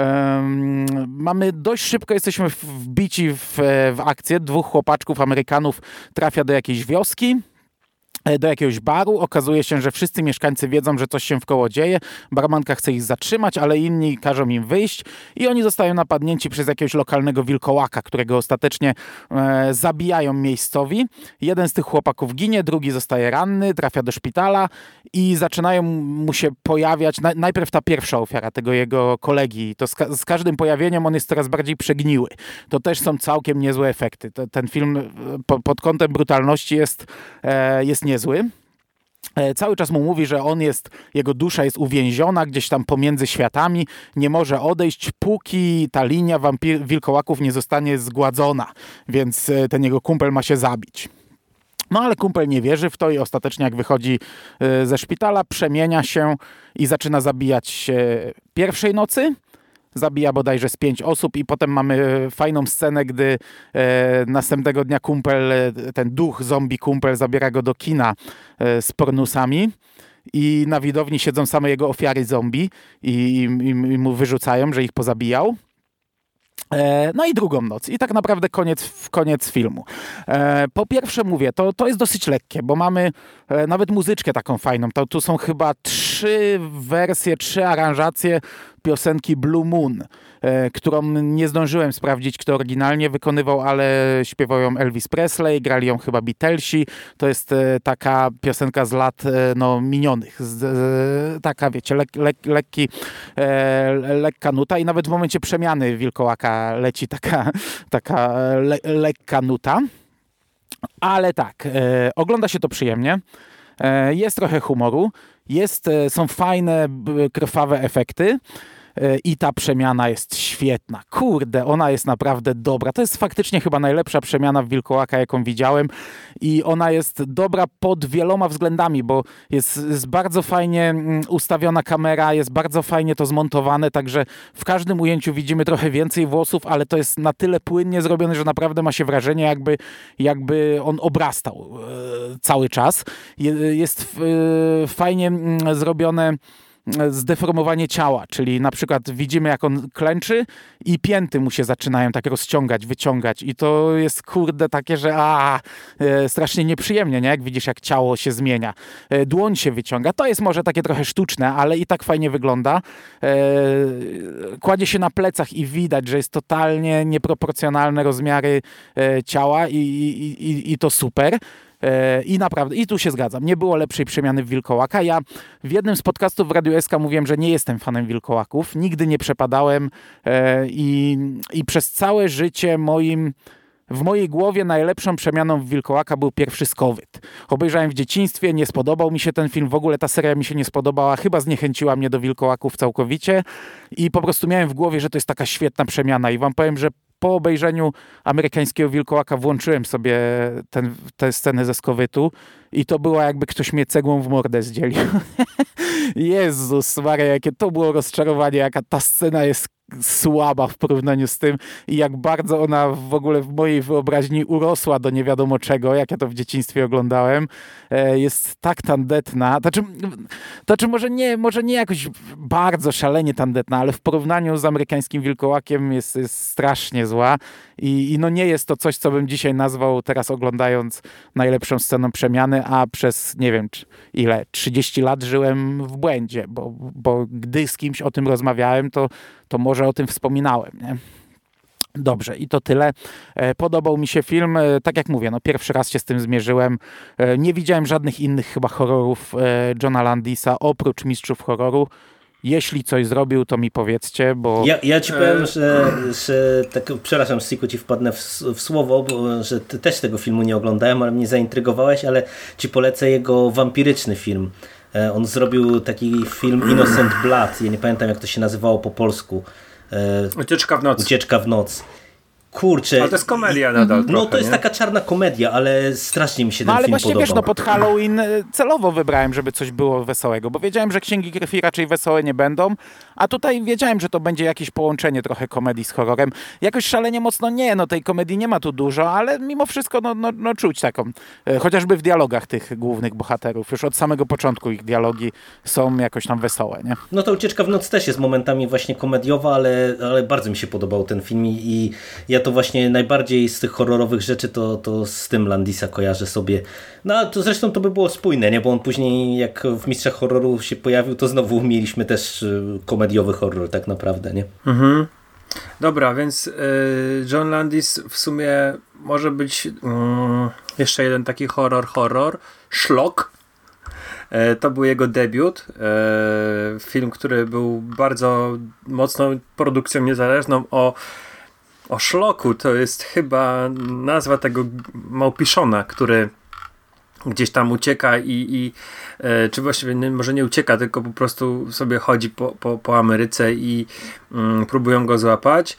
Mamy dość szybko, jesteśmy wbici w akcję. Dwóch chłopaczków Amerykanów trafia do jakiejś wioski. do jakiegoś baru. Okazuje się, że wszyscy mieszkańcy wiedzą, że coś się wkoło dzieje. Barmanka chce ich zatrzymać, ale inni każą im wyjść i oni zostają napadnięci przez jakiegoś lokalnego wilkołaka, którego ostatecznie zabijają miejscowi. Jeden z tych chłopaków ginie, drugi zostaje ranny, trafia do szpitala i zaczynają mu się pojawiać, najpierw ta pierwsza ofiara tego jego kolegi. To z każdym pojawieniem on jest coraz bardziej przegniły. To też są całkiem niezłe efekty. Ten film pod kątem brutalności jest niezły. Cały czas mu mówi, że jego dusza jest uwięziona gdzieś tam pomiędzy światami, nie może odejść, póki ta linia wilkołaków nie zostanie zgładzona, więc ten jego kumpel ma się zabić. No ale kumpel nie wierzy w to i ostatecznie jak wychodzi ze szpitala, przemienia się i zaczyna zabijać pierwszej nocy. Zabija bodajże z 5 osób i potem mamy fajną scenę, gdy następnego dnia ten duch zombie kumpel zabiera go do kina z pornusami i na widowni siedzą same jego ofiary zombie i mu wyrzucają, że ich pozabijał. No i drugą noc. I tak naprawdę koniec filmu. Po pierwsze mówię, to jest dosyć lekkie, bo mamy nawet muzyczkę taką fajną. Tu są chyba 3 aranżacje piosenki Blue Moon, którą nie zdążyłem sprawdzić, kto oryginalnie wykonywał, ale śpiewał ją Elvis Presley, grali ją chyba Beatlesi. To jest taka piosenka z lat minionych. Taka, wiecie, lekka nuta i nawet w momencie przemiany wilkołaka leci taka lekka nuta. Ale tak, ogląda się to przyjemnie. Jest trochę humoru. Są fajne, krwawe efekty. I ta przemiana jest świetna. Kurde, ona jest naprawdę dobra. To jest faktycznie chyba najlepsza przemiana w wilkołaka, jaką widziałem. I ona jest dobra pod wieloma względami, bo jest bardzo fajnie ustawiona kamera, jest bardzo fajnie to zmontowane, także w każdym ujęciu widzimy trochę więcej włosów, ale to jest na tyle płynnie zrobione, że naprawdę ma się wrażenie, jakby on obrastał cały czas. Jest fajnie zrobione zdeformowanie ciała, czyli na przykład widzimy, jak on klęczy i pięty mu się zaczynają tak rozciągać, wyciągać i to jest kurde takie, że strasznie nieprzyjemnie, nie? Jak widzisz, jak ciało się zmienia. Dłoń się wyciąga. To jest może takie trochę sztuczne, ale i tak fajnie wygląda. Kładzie się na plecach i widać, że jest totalnie nieproporcjonalne rozmiary ciała i to super. I naprawdę, i tu się zgadzam, nie było lepszej przemiany w wilkołaka. Ja w jednym z podcastów w Radiu SK mówiłem, że nie jestem fanem wilkołaków, nigdy nie przepadałem i przez całe życie w mojej głowie najlepszą przemianą w wilkołaka był pierwszy Skowyt. Obejrzałem w dzieciństwie, nie spodobał mi się ten film, w ogóle ta seria mi się nie spodobała, chyba zniechęciła mnie do wilkołaków całkowicie i po prostu miałem w głowie, że to jest taka świetna przemiana i wam powiem, że po obejrzeniu amerykańskiego wilkołaka włączyłem sobie tę scenę ze Skowytu i to było, jakby ktoś mnie cegłą w mordę zdzielił. Jezus Maria, jakie to było rozczarowanie, jaka ta scena jest słaba w porównaniu z tym i jak bardzo ona w ogóle w mojej wyobraźni urosła do nie wiadomo czego, jak ja to w dzieciństwie oglądałem. Jest tak tandetna. Znaczy może nie jakoś bardzo szalenie tandetna, ale w porównaniu z amerykańskim wilkołakiem jest strasznie zła i no nie jest to coś, co bym dzisiaj nazwał teraz oglądając najlepszą sceną przemiany, a przez nie wiem 30 lat żyłem w błędzie, bo gdy z kimś o tym rozmawiałem, to może o tym wspominałem, nie? Dobrze, i to tyle. Podobał mi się film. Tak jak mówię, pierwszy raz się z tym zmierzyłem. Nie widziałem żadnych innych chyba horrorów Johna Landisa, oprócz Mistrzów Horroru. Jeśli coś zrobił, to mi powiedzcie, bo... Ja ci powiem, że tak, przepraszam, Siku, ci wpadnę w słowo, że ty też tego filmu nie oglądałem, ale mnie zaintrygowałeś, ale ci polecę jego wampiryczny film. On zrobił taki film Innocent Blood. Ja nie pamiętam, jak to się nazywało po polsku. Ucieczka w noc. Kurczę. Ale to jest komedia nadal trochę, to jest taka czarna komedia, ale strasznie mi się ten film właśnie podobał. Wiesz, pod Halloween celowo wybrałem, żeby coś było wesołego, bo wiedziałem, że Księgi Krwi raczej wesołe nie będą, a tutaj wiedziałem, że to będzie jakieś połączenie trochę komedii z horrorem. Jakoś szalenie mocno tej komedii nie ma tu dużo, ale mimo wszystko czuć taką, chociażby w dialogach tych głównych bohaterów. Już od samego początku ich dialogi są jakoś tam wesołe, nie? No to Ucieczka w noc też jest momentami właśnie komediowa, ale bardzo mi się podobał ten film i ja to właśnie najbardziej z tych horrorowych rzeczy to z tym Landisa kojarzę sobie. No to zresztą to by było spójne, nie? Bo on później jak w Mistrzach Horroru się pojawił, to znowu mieliśmy też komediowy horror tak naprawdę, nie? Mhm. Dobra, więc John Landis w sumie może być jeszcze jeden taki horror. Szlok. To był jego debiut. Film, który był bardzo mocną produkcją niezależną o szloku. To jest chyba nazwa tego małpiszona, który gdzieś tam ucieka czy właściwie może nie ucieka, tylko po prostu sobie chodzi po Ameryce i próbują go złapać.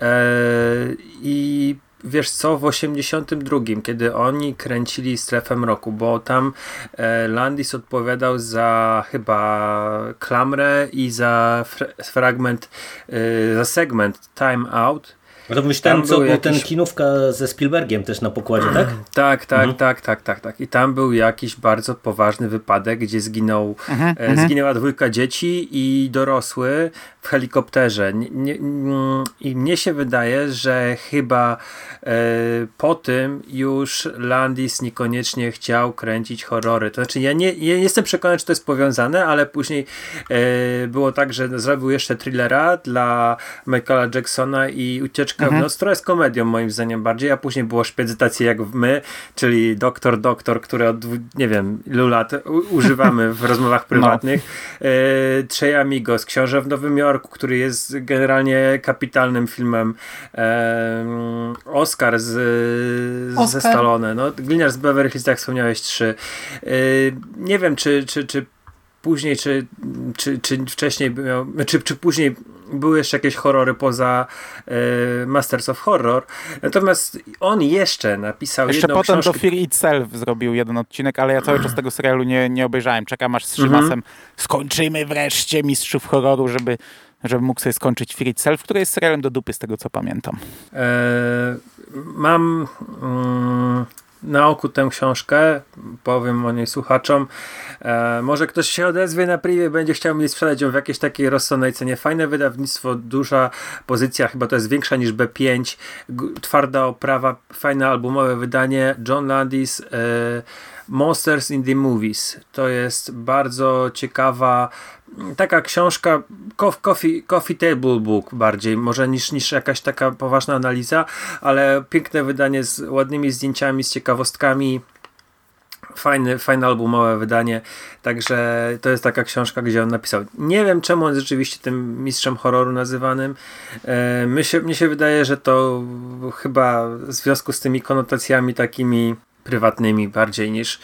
I wiesz co, w 82, kiedy oni kręcili Strefę Mroku, bo tam Landis odpowiadał za chyba klamrę i za fragment, za segment Time Out. No to myślałem, co był ten kinówka ze Spielbergiem też na pokładzie, tak? Tak. I tam był jakiś bardzo poważny wypadek, gdzie zginęła 2 dzieci i dorosły w helikopterze. I mnie się wydaje, że chyba po tym już Landis niekoniecznie chciał kręcić horrory. To znaczy ja nie jestem przekonany, czy to jest powiązane, ale później było tak, że zrobił jeszcze thrillera dla Michaela Jacksona i Ucieczka w noc, która jest komedią moim zdaniem bardziej, a później było Szpiecytacje jak my, czyli Doktor, który od nie wiem ilu lat używamy w rozmowach prywatnych. Trzej Amigos, Książę w Nowym Jorku, który jest generalnie kapitalnym filmem. Oscar ze Stallone. No, Gliniarz z Beverly Hills, jak wspomniałeś, 3. Nie wiem, czy później, czy wcześniej czy później były jeszcze jakieś horrory poza Masters of Horror. Natomiast on jeszcze napisał jeszcze jedną potem książkę. do Fear Itself zrobił jeden odcinek, ale ja cały czas tego serialu nie obejrzałem. Czekam aż z Szymasem skończymy wreszcie Mistrzów Horroru, żeby mógł sobie skończyć Fear Itself, który jest serialem do dupy z tego, co pamiętam. Mam na oku tę książkę, powiem o niej słuchaczom. Może ktoś się odezwie na privie, będzie chciał mi sprzedać ją w jakiejś takiej rozsądnej cenie. Fajne wydawnictwo, duża pozycja, chyba to jest większa niż B5, twarda oprawa, fajne albumowe wydanie. John Landis, Monsters in the Movies. To jest bardzo ciekawa taka książka, coffee table book bardziej, może niż jakaś taka poważna analiza, ale piękne wydanie z ładnymi zdjęciami, z ciekawostkami. Fajne albumowe wydanie, także to jest taka książka, gdzie on napisał. Nie wiem, czemu on jest rzeczywiście tym mistrzem horroru nazywanym. Mnie się wydaje, że to chyba w związku z tymi konotacjami takimi prywatnymi bardziej niż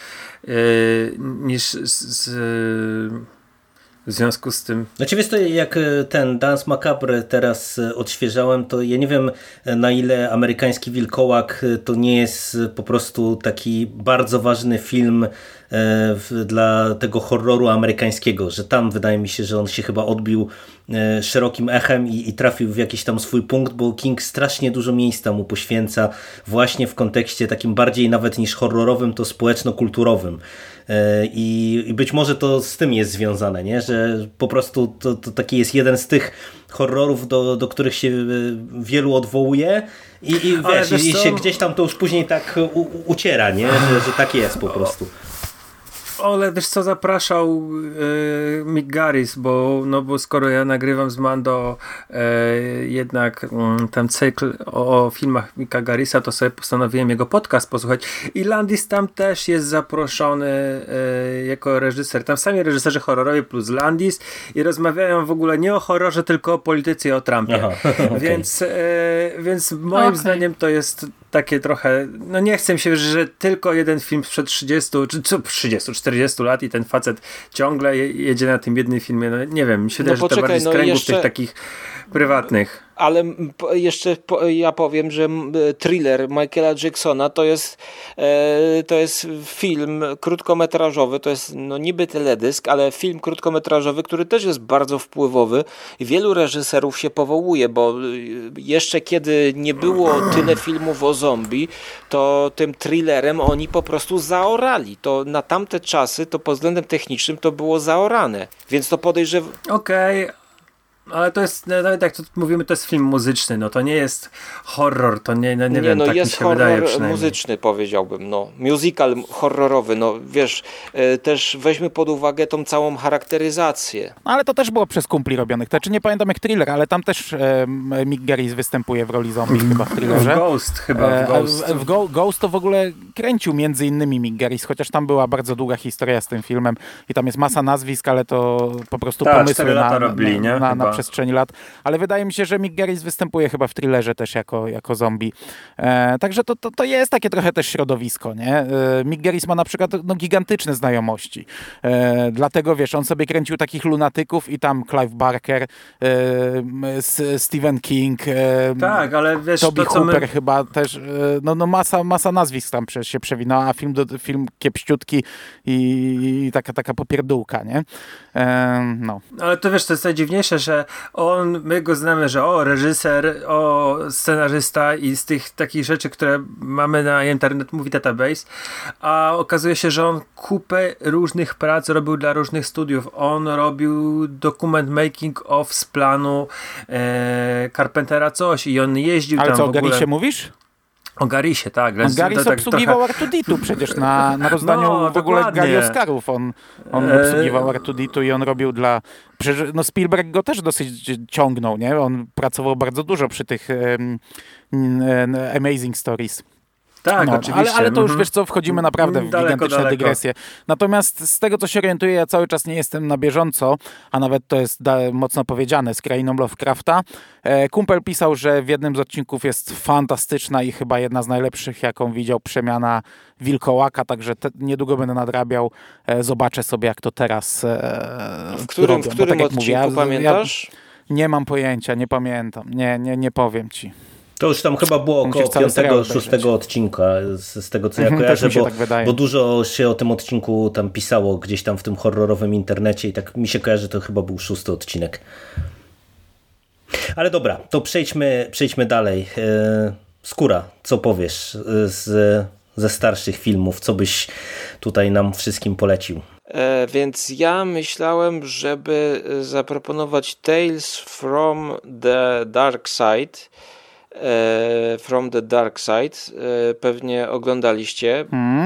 w związku z tym. Znaczy wiesz to, jak ten Danse Macabre teraz odświeżałem, to ja nie wiem, na ile Amerykański Wilkołak to nie jest po prostu taki bardzo ważny film dla tego horroru amerykańskiego, że tam wydaje mi się, że on się chyba odbił szerokim echem i trafił w jakiś tam swój punkt, bo King strasznie dużo miejsca mu poświęca właśnie w kontekście takim bardziej nawet niż horrorowym, to społeczno-kulturowym. I być może to z tym jest związane, nie? Że po prostu to taki jest jeden z tych horrorów, do których się wielu odwołuje i wiesz, i się gdzieś tam to już później tak uciera, nie? Że tak jest po prostu. Ale wiesz co, zapraszał Mick Garris, bo skoro ja nagrywam z Mando jednak ten cykl o filmach Micka Garrisa, to sobie postanowiłem jego podcast posłuchać i Landis tam też jest zaproszony jako reżyser. Tam sami reżyserzy horrorowi plus Landis i rozmawiają w ogóle nie o horrorze, tylko o polityce i o Trumpie. Aha, okay. Więc moim zdaniem to jest takie trochę, nie chcę się, że tylko jeden film sprzed 40 lat i ten facet ciągle jedzie na tym jednym filmie. Nie wiem, mi się wydaje, że to bardziej z kręgów tych takich prywatnych. Ale jeszcze ja powiem, że thriller Michaela Jacksona to jest film krótkometrażowy, to jest niby teledysk, ale film krótkometrażowy, który też jest bardzo wpływowy i wielu reżyserów się powołuje, bo jeszcze kiedy nie było tyle filmów o zombie, to tym thrillerem oni po prostu zaorali. To na tamte czasy to pod względem technicznym to było zaorane, więc to podejrzewam. Okej. Ale to jest, nawet jak to mówimy, to jest film muzyczny, no to nie jest horror, to nie wiem, no tak jest mi się wydaje horror przynajmniej. muzyczny, powiedziałbym, no. Musical horrorowy, no wiesz, też weźmy pod uwagę tą całą charakteryzację. No, ale to też było przez kumpli robionych. To znaczy nie pamiętam jak Thriller, ale tam też Mick Garris występuje w roli zombie chyba w Thrillerze. W Ghost chyba, w Ghost. Ghost to w ogóle kręcił między innymi Mick Garris, chociaż tam była bardzo długa historia z tym filmem i tam jest masa nazwisk, ale to po prostu Tak, pomysły 4 lata robili, nie? na przestrzeni lat. Ale wydaje mi się, że Mick Garris występuje chyba w Thrillerze też jako zombie. Także to jest takie trochę też środowisko, nie? Mick Garris ma na przykład gigantyczne znajomości. Dlatego, wiesz, on sobie kręcił takich lunatyków i tam Clive Barker, Stephen King, tak, ale wiesz, Toby to, co Hooper my... chyba też, masa nazwisk tam przecież się przewinęła, a film kiepściutki i taka popierdółka, nie? No. Ale to wiesz, to jest najdziwniejsze, że my go znamy, że reżyser, scenarzysta i z tych takich rzeczy, które mamy na Internet Movie Database, a okazuje się, że on kupę różnych prac robił dla różnych studiów. On robił dokument making of z planu Carpentera coś i on jeździł ale tam co, w ogóle... o Garrisie mówisz? O Garrisie, tak. Garris obsługiwał R2D2 przecież na rozdaniu w ogóle gali Oscarów. On obsługiwał R2D2 i on robił przecież, Spielberg go też dosyć ciągnął, nie? On pracował bardzo dużo przy tych Amazing Stories. Tak, oczywiście. Ale to już, wiesz co, wchodzimy naprawdę w gigantyczne dygresje. Natomiast z tego, co się orientuję, ja cały czas nie jestem na bieżąco, a nawet to jest mocno powiedziane, z krainą Lovecrafta. Kumpel pisał, że w jednym z odcinków jest fantastyczna i chyba jedna z najlepszych, jaką widział, przemiana wilkołaka, także niedługo będę nadrabiał. Zobaczę sobie, jak to teraz w którym tak odcinku, mówię, pamiętasz? Nie mam pojęcia, nie pamiętam. Nie powiem ci. To już tam chyba było około 5-6 odcinka, z tego co ja kojarzę, bo dużo się o tym odcinku tam pisało gdzieś tam w tym horrorowym internecie i tak mi się kojarzy, to chyba był 6 odcinek. Ale dobra, to przejdźmy dalej. Skóra, co powiesz ze starszych filmów, co byś tutaj nam wszystkim polecił? Więc ja myślałem, żeby zaproponować Tales from the Dark Side. From the Dark Side. Pewnie oglądaliście.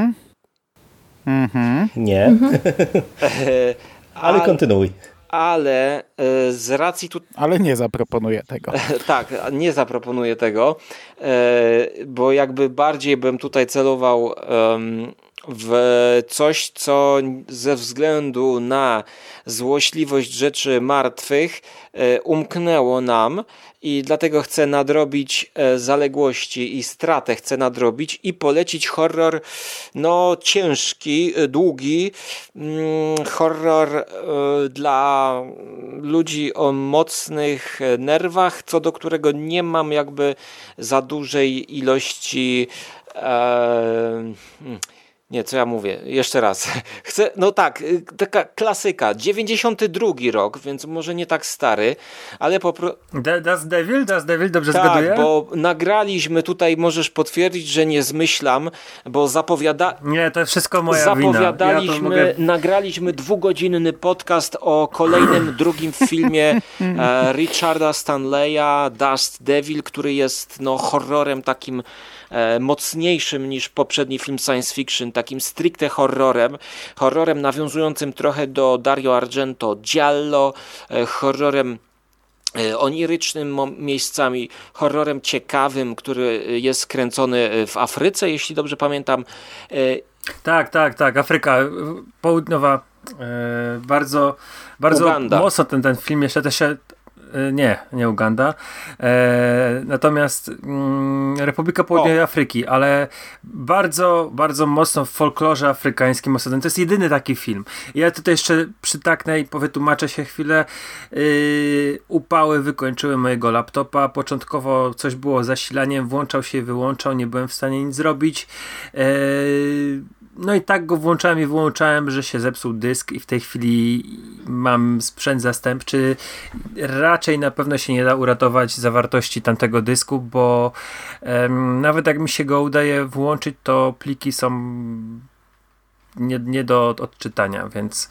Nie. Ale kontynuuj. Ale z racji Ale nie zaproponuję tego. Tak, nie zaproponuję tego, bo jakby bardziej bym tutaj celował w coś, co ze względu na złośliwość rzeczy martwych umknęło nam i dlatego chcę nadrobić zaległości i stratę chcę nadrobić i polecić horror ciężki, długi, horror dla ludzi o mocnych nerwach, co do którego nie mam jakby za dużej ilości nie, co ja mówię? Jeszcze raz. Chcę, taka klasyka. 92 rok, więc może nie tak stary, ale Das Devil, dobrze Tak, zgaduję? bo nagraliśmy tutaj, możesz potwierdzić, że nie zmyślam, bo Nie, to jest wszystko moja wina. Nagraliśmy 2-godzinny podcast o kolejnym, drugim filmie Richarda Stanleya, Das Devil, który jest horrorem takim mocniejszym niż poprzedni film science fiction, takim stricte horrorem nawiązującym trochę do Dario Argento Giallo, horrorem onirycznym miejscami, horrorem ciekawym, który jest skręcony w Afryce, jeśli dobrze pamiętam. Tak, Afryka Południowa, bardzo Uganda. mocno ten film jeszcze też się nie Uganda. Natomiast Republika Południowej Afryki, ale bardzo, bardzo mocno w folklorze afrykańskim osadzony. To jest jedyny taki film. Ja tutaj jeszcze przytaknę i wytłumaczę się chwilę. Upały wykończyły mojego laptopa. Początkowo coś było z zasilaniem, włączał się i wyłączał, nie byłem w stanie nic zrobić. No i tak go włączałem i wyłączałem, że się zepsuł dysk i w tej chwili mam sprzęt zastępczy. Raczej na pewno się nie da uratować zawartości tamtego dysku, bo nawet jak mi się go udaje włączyć, to pliki są nie do odczytania,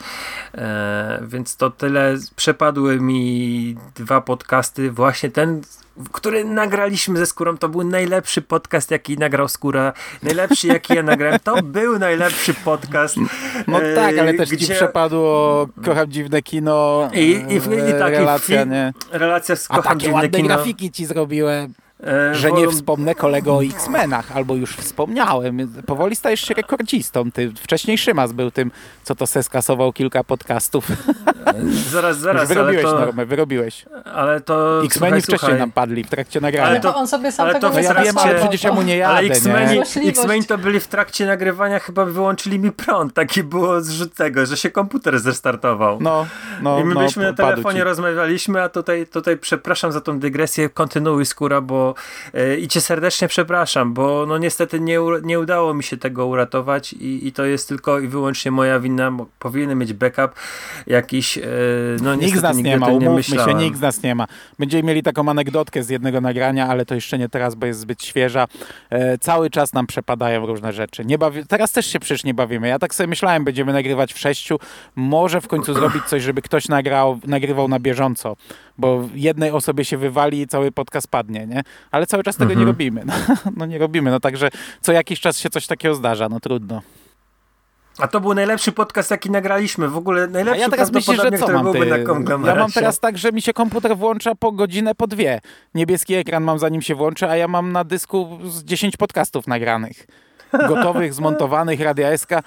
więc to tyle. Przepadły mi 2 podcasty, właśnie ten, który nagraliśmy ze Skórą, to był najlepszy podcast, jaki nagrał Skóra, najlepszy, jaki ja nagrałem, to był najlepszy podcast. No tak, ale też ci przepadło Kocham Dziwne Kino, relacja, nie? Relacja z Kocham Dziwne Kino. A takie ładne grafiki ci zrobiłem. Że nie wspomnę kolego o X-Menach, albo już wspomniałem. Powoli stajesz się rekordzistą. Ty wcześniej Szymas był tym, co to se skasował kilka podcastów. Zaraz, już wyrobiłeś normę, wyrobiłeś. Ale to... X-Meni wcześniej nam padli w trakcie nagrania. Ale to on sobie sam tego ja wiem, ale przecież ja mu nie jadę, ale nie? X-Meni to byli w trakcie nagrywania, chyba wyłączyli mi prąd. Taki było zrzut tego, że się komputer zrestartował. I my byliśmy na telefonie, rozmawialiśmy, a tutaj przepraszam za tą dygresję, kontynuuj Skóra, bo i cię serdecznie przepraszam, bo no niestety nie udało mi się tego uratować i to jest tylko i wyłącznie moja wina, bo powinienem mieć backup jakiś, no nikt z nas nie ma, umówmy się, nikt z nas nie ma. Będziemy mieli taką anegdotkę z jednego nagrania, ale to jeszcze nie teraz, bo jest zbyt świeża. Cały czas nam przepadają różne rzeczy. Teraz też się przecież nie bawimy. Ja tak sobie myślałem, będziemy nagrywać w 6, może w końcu zrobić coś, żeby ktoś nagrywał na bieżąco, bo jednej osobie się wywali i cały podcast padnie, nie? Ale cały czas tego nie robimy. No nie robimy. No także co jakiś czas się coś takiego zdarza. No trudno. A to był najlepszy podcast, jaki nagraliśmy. W ogóle najlepszy, ja teraz myślę, że co mam byłby na konglomeracie. Ja mam teraz tak, że mi się komputer włącza po godzinę, po 2. Niebieski ekran mam zanim się włączy, a ja mam na dysku z 10 podcastów nagranych. Gotowych, zmontowanych, Radia SK.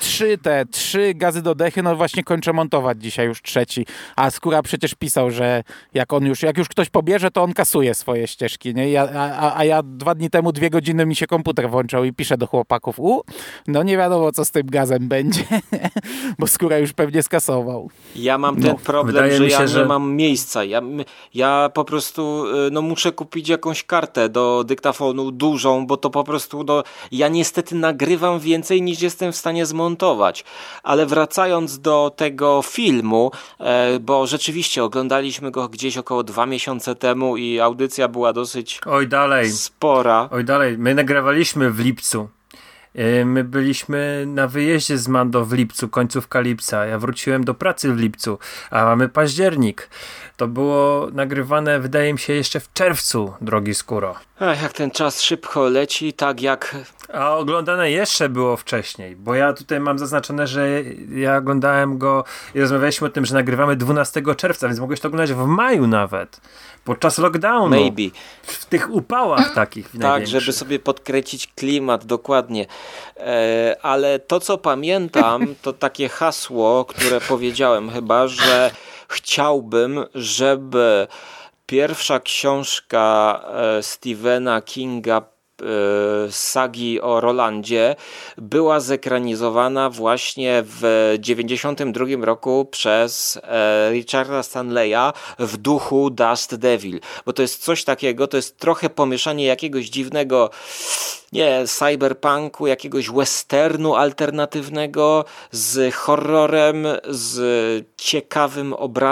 3 gazy do dechy, no właśnie kończę montować dzisiaj już 3. A Skóra przecież pisał, że jak już ktoś pobierze, to on kasuje swoje ścieżki, nie? Ja 2 dni temu 2 godziny mi się komputer włączał i piszę do chłopaków, no nie wiadomo, co z tym gazem będzie, bo Skóra już pewnie skasował. Ja mam ten problem, że nie mam miejsca. Ja po prostu muszę kupić jakąś kartę do dyktafonu dużą, bo to po prostu ja niestety nagrywam więcej niż jestem w stanie zmontować. Ale wracając do tego filmu, bo rzeczywiście oglądaliśmy go gdzieś około 2 miesiące temu i audycja była dosyć spora. My nagrywaliśmy w lipcu. My byliśmy na wyjeździe z Mando w lipcu, końcówka lipca. Ja wróciłem do pracy w lipcu, a mamy październik. To było nagrywane, wydaje mi się, jeszcze w czerwcu, drogi Skóro. Ach, jak ten czas szybko leci, tak jak... A oglądane jeszcze było wcześniej, bo ja tutaj mam zaznaczone, że ja oglądałem go i rozmawialiśmy o tym, że nagrywamy 12 czerwca, więc mogłeś to oglądać w maju nawet, podczas lockdownu. Maybe. W tych upałach takich tak, żeby sobie podkręcić klimat, dokładnie. Ale to, co pamiętam, to takie hasło, które powiedziałem chyba, że chciałbym, żeby pierwsza książka Stephena Kinga sagi o Rolandzie była zekranizowana właśnie w 1992 roku przez Richarda Stanleya w duchu Dust Devil, bo to jest coś takiego, to jest trochę pomieszanie jakiegoś dziwnego cyberpunku, jakiegoś westernu alternatywnego z horrorem, z ciekawym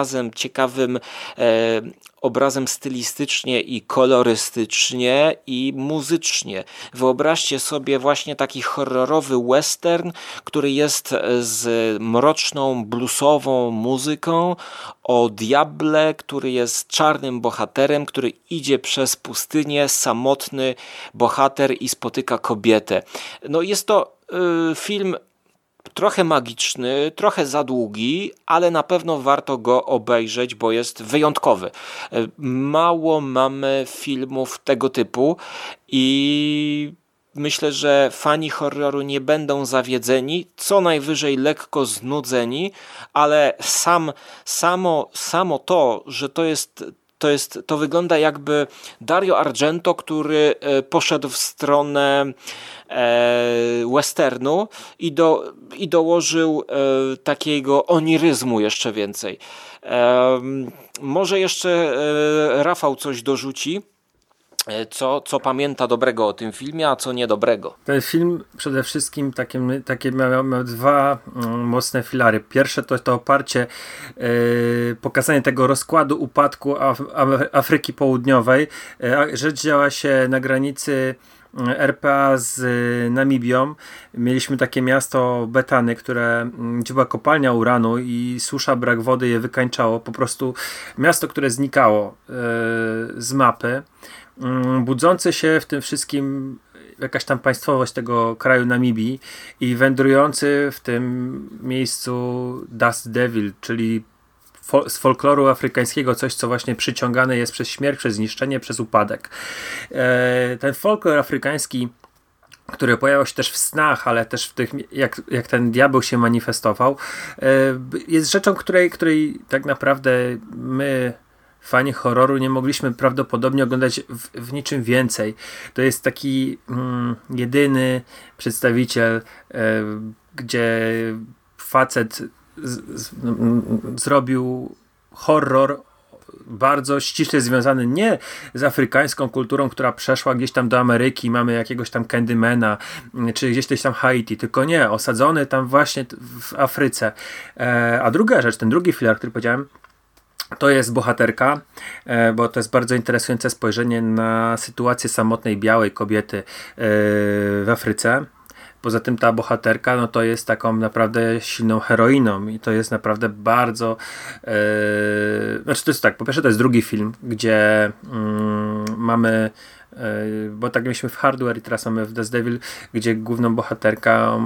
obrazem stylistycznie i kolorystycznie i muzycznie. Wyobraźcie sobie właśnie taki horrorowy western, który jest z mroczną, bluesową muzyką o diable, który jest czarnym bohaterem, który idzie przez pustynię, samotny bohater i spotyka kobietę. No jest to film trochę magiczny, trochę za długi, ale na pewno warto go obejrzeć, bo jest wyjątkowy. Mało mamy filmów tego typu i myślę, że fani horroru nie będą zawiedzeni, co najwyżej lekko znudzeni, ale samo to, że to wygląda jakby Dario Argento, który poszedł w stronę westernu i dołożył takiego oniryzmu jeszcze więcej. Może jeszcze Rafał coś dorzuci, co pamięta dobrego o tym filmie, a co niedobrego. Ten film przede wszystkim takie miał 2 mocne filary. Pierwsze to oparcie, pokazanie tego rozkładu upadku Afryki Południowej. Rzecz działa się na granicy RPA z Namibią. Mieliśmy takie miasto Betany, gdzie była kopalnia uranu i susza, brak wody je wykańczało. Po prostu miasto, które znikało z mapy. Budzący się w tym wszystkim jakaś tam państwowość tego kraju Namibii i wędrujący w tym miejscu Dust Devil, czyli z folkloru afrykańskiego coś, co właśnie przyciągane jest przez śmierć, przez zniszczenie, przez upadek. Ten folklor afrykański, który pojawiał się też w snach, ale też w tych, jak ten diabeł się manifestował, jest rzeczą, której tak naprawdę my, fani horroru, nie mogliśmy prawdopodobnie oglądać w niczym więcej. To jest taki jedyny przedstawiciel, gdzie facet zrobił horror bardzo ściśle związany nie z afrykańską kulturą, która przeszła gdzieś tam do Ameryki, mamy jakiegoś tam Candymana, czy gdzieś tam Haiti, tylko nie, osadzony tam właśnie w Afryce. A druga rzecz, ten drugi filar, który powiedziałem, to jest bohaterka, bo to jest bardzo interesujące spojrzenie na sytuację samotnej białej kobiety w Afryce. Poza tym ta bohaterka, no to jest taką naprawdę silną heroiną i to jest naprawdę bardzo znaczy to jest tak, po pierwsze to jest drugi film, gdzie mamy bo tak mieliśmy w Hardware i teraz mamy w Dust Devil, gdzie główną bohaterką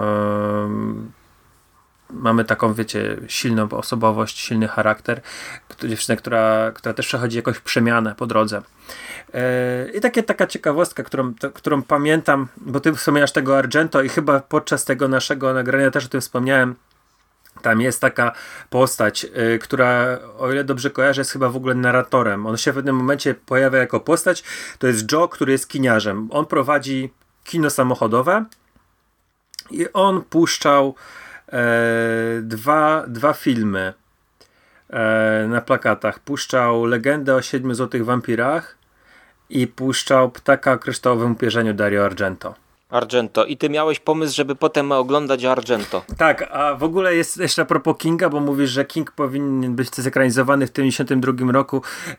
mamy taką, wiecie, silną osobowość, silny charakter, dziewczynę, która też przechodzi jakąś przemianę po drodze. I taka ciekawostka, którą pamiętam, bo ty wspomniałeś tego Argento i chyba podczas tego naszego nagrania też o tym wspomniałem. Tam jest taka postać, która, o ile dobrze kojarzę, jest chyba w ogóle narratorem. On się w pewnym momencie pojawia jako postać. To jest Joe, który jest kiniarzem. On prowadzi kino samochodowe i on puszczał dwa filmy na plakatach. Puszczał Legendę o 7 złotych wampirach i puszczał Ptaka o kryształowym upierzeniu Dario Argento. I ty miałeś pomysł, żeby potem oglądać Argento. Tak, a w ogóle jest jeszcze a propos Kinga, bo mówisz, że King powinien być zekranizowany w 1992 roku.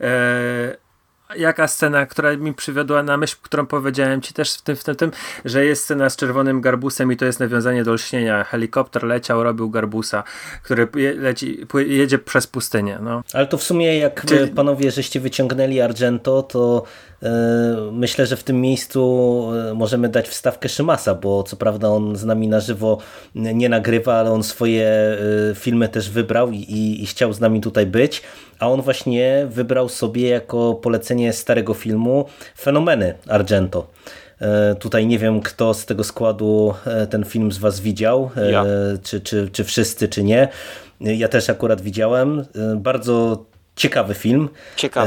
Jaka scena, która mi przywiodła na myśl, którą powiedziałem ci też w tym, że jest scena z czerwonym garbusem i to jest nawiązanie do Lśnienia. Helikopter leciał, robił garbusa, który jedzie przez pustynię. No. Ale to w sumie jak panowie żeście wyciągnęli Argento, to myślę, że w tym miejscu możemy dać wstawkę Szymasa, bo co prawda on z nami na żywo nie nagrywa, ale on swoje filmy też wybrał i chciał z nami tutaj być, a on właśnie wybrał sobie jako polecenie starego filmu Fenomeny Argento. Tutaj nie wiem, kto z tego składu ten film z was widział, ja. Czy wszyscy, czy nie. Ja też akurat widziałem. Bardzo ciekawy film. Ciekawy.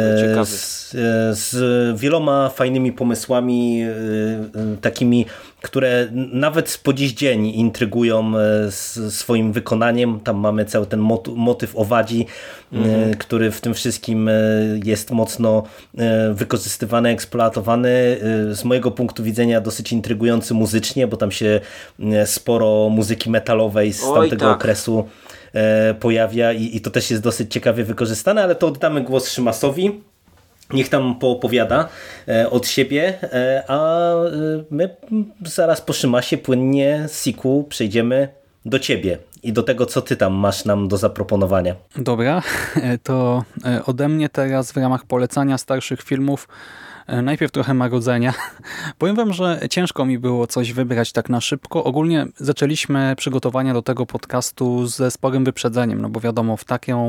Z wieloma fajnymi pomysłami, takimi, które nawet po dziś dzień intrygują swoim wykonaniem. Tam mamy cały ten motyw owadzi, który w tym wszystkim jest mocno wykorzystywany, eksploatowany. Z mojego punktu widzenia dosyć intrygujący muzycznie, bo tam się sporo muzyki metalowej z tamtego okresu pojawia i to też jest dosyć ciekawie wykorzystane, ale to oddamy głos Szymasowi. Niech tam poopowiada od siebie, a my zaraz po Szymasie płynnie z Siku przejdziemy do ciebie i do tego, co ty tam masz nam do zaproponowania. Dobra, to ode mnie teraz w ramach polecania starszych filmów najpierw trochę marudzenia. Powiem wam, że ciężko mi było coś wybrać tak na szybko. Ogólnie zaczęliśmy przygotowania do tego podcastu ze sporym wyprzedzeniem, no bo wiadomo,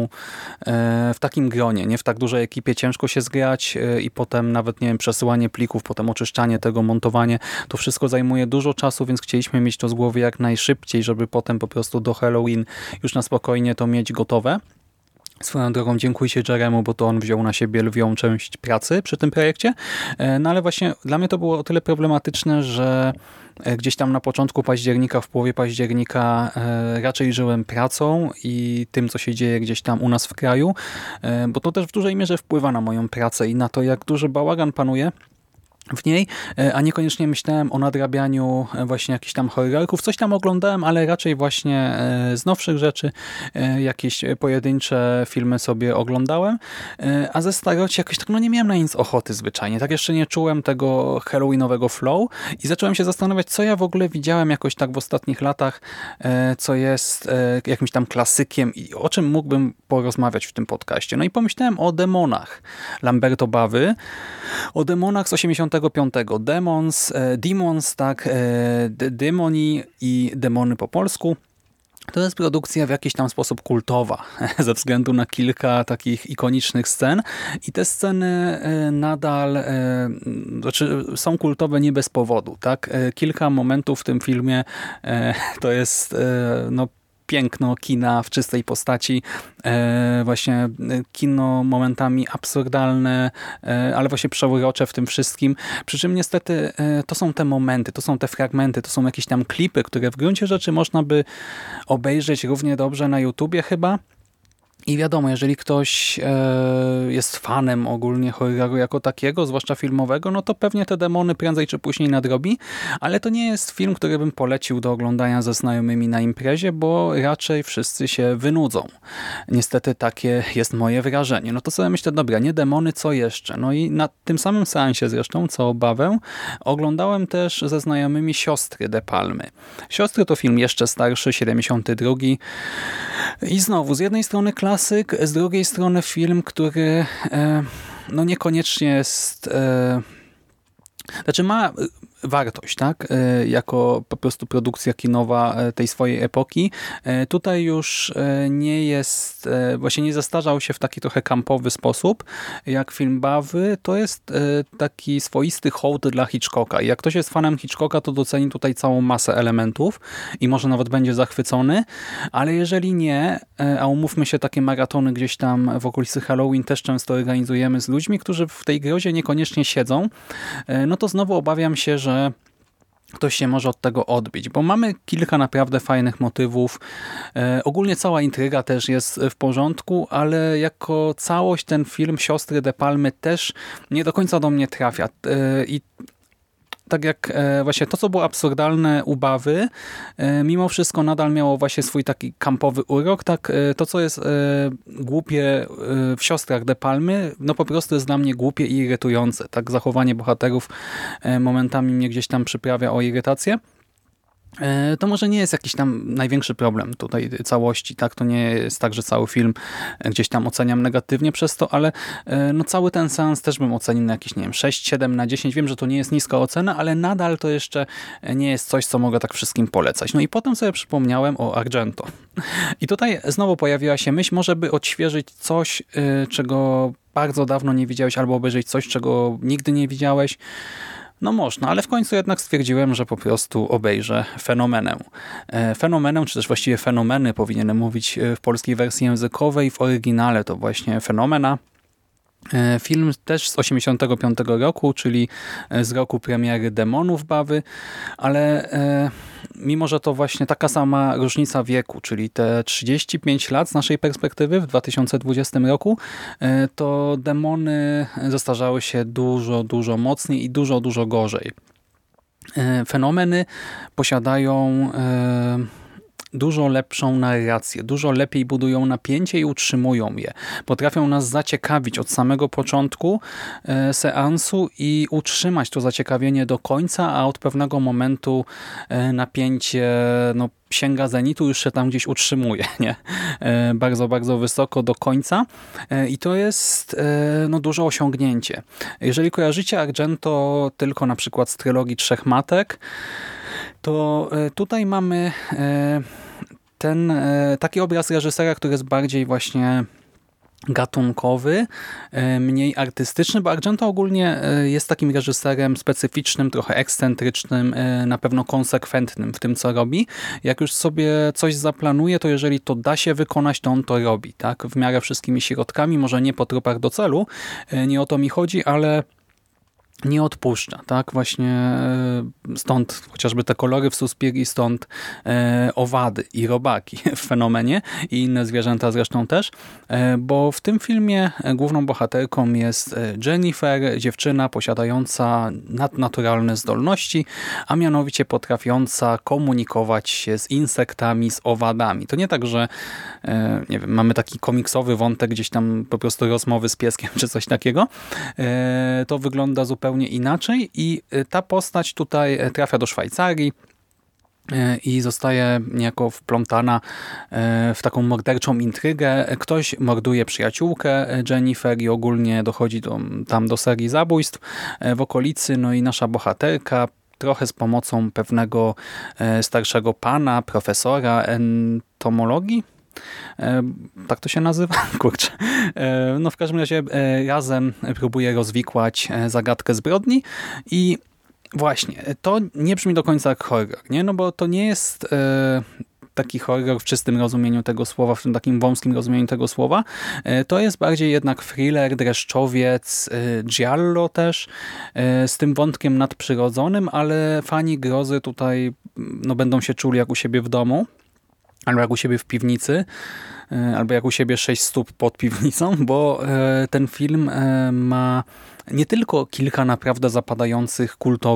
w takim gronie, nie w tak dużej ekipie ciężko się zgrać i potem nawet, nie wiem, przesyłanie plików, potem oczyszczanie tego, montowanie, to wszystko zajmuje dużo czasu, więc chcieliśmy mieć to z głowy jak najszybciej, żeby potem po prostu do Halloween już na spokojnie to mieć gotowe. Swoją drogą dziękujcie Jeremu, bo to on wziął na siebie lwią część pracy przy tym projekcie. No ale właśnie dla mnie to było o tyle problematyczne, że gdzieś tam na początku października, w połowie października raczej żyłem pracą i tym, co się dzieje gdzieś tam u nas w kraju, bo to też w dużej mierze wpływa na moją pracę i na to, jak duży bałagan panuje. w niej, a niekoniecznie myślałem o nadrabianiu właśnie jakichś tam horrorów. Coś tam oglądałem, ale raczej właśnie z nowszych rzeczy jakieś pojedyncze filmy sobie oglądałem, a ze staroci jakoś tak nie miałem na nic ochoty zwyczajnie. Tak jeszcze nie czułem tego halloweenowego flow i zacząłem się zastanawiać, co ja w ogóle widziałem jakoś tak w ostatnich latach, co jest jakimś tam klasykiem i o czym mógłbym porozmawiać w tym podcaście. No i pomyślałem o Demonach Lamberto Bavy, o Demonach z 85. Demons, tak, Demoni i Demony po polsku. To jest produkcja w jakiś tam sposób kultowa, ze względu na kilka takich ikonicznych scen i te sceny nadal znaczy są kultowe nie bez powodu. Tak? Kilka momentów w tym filmie to jest piękno kina w czystej postaci, właśnie kino momentami absurdalne, ale właśnie przeurocze w tym wszystkim. Przy czym niestety to są te momenty, to są te fragmenty, to są jakieś tam klipy, które w gruncie rzeczy można by obejrzeć równie dobrze na YouTubie chyba. I wiadomo, jeżeli ktoś jest fanem ogólnie horroru jako takiego, zwłaszcza filmowego, no to pewnie te Demony prędzej czy później nadrobi, ale to nie jest film, który bym polecił do oglądania ze znajomymi na imprezie, bo raczej wszyscy się wynudzą. Niestety takie jest moje wrażenie. No to sobie myślę, dobra, nie Demony, co jeszcze? No i na tym samym seansie zresztą, co Bawę, oglądałem też ze znajomymi Siostry De Palmy. Siostry to film jeszcze starszy, 72. I znowu, z jednej strony klasyk, z drugiej strony film, który niekoniecznie jest... Znaczy ma wartość, tak? Jako po prostu produkcja kinowa tej swojej epoki. Tutaj już nie jest, właśnie nie zestarzał się w taki trochę kampowy sposób, jak film Bawy. To jest taki swoisty hołd dla Hitchcocka. I jak ktoś jest fanem Hitchcocka, to doceni tutaj całą masę elementów i może nawet będzie zachwycony, ale jeżeli nie, a umówmy się, takie maratony gdzieś tam w okolicy Halloween też często organizujemy z ludźmi, którzy w tej grozie niekoniecznie siedzą, no to znowu obawiam się, że ktoś się może od tego odbić, bo mamy kilka naprawdę fajnych motywów. Ogólnie cała intryga też jest w porządku, ale jako całość ten film Siostry De Palmy też nie do końca do mnie trafia. I tak jak właśnie to, co było absurdalne u Bawy, mimo wszystko nadal miało właśnie swój taki kampowy urok, tak to, co jest głupie w Siostrach De Palmy, no po prostu jest dla mnie głupie i irytujące. Tak zachowanie bohaterów momentami mnie gdzieś tam przyprawia o irytację. To może nie jest jakiś tam największy problem tutaj całości, tak? To nie jest tak, że cały film gdzieś tam oceniam negatywnie przez to, ale no cały ten seans też bym ocenił na jakieś, nie wiem, 6-7/10. Wiem, że to nie jest niska ocena, ale nadal to jeszcze nie jest coś, co mogę tak wszystkim polecać. No i potem sobie przypomniałem o Argento. I tutaj znowu pojawiła się myśl, może by odświeżyć coś, czego bardzo dawno nie widziałeś, albo obejrzeć coś, czego nigdy nie widziałeś. No można, ale w końcu jednak stwierdziłem, że po prostu obejrzę Fenomenę. Fenomenę, czy też właściwie Fenomeny powinienem mówić w polskiej wersji językowej, w oryginale to właśnie Fenomena. Film też z 85 roku, czyli z roku premiery Demonów Bawy, ale mimo, że to właśnie taka sama różnica wieku, czyli te 35 lat z naszej perspektywy w 2020 roku, to Demony zestarzały się dużo, dużo mocniej i dużo, dużo gorzej. Fenomeny posiadają dużo lepszą narrację, dużo lepiej budują napięcie i utrzymują je. Potrafią nas zaciekawić od samego początku seansu i utrzymać to zaciekawienie do końca, a od pewnego momentu napięcie sięga zenitu, już się tam gdzieś utrzymuje, nie? Bardzo, bardzo wysoko do końca i to jest duże osiągnięcie. Jeżeli kojarzycie Argento tylko na przykład z trylogii Trzech Matek, to tutaj mamy ten taki obraz reżysera, który jest bardziej właśnie gatunkowy, mniej artystyczny, bo Argento ogólnie jest takim reżyserem specyficznym, trochę ekscentrycznym, na pewno konsekwentnym w tym, co robi. Jak już sobie coś zaplanuje, to jeżeli to da się wykonać, to on to robi, tak? W miarę wszystkimi środkami, może nie po trupach do celu, nie o to mi chodzi, ale nie odpuszcza, tak? Właśnie stąd chociażby te kolory w Suspirii, stąd owady i robaki w Fenomenie i inne zwierzęta zresztą też, bo w tym filmie główną bohaterką jest Jennifer, dziewczyna posiadająca nadnaturalne zdolności, a mianowicie potrafiąca komunikować się z insektami, z owadami. To nie tak, że nie wiem, mamy taki komiksowy wątek, gdzieś tam po prostu rozmowy z pieskiem czy coś takiego. To wygląda zupełnie inaczej i ta postać tutaj trafia do Szwajcarii i zostaje niejako wplątana w taką morderczą intrygę. Ktoś morduje przyjaciółkę Jennifer i ogólnie dochodzi tam do serii zabójstw w okolicy. No i nasza bohaterka, trochę z pomocą pewnego starszego pana, profesora entomologii, tak to się nazywa? Kurczę. No w każdym razie razem próbuje rozwikłać zagadkę zbrodni i właśnie, to nie brzmi do końca jak horror, nie? No bo to nie jest taki horror w czystym rozumieniu tego słowa, w tym takim wąskim rozumieniu tego słowa. To jest bardziej jednak thriller, dreszczowiec, giallo też, z tym wątkiem nadprzyrodzonym, ale fani grozy tutaj no, będą się czuli jak u siebie w domu, albo jak u siebie w piwnicy, albo jak u siebie 6 stóp pod piwnicą, bo ten film ma nie tylko kilka naprawdę zapadających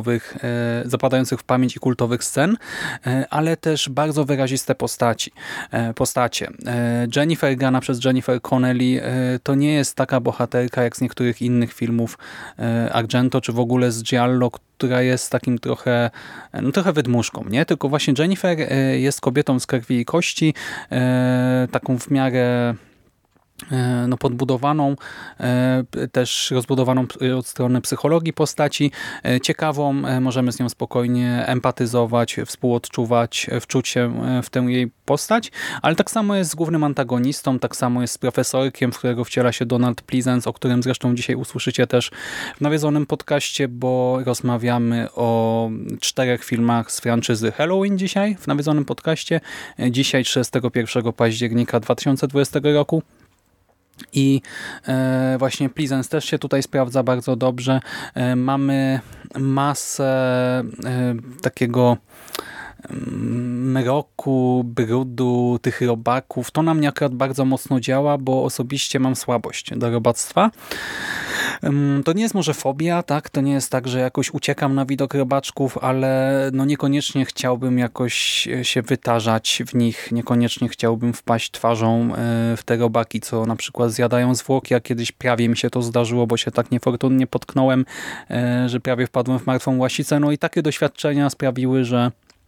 w pamięć i kultowych scen, ale też bardzo wyraziste postacie. Jennifer grana przez Jennifer Connelly to nie jest taka bohaterka jak z niektórych innych filmów Argento, czy w ogóle z giallo, która jest takim trochę wydmuszką, nie? Tylko właśnie Jennifer jest kobietą z krwi i kości, taką w miarę no, podbudowaną, też rozbudowaną od strony psychologii postaci, ciekawą, możemy z nią spokojnie empatyzować, współodczuwać, wczuć się w tę jej postać, ale tak samo jest z głównym antagonistą, tak samo jest z profesorkiem, w którego wciela się Donald Pleasence, o którym zresztą dzisiaj usłyszycie też w nawiedzonym podcaście, bo rozmawiamy o 4 filmach z franczyzy Halloween dzisiaj w nawiedzonym podcaście, dzisiaj 31 października 2020 roku. I właśnie Pleasence też się tutaj sprawdza bardzo dobrze. Mamy masę takiego mroku, brudu, tych robaków. To na mnie akurat bardzo mocno działa, bo osobiście mam słabość do robactwa. To nie jest może fobia, tak? To nie jest tak, że jakoś uciekam na widok robaczków, ale no niekoniecznie chciałbym jakoś się wytarzać w nich, niekoniecznie chciałbym wpaść twarzą w te robaki, co na przykład zjadają zwłoki, a kiedyś prawie mi się to zdarzyło, bo się tak niefortunnie potknąłem, że prawie wpadłem w martwą łasicę. No i takie doświadczenia sprawiły, że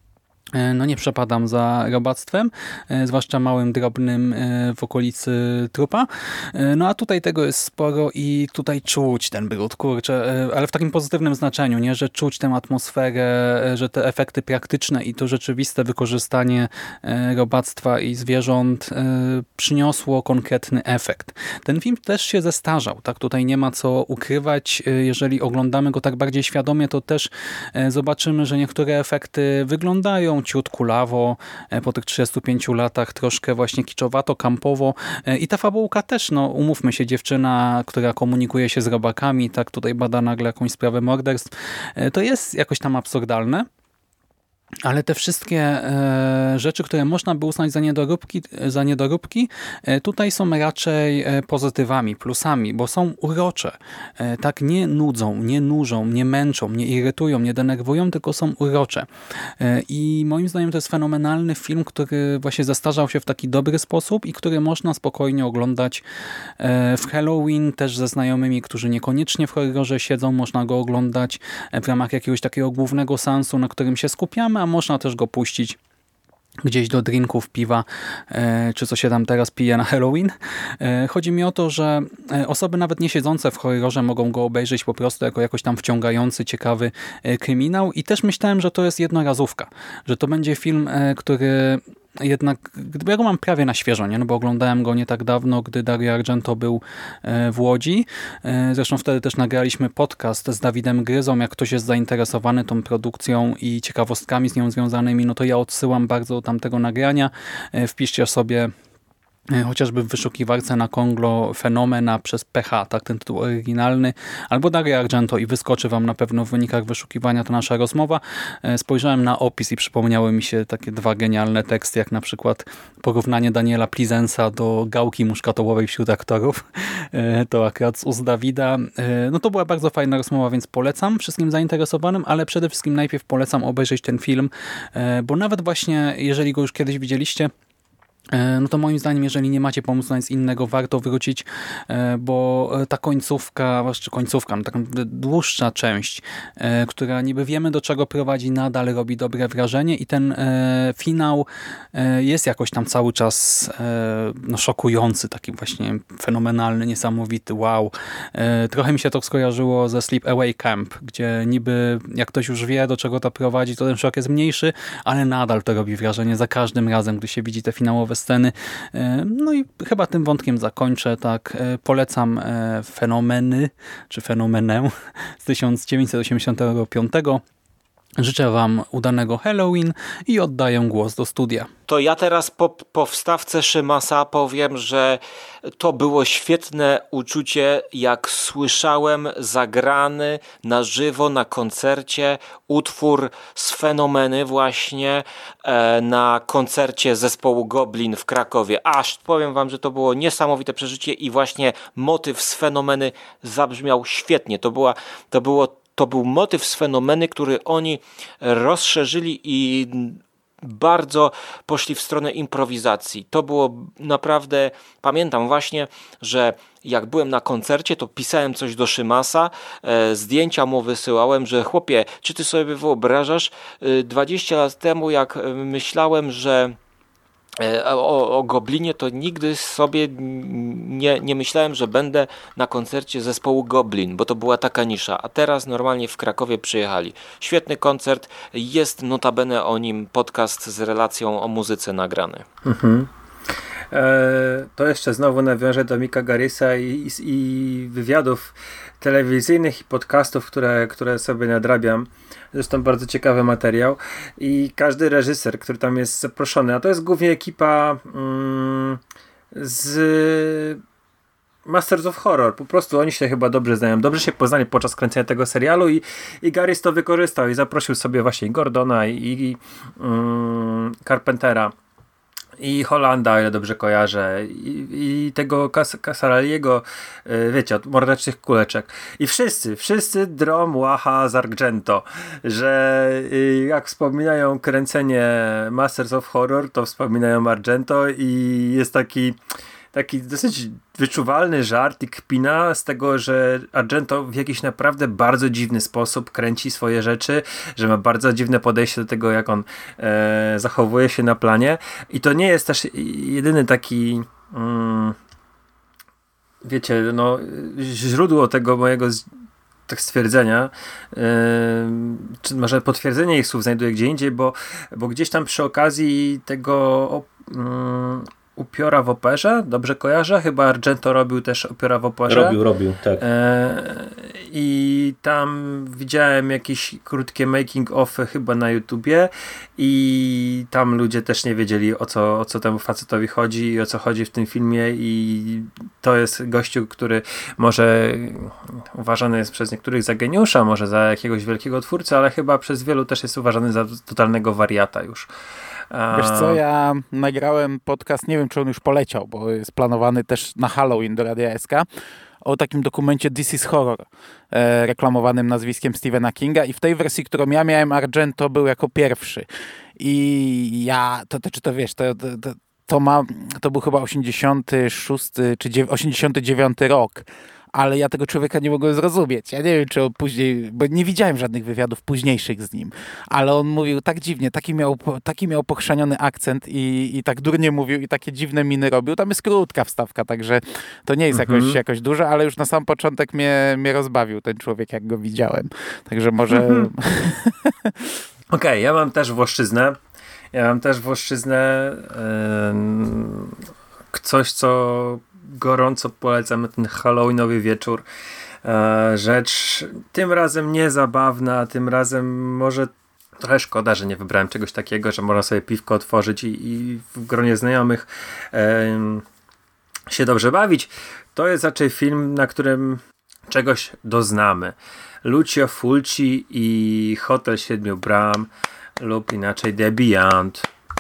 no nie przepadam za robactwem, zwłaszcza małym, drobnym w okolicy trupa. No a tutaj tego jest sporo i tutaj czuć ten brud, kurczę, ale w takim pozytywnym znaczeniu, nie, że czuć tę atmosferę, że te efekty praktyczne i to rzeczywiste wykorzystanie robactwa i zwierząt przyniosło konkretny efekt. Ten film też się zestarzał, tak, tutaj nie ma co ukrywać. Jeżeli oglądamy go tak bardziej świadomie, to też zobaczymy, że niektóre efekty wyglądają ciut kulawo, po tych 35 latach troszkę właśnie kiczowato, kampowo i ta fabułka też, no umówmy się, dziewczyna, która komunikuje się z robakami, tak tutaj bada nagle jakąś sprawę morderstw, to jest jakoś tam absurdalne. Ale te wszystkie rzeczy, które można by uznać za niedoróbki, tutaj są raczej pozytywami, plusami, bo są urocze. Tak nie nudzą, nie nużą, nie męczą, nie irytują, nie denerwują, tylko są urocze. I moim zdaniem to jest fenomenalny film, który właśnie zestarzał się w taki dobry sposób i który można spokojnie oglądać w Halloween, też ze znajomymi, którzy niekoniecznie w horrorze siedzą. Można go oglądać w ramach jakiegoś takiego głównego seansu, na którym się skupiamy, a można też go puścić gdzieś do drinków, piwa, czy co się tam teraz pije na Halloween. Chodzi mi o to, że osoby nawet nie siedzące w horrorze mogą go obejrzeć po prostu jako jakoś tam wciągający, ciekawy kryminał i też myślałem, że to jest jednorazówka, że to będzie film, który jednak, gdyby ja go mam prawie na świeżo, nie? No bo oglądałem go nie tak dawno, gdy Dario Argento był w Łodzi. Zresztą wtedy też nagraliśmy podcast z Dawidem Gryzą. Jak ktoś jest zainteresowany tą produkcją i ciekawostkami z nią związanymi, no to ja odsyłam bardzo do tamtego nagrania. Wpiszcie sobie chociażby w wyszukiwarce na Konglo Fenomena przez PH, tak ten tytuł oryginalny, albo Dario Argento i wyskoczy wam na pewno w wynikach wyszukiwania ta nasza rozmowa. Spojrzałem na opis i przypomniały mi się takie dwa genialne teksty, jak na przykład porównanie Daniela Plizensa do gałki muszkatołowej wśród aktorów. To akurat z ust Dawida. No to była bardzo fajna rozmowa, więc polecam wszystkim zainteresowanym, ale przede wszystkim najpierw polecam obejrzeć ten film, bo nawet właśnie, jeżeli go już kiedyś widzieliście, no to moim zdaniem, jeżeli nie macie pomysłu na nic innego, warto wrócić, bo ta końcówka, no tak naprawdę dłuższa część, która niby wiemy do czego prowadzi, nadal robi dobre wrażenie i ten finał jest jakoś tam cały czas no, szokujący, taki właśnie fenomenalny, niesamowity, wow. Trochę mi się to skojarzyło ze Sleepaway Camp, gdzie niby jak ktoś już wie do czego to prowadzi, to ten szok jest mniejszy, ale nadal to robi wrażenie za każdym razem, gdy się widzi te finałowe sceny. No i chyba tym wątkiem zakończę. Tak, polecam Fenomeny, czy Fenomenę z 1985. Życzę wam udanego Halloween i oddaję głos do studia. To ja teraz po wstawce Szymasa powiem, że to było świetne uczucie, jak słyszałem zagrany na żywo na koncercie utwór z Fenomeny właśnie na koncercie zespołu Goblin w Krakowie. Aż powiem wam, że to było niesamowite przeżycie i właśnie motyw z Fenomeny zabrzmiał świetnie. To był motyw z Fenomeny, który oni rozszerzyli i bardzo poszli w stronę improwizacji. To było naprawdę, pamiętam właśnie, że jak byłem na koncercie, to pisałem coś do Szymasa, zdjęcia mu wysyłałem, że chłopie, czy ty sobie wyobrażasz, 20 lat temu jak myślałem, że o Goblinie, to nigdy sobie nie myślałem, że będę na koncercie zespołu Goblin, bo to była taka nisza, a teraz normalnie w Krakowie przyjechali. Świetny koncert, jest notabene o nim podcast z relacją o muzyce nagrany. Mhm. To jeszcze znowu nawiążę do Micka Garrisa i wywiadów telewizyjnych i podcastów, które sobie nadrabiam. Zresztą bardzo ciekawy materiał i każdy reżyser, który tam jest zaproszony, a to jest głównie ekipa z Masters of Horror. Po prostu oni się chyba dobrze znają, dobrze się poznali podczas kręcenia tego serialu i Garris to wykorzystał i zaprosił sobie właśnie Gordona i Carpentera i Hollanda, o ile dobrze kojarzę, i tego Casaraliego, wiecie, od Morderczych Kuleczek. I wszyscy drą łacha z Argento, że jak wspominają kręcenie Masters of Horror, to wspominają Argento i jest taki dosyć wyczuwalny żart i kpina z tego, że Argento w jakiś naprawdę bardzo dziwny sposób kręci swoje rzeczy, że ma bardzo dziwne podejście do tego, jak on zachowuje się na planie. I to nie jest też jedyny taki wiecie, no źródło tego mojego stwierdzenia, czy może potwierdzenie ich słów znajduję gdzie indziej, bo gdzieś tam przy okazji tego Upiora w operze, dobrze kojarzę? Chyba Argento robił też Upiora w operze. Robił, tak. I tam widziałem jakieś krótkie making of chyba na YouTubie i tam ludzie też nie wiedzieli o co temu facetowi chodzi i o co chodzi w tym filmie i to jest gościu, który może uważany jest przez niektórych za geniusza, może za jakiegoś wielkiego twórcę, ale chyba przez wielu też jest uważany za totalnego wariata już. Wiesz co, ja nagrałem podcast, nie wiem czy on już poleciał, bo jest planowany też na Halloween do Radia SK, o takim dokumencie This is Horror, reklamowanym nazwiskiem Stephena Kinga i w tej wersji, którą ja miałem, Argento był jako pierwszy. I ja, to był chyba 86 czy 89 rok. Ale ja tego człowieka nie mogłem zrozumieć. Ja nie wiem, czy on później, bo nie widziałem żadnych wywiadów późniejszych z nim, ale on mówił tak dziwnie, taki miał pochrzaniony akcent i tak durnie mówił i takie dziwne miny robił. Tam jest krótka wstawka, także to nie jest jakoś dużo, ale już na sam początek mnie rozbawił ten człowiek, jak go widziałem. Także może... Okej, ja mam też Włoszczyznę. Coś, co gorąco polecam na ten halloweenowy wieczór. Rzecz tym razem nie zabawna, tym razem może trochę szkoda, że nie wybrałem czegoś takiego, że można sobie piwko otworzyć i w gronie znajomych się dobrze bawić, to jest raczej film, na którym czegoś doznamy. Lucio Fulci i Hotel Siedmiu Bram lub inaczej The Beyond.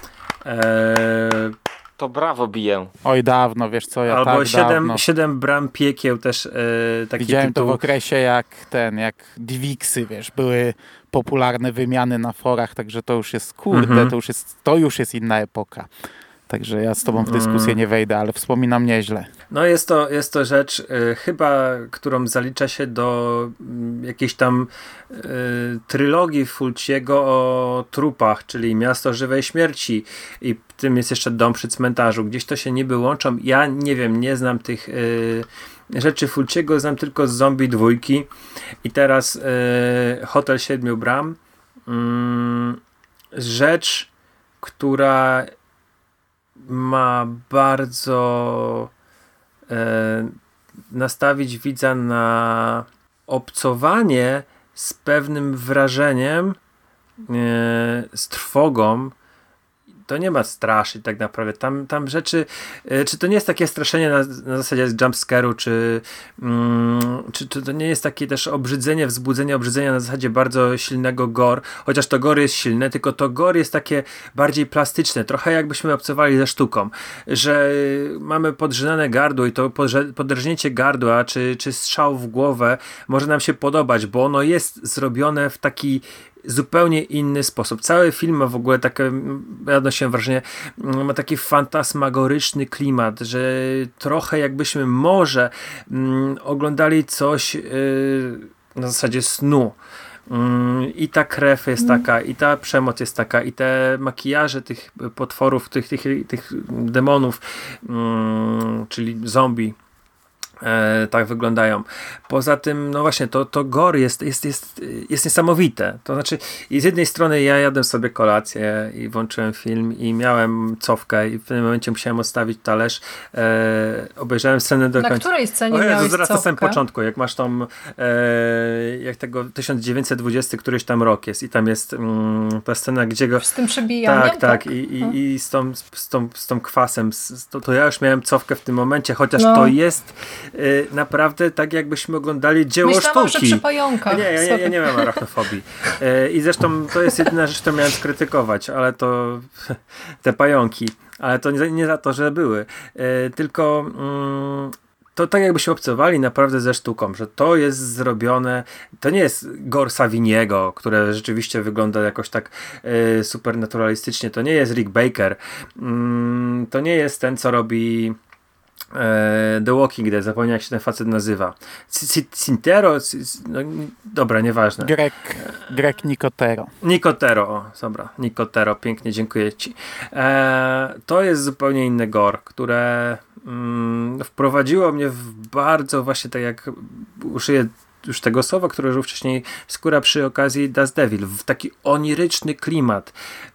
To brawo biję. Oj, dawno, wiesz co, ja albo tak dawno. 7 bram piekieł też taki Widziałem tytuł. to w okresie jak Dwixy, wiesz, były popularne wymiany na forach, także to już jest, to już jest inna epoka. Także ja z tobą w dyskusję nie wejdę, ale wspominam nieźle. No jest to rzecz chyba, którą zalicza się do jakiejś tam trylogii Fulciego o trupach, czyli Miasto Żywej Śmierci i tym jest jeszcze Dom przy cmentarzu. Gdzieś to się niby łączą. Ja nie wiem, nie znam tych rzeczy Fulciego, znam tylko z Zombie 2 i teraz Hotel Siedmiu Bram. Rzecz, która ma bardzo nastawić widza na obcowanie z pewnym wrażeniem, z trwogą. To nie ma straszyć tak naprawdę. Tam rzeczy, czy to nie jest takie straszenie na zasadzie jumpscare'u, czy to nie jest takie też wzbudzenie obrzydzenia na zasadzie bardzo silnego gore, chociaż to gore jest silne, tylko to gore jest takie bardziej plastyczne, trochę jakbyśmy obcowali ze sztuką, że mamy podrzynane gardło i to podrżnięcie gardła, czy strzał w głowę może nam się podobać, bo ono jest zrobione w taki zupełnie inny sposób. Cały film ma w ogóle takie, ja odnosiłem wrażenie, ma taki fantasmagoryczny klimat, że trochę jakbyśmy może oglądali coś na zasadzie snu. I ta krew jest taka, i ta przemoc jest taka, i te makijaże tych potworów, tych demonów, czyli zombie, tak wyglądają. Poza tym, no właśnie, to gore jest niesamowite. To znaczy, i z jednej strony ja jadłem sobie kolację i włączyłem film i miałem cofkę i w pewnym momencie musiałem odstawić talerz. Obejrzałem scenę do końca. Na której scenie miałeś zaraz cofkę? na samym początku, jak masz tą jak tego 1920 któryś tam rok jest i tam jest ta scena, gdzie go... Z tym przebijaniem? Tak. I z tą kwasem. To ja już miałem cofkę w tym momencie, chociaż to jest naprawdę tak, jakbyśmy oglądali dzieło Myślałam, sztuki. że przy pająkach. Ja nie mam arachnofobii. I zresztą to jest jedyna rzecz, którą miałem skrytykować, ale to te pająki. Ale to nie za to, że były. Tylko to tak jakbyśmy obcowali naprawdę ze sztuką, że to jest zrobione, to nie jest gore Saviniego, które rzeczywiście wygląda jakoś tak super naturalistycznie, to nie jest Rick Baker, to nie jest ten, co robi The Walking Dead, zapomniałem jak się ten facet nazywa. Cintero? No, dobra, nieważne. Greg Nicotero. Nicotero, dobra. Nicotero, pięknie, dziękuję ci. To jest zupełnie inny gore, które wprowadziło mnie w bardzo właśnie tak jak użyję już tego słowa, które użył wcześniej Skóra przy okazji Das Devil, w taki oniryczny klimat.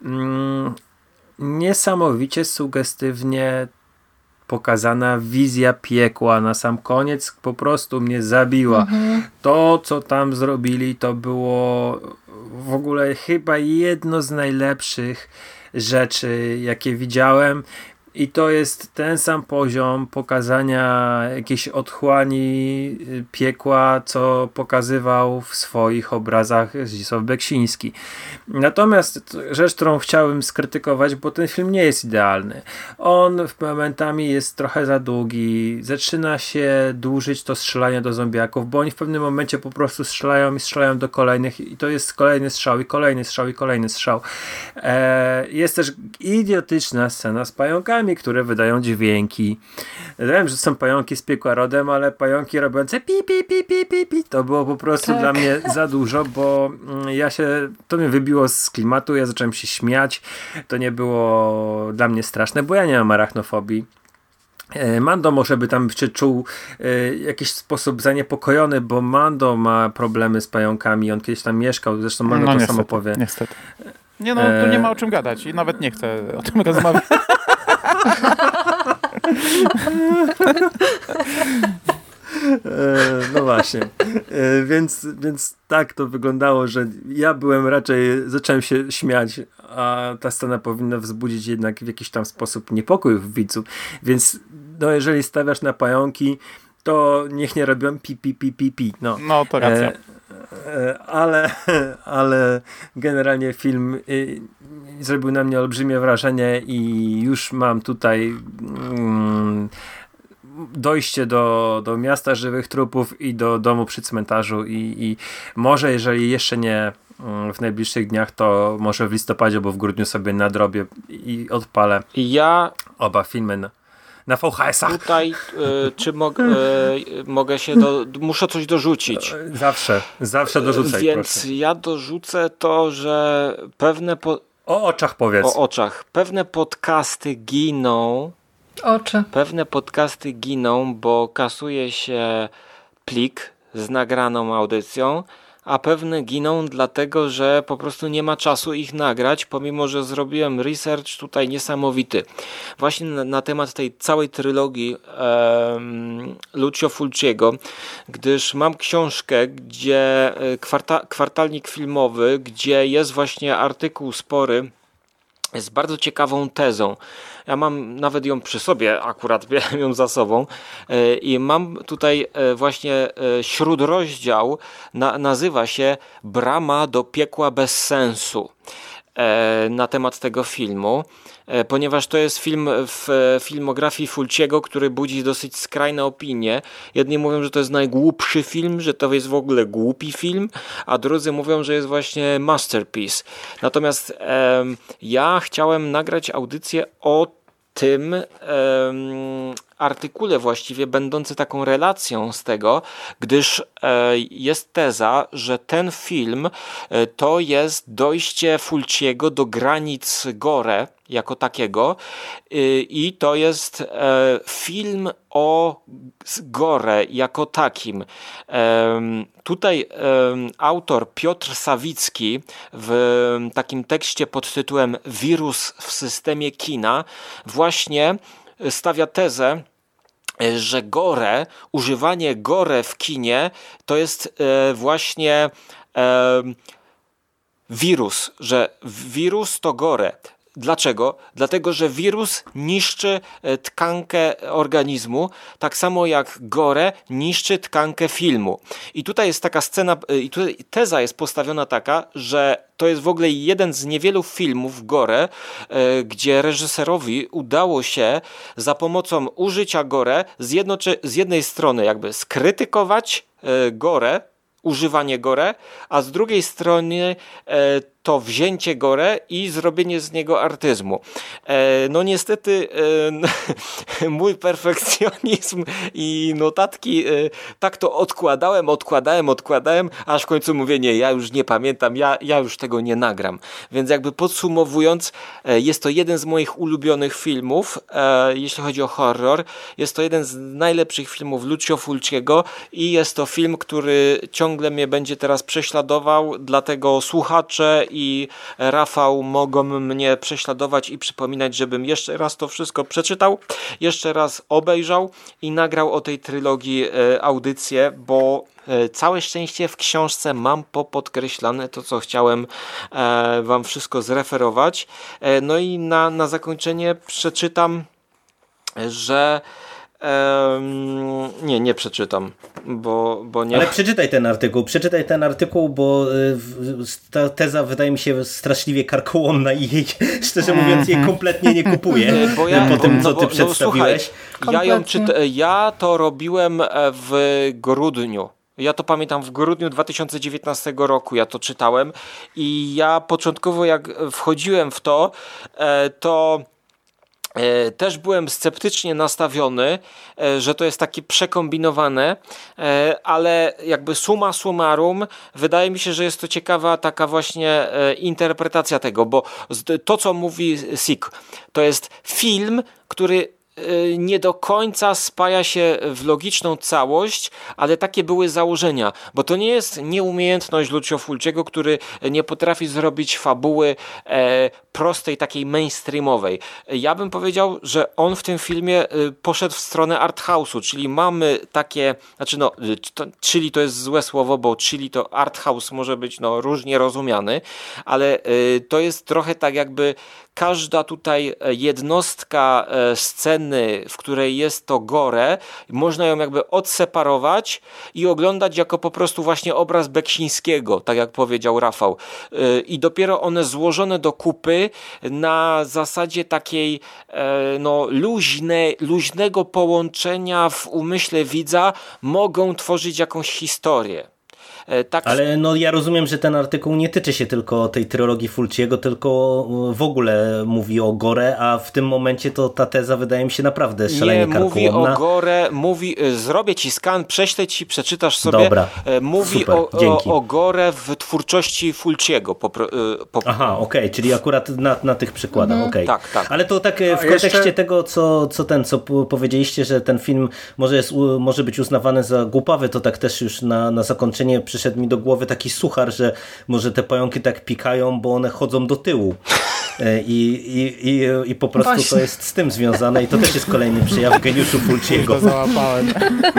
Niesamowicie sugestywnie pokazana wizja piekła na sam koniec po prostu mnie zabiła. To, co tam zrobili, to było w ogóle chyba jedno z najlepszych rzeczy, jakie widziałem. I to jest ten sam poziom pokazania jakiejś otchłani piekła, co pokazywał w swoich obrazach Zdzisław Beksiński. Natomiast rzecz, którą chciałem skrytykować, bo ten film nie jest idealny. On momentami jest trochę za długi, zaczyna się dłużyć to strzelanie do zombiaków, bo oni w pewnym momencie po prostu strzelają i strzelają do kolejnych i to jest kolejny strzał i kolejny strzał i kolejny strzał. Jest też idiotyczna scena z pająkami, które wydają dźwięki. Wiem, że są pająki z piekła rodem, ale pająki robiące pi, pi, pi, pi, pi, pi, to było po prostu dla mnie za dużo, bo to mnie wybiło z klimatu, ja zacząłem się śmiać, to nie było dla mnie straszne, bo ja nie mam arachnofobii. Mando może by tam się czuł w jakiś sposób zaniepokojony, bo Mando ma problemy z pająkami, on kiedyś tam mieszkał, zresztą Mando to samo powie. Niestety. Nie no, tu nie ma o czym gadać i nawet nie chcę o tym rozmawiać. No właśnie. Więc tak to wyglądało, że ja zacząłem się śmiać, a ta scena powinna wzbudzić jednak w jakiś tam sposób niepokój w widzu. Więc no jeżeli stawiasz na pająki, to niech nie robią pi. No to racja. Ale generalnie film zrobił na mnie olbrzymie wrażenie i już mam tutaj dojście do miasta żywych trupów i do domu przy cmentarzu i może jeżeli jeszcze nie w najbliższych dniach, to może w listopadzie albo w grudniu sobie nadrobię i odpalę oba filmy na VHS-ach. Tutaj czy mogę się muszę coś dorzucić. Zawsze dorzucaj, więc proszę. Ja dorzucę to, że pewne o oczach powiedz. O oczach. Pewne podcasty giną. Oczy. Pewne podcasty giną, bo kasuje się plik z nagraną audycją, a pewne giną dlatego, że po prostu nie ma czasu ich nagrać, pomimo że zrobiłem research tutaj niesamowity. Właśnie na temat tej całej trylogii Lucio Fulciego, gdyż mam książkę, gdzie kwartalnik filmowy, gdzie jest właśnie artykuł spory z bardzo ciekawą tezą. Ja mam nawet ją przy sobie, akurat miałem ją za sobą i mam tutaj właśnie śródrozdział, nazywa się Brama do piekła bez sensu na temat tego filmu, ponieważ to jest film w filmografii Fulciego, który budzi dosyć skrajne opinie. Jedni mówią, że to jest najgłupszy film, że to jest w ogóle głupi film, a drudzy mówią, że jest właśnie masterpiece. Natomiast ja chciałem nagrać audycję o tym artykule właściwie będący taką relacją z tego, gdyż jest teza, że ten film to jest dojście Fulciego do granic Gore jako takiego i to jest film o Gore jako takim. Tutaj autor Piotr Sawicki w takim tekście pod tytułem Wirus w systemie kina właśnie stawia tezę, że gore, używanie gore w kinie to jest właśnie wirus, że wirus to gore. Dlaczego? Dlatego, że wirus niszczy tkankę organizmu, tak samo jak gore niszczy tkankę filmu. I tutaj jest taka scena, i tutaj teza jest postawiona taka, że to jest w ogóle jeden z niewielu filmów gore, gdzie reżyserowi udało się za pomocą użycia gore z jednej strony jakby skrytykować gore, używanie gore, a z drugiej strony to wzięcie gore i zrobienie z niego artyzmu. No niestety mój perfekcjonizm i notatki tak to odkładałem, aż w końcu mówię, nie, ja już nie pamiętam, ja już tego nie nagram. Więc jakby podsumowując, jest to jeden z moich ulubionych filmów, jeśli chodzi o horror. Jest to jeden z najlepszych filmów Lucio Fulciego i jest to film, który ciągle mnie będzie teraz prześladował, dlatego słuchacze i Rafał mogą mnie prześladować i przypominać, żebym jeszcze raz to wszystko przeczytał, jeszcze raz obejrzał i nagrał o tej trylogii audycję, bo całe szczęście w książce mam popodkreślane to, co chciałem wam wszystko zreferować. No i na zakończenie przeczytam, że nie przeczytam, bo nie. Ale przeczytaj ten artykuł, bo ta teza wydaje mi się straszliwie karkołomna i jej, szczerze mówiąc, jej kompletnie nie kupuję po tym, co ty przedstawiłeś. Słuchaj, ja to robiłem w grudniu. Ja to pamiętam, w grudniu 2019 roku ja to czytałem i ja początkowo jak wchodziłem w to też byłem sceptycznie nastawiony, że to jest takie przekombinowane, ale jakby summa summarum wydaje mi się, że jest to ciekawa taka właśnie interpretacja tego, bo to, co mówi Sik, to jest film, który nie do końca spaja się w logiczną całość, ale takie były założenia, bo to nie jest nieumiejętność Lucio Fulciego, który nie potrafi zrobić fabuły prostej, takiej mainstreamowej. Ja bym powiedział, że on w tym filmie poszedł w stronę arthouse'u, czyli mamy takie, czyli to jest złe słowo, bo czyli to arthouse może być różnie rozumiany, ale to jest trochę tak jakby każda tutaj jednostka sceny sceny, w której jest to gore, można ją jakby odseparować i oglądać jako po prostu właśnie obraz Beksińskiego, tak jak powiedział Rafał. I dopiero one złożone do kupy na zasadzie takiej luźnego połączenia w umyśle widza mogą tworzyć jakąś historię. Tak. Ale no ja rozumiem, że ten artykuł nie tyczy się tylko tej trylogii Fulciego, tylko w ogóle mówi o gore, a w tym momencie to ta teza wydaje mi się naprawdę szalenie karkołomna. Nie, mówi o gore, zrobię ci skan, prześlę ci, przeczytasz sobie. Dobra, mówi super, o gore w twórczości Fulciego. Aha, okej, czyli akurat na tych przykładach, okej. Tak. Ale to tak w kontekście tego, co powiedzieliście, że ten film może być uznawany za głupawy, to tak też już na zakończenie przyszedł mi do głowy taki suchar, że może te pająki tak pikają, bo one chodzą do tyłu. I po prostu właśnie to jest z tym związane i to też jest kolejny przejaw geniuszu Fulciego. To załapałem.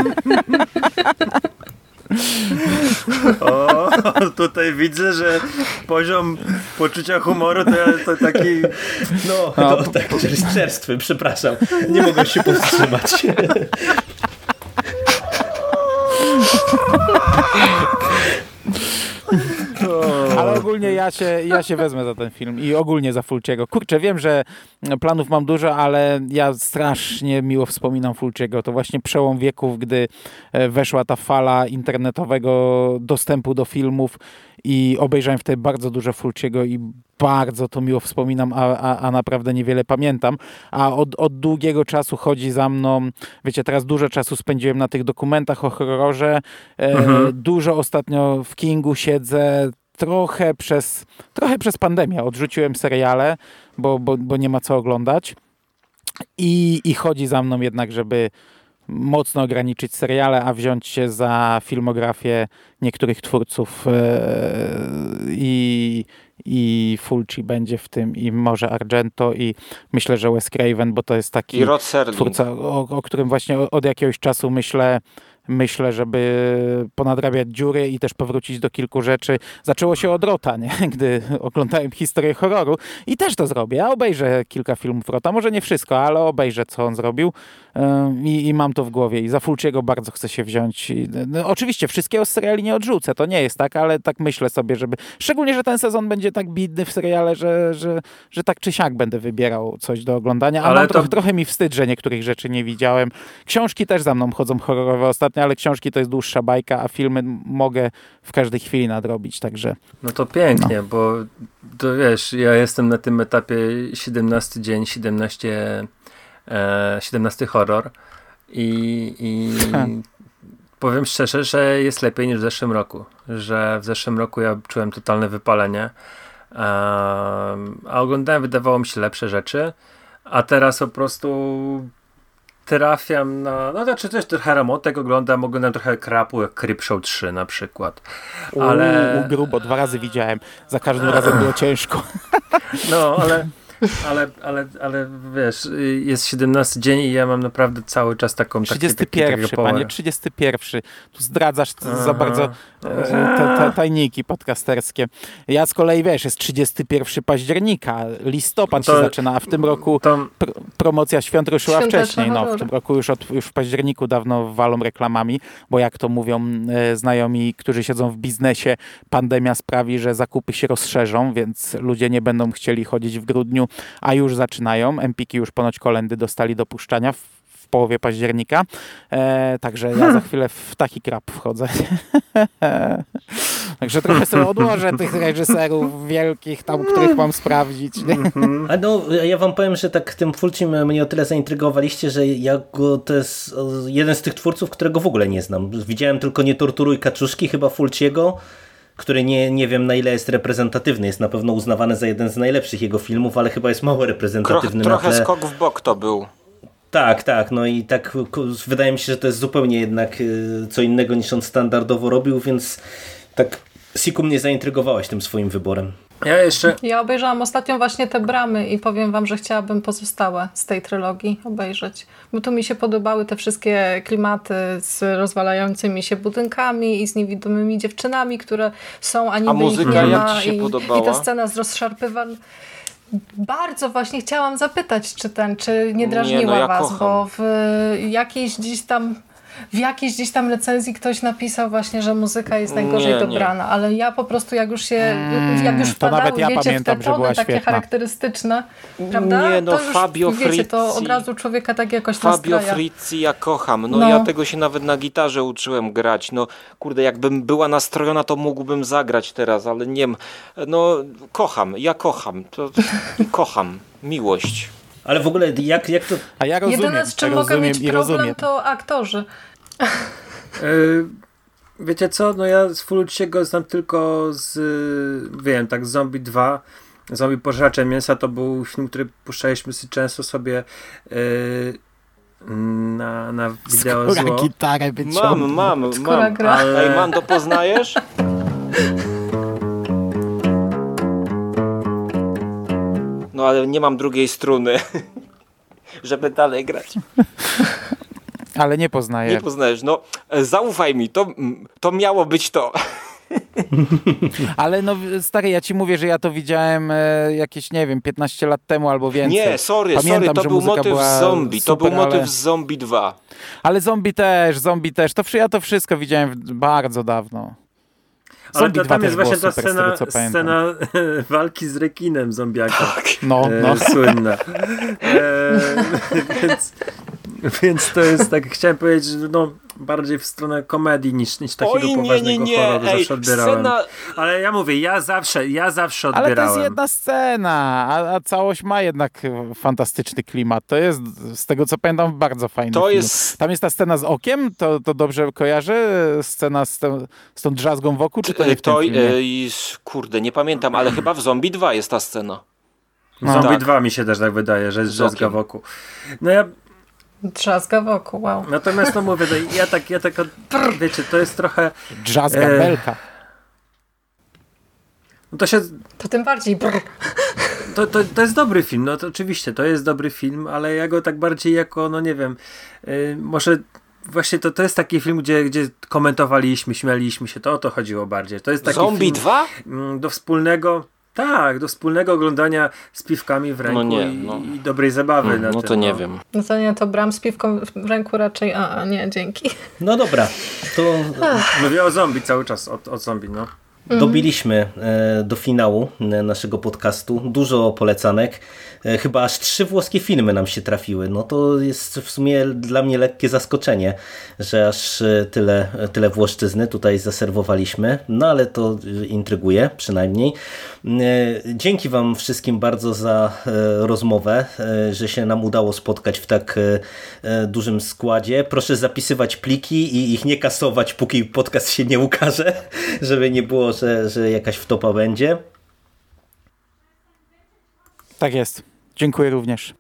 O, tutaj widzę, że poziom poczucia humoru to taki... No, tak czerstwy, przepraszam. Nie mogę się powstrzymać. Ale ogólnie ja się wezmę za ten film i ogólnie za Fulciego. Kurczę, wiem, że planów mam dużo, ale ja strasznie miło wspominam Fulciego. To właśnie przełom wieków, gdy weszła ta fala internetowego dostępu do filmów i obejrzałem wtedy bardzo dużo Fulciego i bardzo to miło wspominam, a naprawdę niewiele pamiętam. A od długiego czasu chodzi za mną, wiecie, teraz dużo czasu spędziłem na tych dokumentach o horrorze. Dużo ostatnio w Kingu siedzę, trochę przez pandemię odrzuciłem seriale, bo nie ma co oglądać. I chodzi za mną jednak, żeby mocno ograniczyć seriale, a wziąć się za filmografię niektórych twórców i Fulci będzie w tym i może Argento i myślę, że Wes Craven, bo to jest taki twórca, o którym właśnie od jakiegoś czasu myślę, żeby ponadrabiać dziury i też powrócić do kilku rzeczy. Zaczęło się od Rota, nie? Gdy oglądałem historię horroru i też to zrobię. Ja obejrzę kilka filmów Rota, może nie wszystko, ale obejrzę, co on zrobił i mam to w głowie i za Fulciego bardzo chcę się wziąć. No, oczywiście wszystkiego z seriali nie odrzucę, to nie jest tak, ale tak myślę sobie, żeby... Szczególnie, że ten sezon będzie tak bidny w seriale, że tak czy siak będę wybierał coś do oglądania, ale trochę mi wstyd, że niektórych rzeczy nie widziałem. Książki też za mną chodzą horrorowe ostatnio, ale książki to jest dłuższa bajka, a filmy mogę w każdej chwili nadrobić, także... No to pięknie, bo to wiesz, ja jestem na tym etapie 17 dzień, 17 horror i powiem szczerze, że jest lepiej niż w zeszłym roku, że w zeszłym roku ja czułem totalne wypalenie, a oglądałem, wydawało mi się, lepsze rzeczy, a teraz po prostu trafiam na... No to też trochę ramotek oglądam trochę krapu, jak Creepshow 3 na przykład. Ale... Grubo, 2 razy widziałem. Za każdym razem było ciężko. No, ale wiesz, jest 17 dzień i ja mam naprawdę cały czas taką... 31, panie, 31. Tu zdradzasz za bardzo te tajniki podcasterskie. Ja z kolei, wiesz, jest 31 października, listopad się zaczyna, a w tym roku promocja świąt ruszyła wcześniej. No, w tym roku już w październiku dawno walą reklamami, bo jak to mówią znajomi, którzy siedzą w biznesie, pandemia sprawi, że zakupy się rozszerzą, więc ludzie nie będą chcieli chodzić w grudniu, a już zaczynają. Empiki już ponoć kolędy dostali do puszczania w połowie października. Także ja za chwilę w taki krab wchodzę. Także trochę sobie odłożę tych reżyserów wielkich tam, których mam sprawdzić. A no, ja wam powiem, że tak tym Fulcim mnie o tyle zaintrygowaliście, że to jest jeden z tych twórców, którego w ogóle nie znam. Widziałem tylko Nie torturuj kaczuszki, chyba Fulciego, który nie wiem na ile jest reprezentatywny. Jest na pewno uznawany za jeden z najlepszych jego filmów, ale chyba jest mało reprezentatywny. Trochę skok w bok to był. Tak. No i tak wydaje mi się, że to jest zupełnie jednak co innego niż on standardowo robił, więc tak Siku mnie zaintrygowałaś tym swoim wyborem. Ja obejrzałam ostatnio właśnie te Bramy i powiem wam, że chciałabym pozostałe z tej trylogii obejrzeć. Bo tu mi się podobały te wszystkie klimaty z rozwalającymi się budynkami i z niewidomymi dziewczynami, które są, a niby muzyka ich nie jak ma. ci się podobała? I ta scena z rozszarpywaniem. Bardzo właśnie chciałam zapytać, czy nie drażniła ja was, kocham. bo w jakiejś gdzieś tam recenzji ktoś napisał właśnie, że muzyka jest najgorzej dobrana, ale ja po prostu jak już wpadały, nawet ja wiecie, pamiętam, w te że była tony takie świetna. charakterystyczne, prawda? Nie, no to już, Fabio wiecie, to Frizzi. od razu człowieka tak jakoś Fabio nastraja. Frizzi ja kocham. No ja tego się nawet na gitarze uczyłem grać. No kurde, jakbym była nastrojona, to mógłbym zagrać teraz, ale nie wiem. No kocham. Kocham. Miłość. Ale w ogóle jak to... A ja rozumiem, Jedyne, z czym mogę mieć problem, to aktorzy. Wiecie co, no ja z Fulciego znam tylko tak z Zombie 2. Zombie Pożeracze Mięsa to był film, który puszczaliśmy często sobie na wideo Skóra zło. gitarę wyciągnął. Mam. Skóra gra. Ale... Ej, Mando, poznajesz? No ale nie mam drugiej struny, żeby dalej grać. Ale nie poznaję. Nie poznajesz, no zaufaj mi, to miało być to. Ale no stary, ja ci mówię, że ja to widziałem jakieś, nie wiem, 15 lat temu albo więcej. Nie, sorry, Pamiętam, to że był muzyka motyw była z Zombie, to był super, motyw ale... z Zombie 2. Ale Zombie też. Ja to wszystko widziałem bardzo dawno. Ale Zombie 2 tam też jest właśnie było ta super, z tego, co pamiętam. scena walki z rekinem zombiaka. No. Słynna. Więc to jest tak, chciałem powiedzieć, że no, bardziej w stronę komedii niż takiego poważnego horroru zawsze odbierałem. Ale ja mówię, ja zawsze odbierałem. Ale to jest jedna scena, a całość ma jednak fantastyczny klimat. To jest, z tego co pamiętam, bardzo fajny film. Tam jest ta scena z okiem, to dobrze kojarzę? Scena z tą drzazgą wokół, czy to nie w tym filmie? Kurde, nie pamiętam, ale chyba w Zombie 2 jest ta scena. Zombie 2 mi się też tak wydaje, że jest drzazga wokół. No ja... Drzazga wokół, wow. Natomiast no mówię, ja tak wiecie, to jest trochę... Drzazga belka. No to się... To tym bardziej To jest dobry film, no to oczywiście, to jest dobry film, ale ja go tak bardziej jako, no nie wiem, może właśnie to jest taki film, gdzie komentowaliśmy, śmialiśmy się, to o to chodziło bardziej. To jest taki Zombie film 2? Do wspólnego oglądania z piwkami w ręku i dobrej zabawy na tym. To nie wiem. No to nie, to bram z piwką w ręku raczej, nie, dzięki. No dobra, to... Mówię o zombie cały czas, o zombie, no. Dobiliśmy do finału naszego podcastu. Dużo polecanek. Chyba aż 3 włoskie filmy nam się trafiły. No to jest w sumie dla mnie lekkie zaskoczenie, że aż tyle włoszczyzny tutaj zaserwowaliśmy. No ale to intryguje przynajmniej. Dzięki wam wszystkim bardzo za rozmowę, że się nam udało spotkać w tak dużym składzie. Proszę zapisywać pliki i ich nie kasować, póki podcast się nie ukaże, żeby nie było, że jakaś wtopa będzie. Tak jest. Dziękuję również.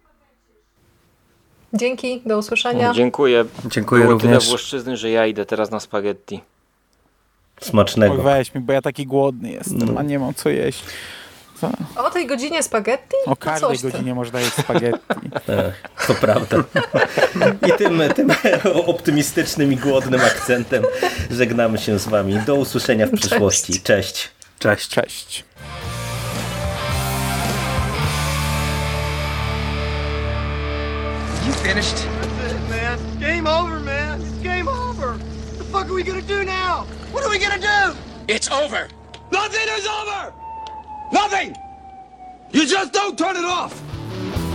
Dzięki, do usłyszenia. Dziękuję. Dziękuję Było również. tyle włoszczyzny, że ja idę teraz na spaghetti. Smacznego. Oj, weź mi, bo ja taki głodny jestem, a nie mam co jeść. Co? O tej godzinie spaghetti? O każdej godzinie można jeść spaghetti. To prawda. I tym optymistycznym i głodnym akcentem żegnamy się z wami. Do usłyszenia w przyszłości. Cześć. Cześć. Cześć. You finished? That's it, man. Game over, man. It's game over. What the fuck are we gonna do now? What are we gonna do? It's over. Nothing is over. Nothing. You just don't turn it off.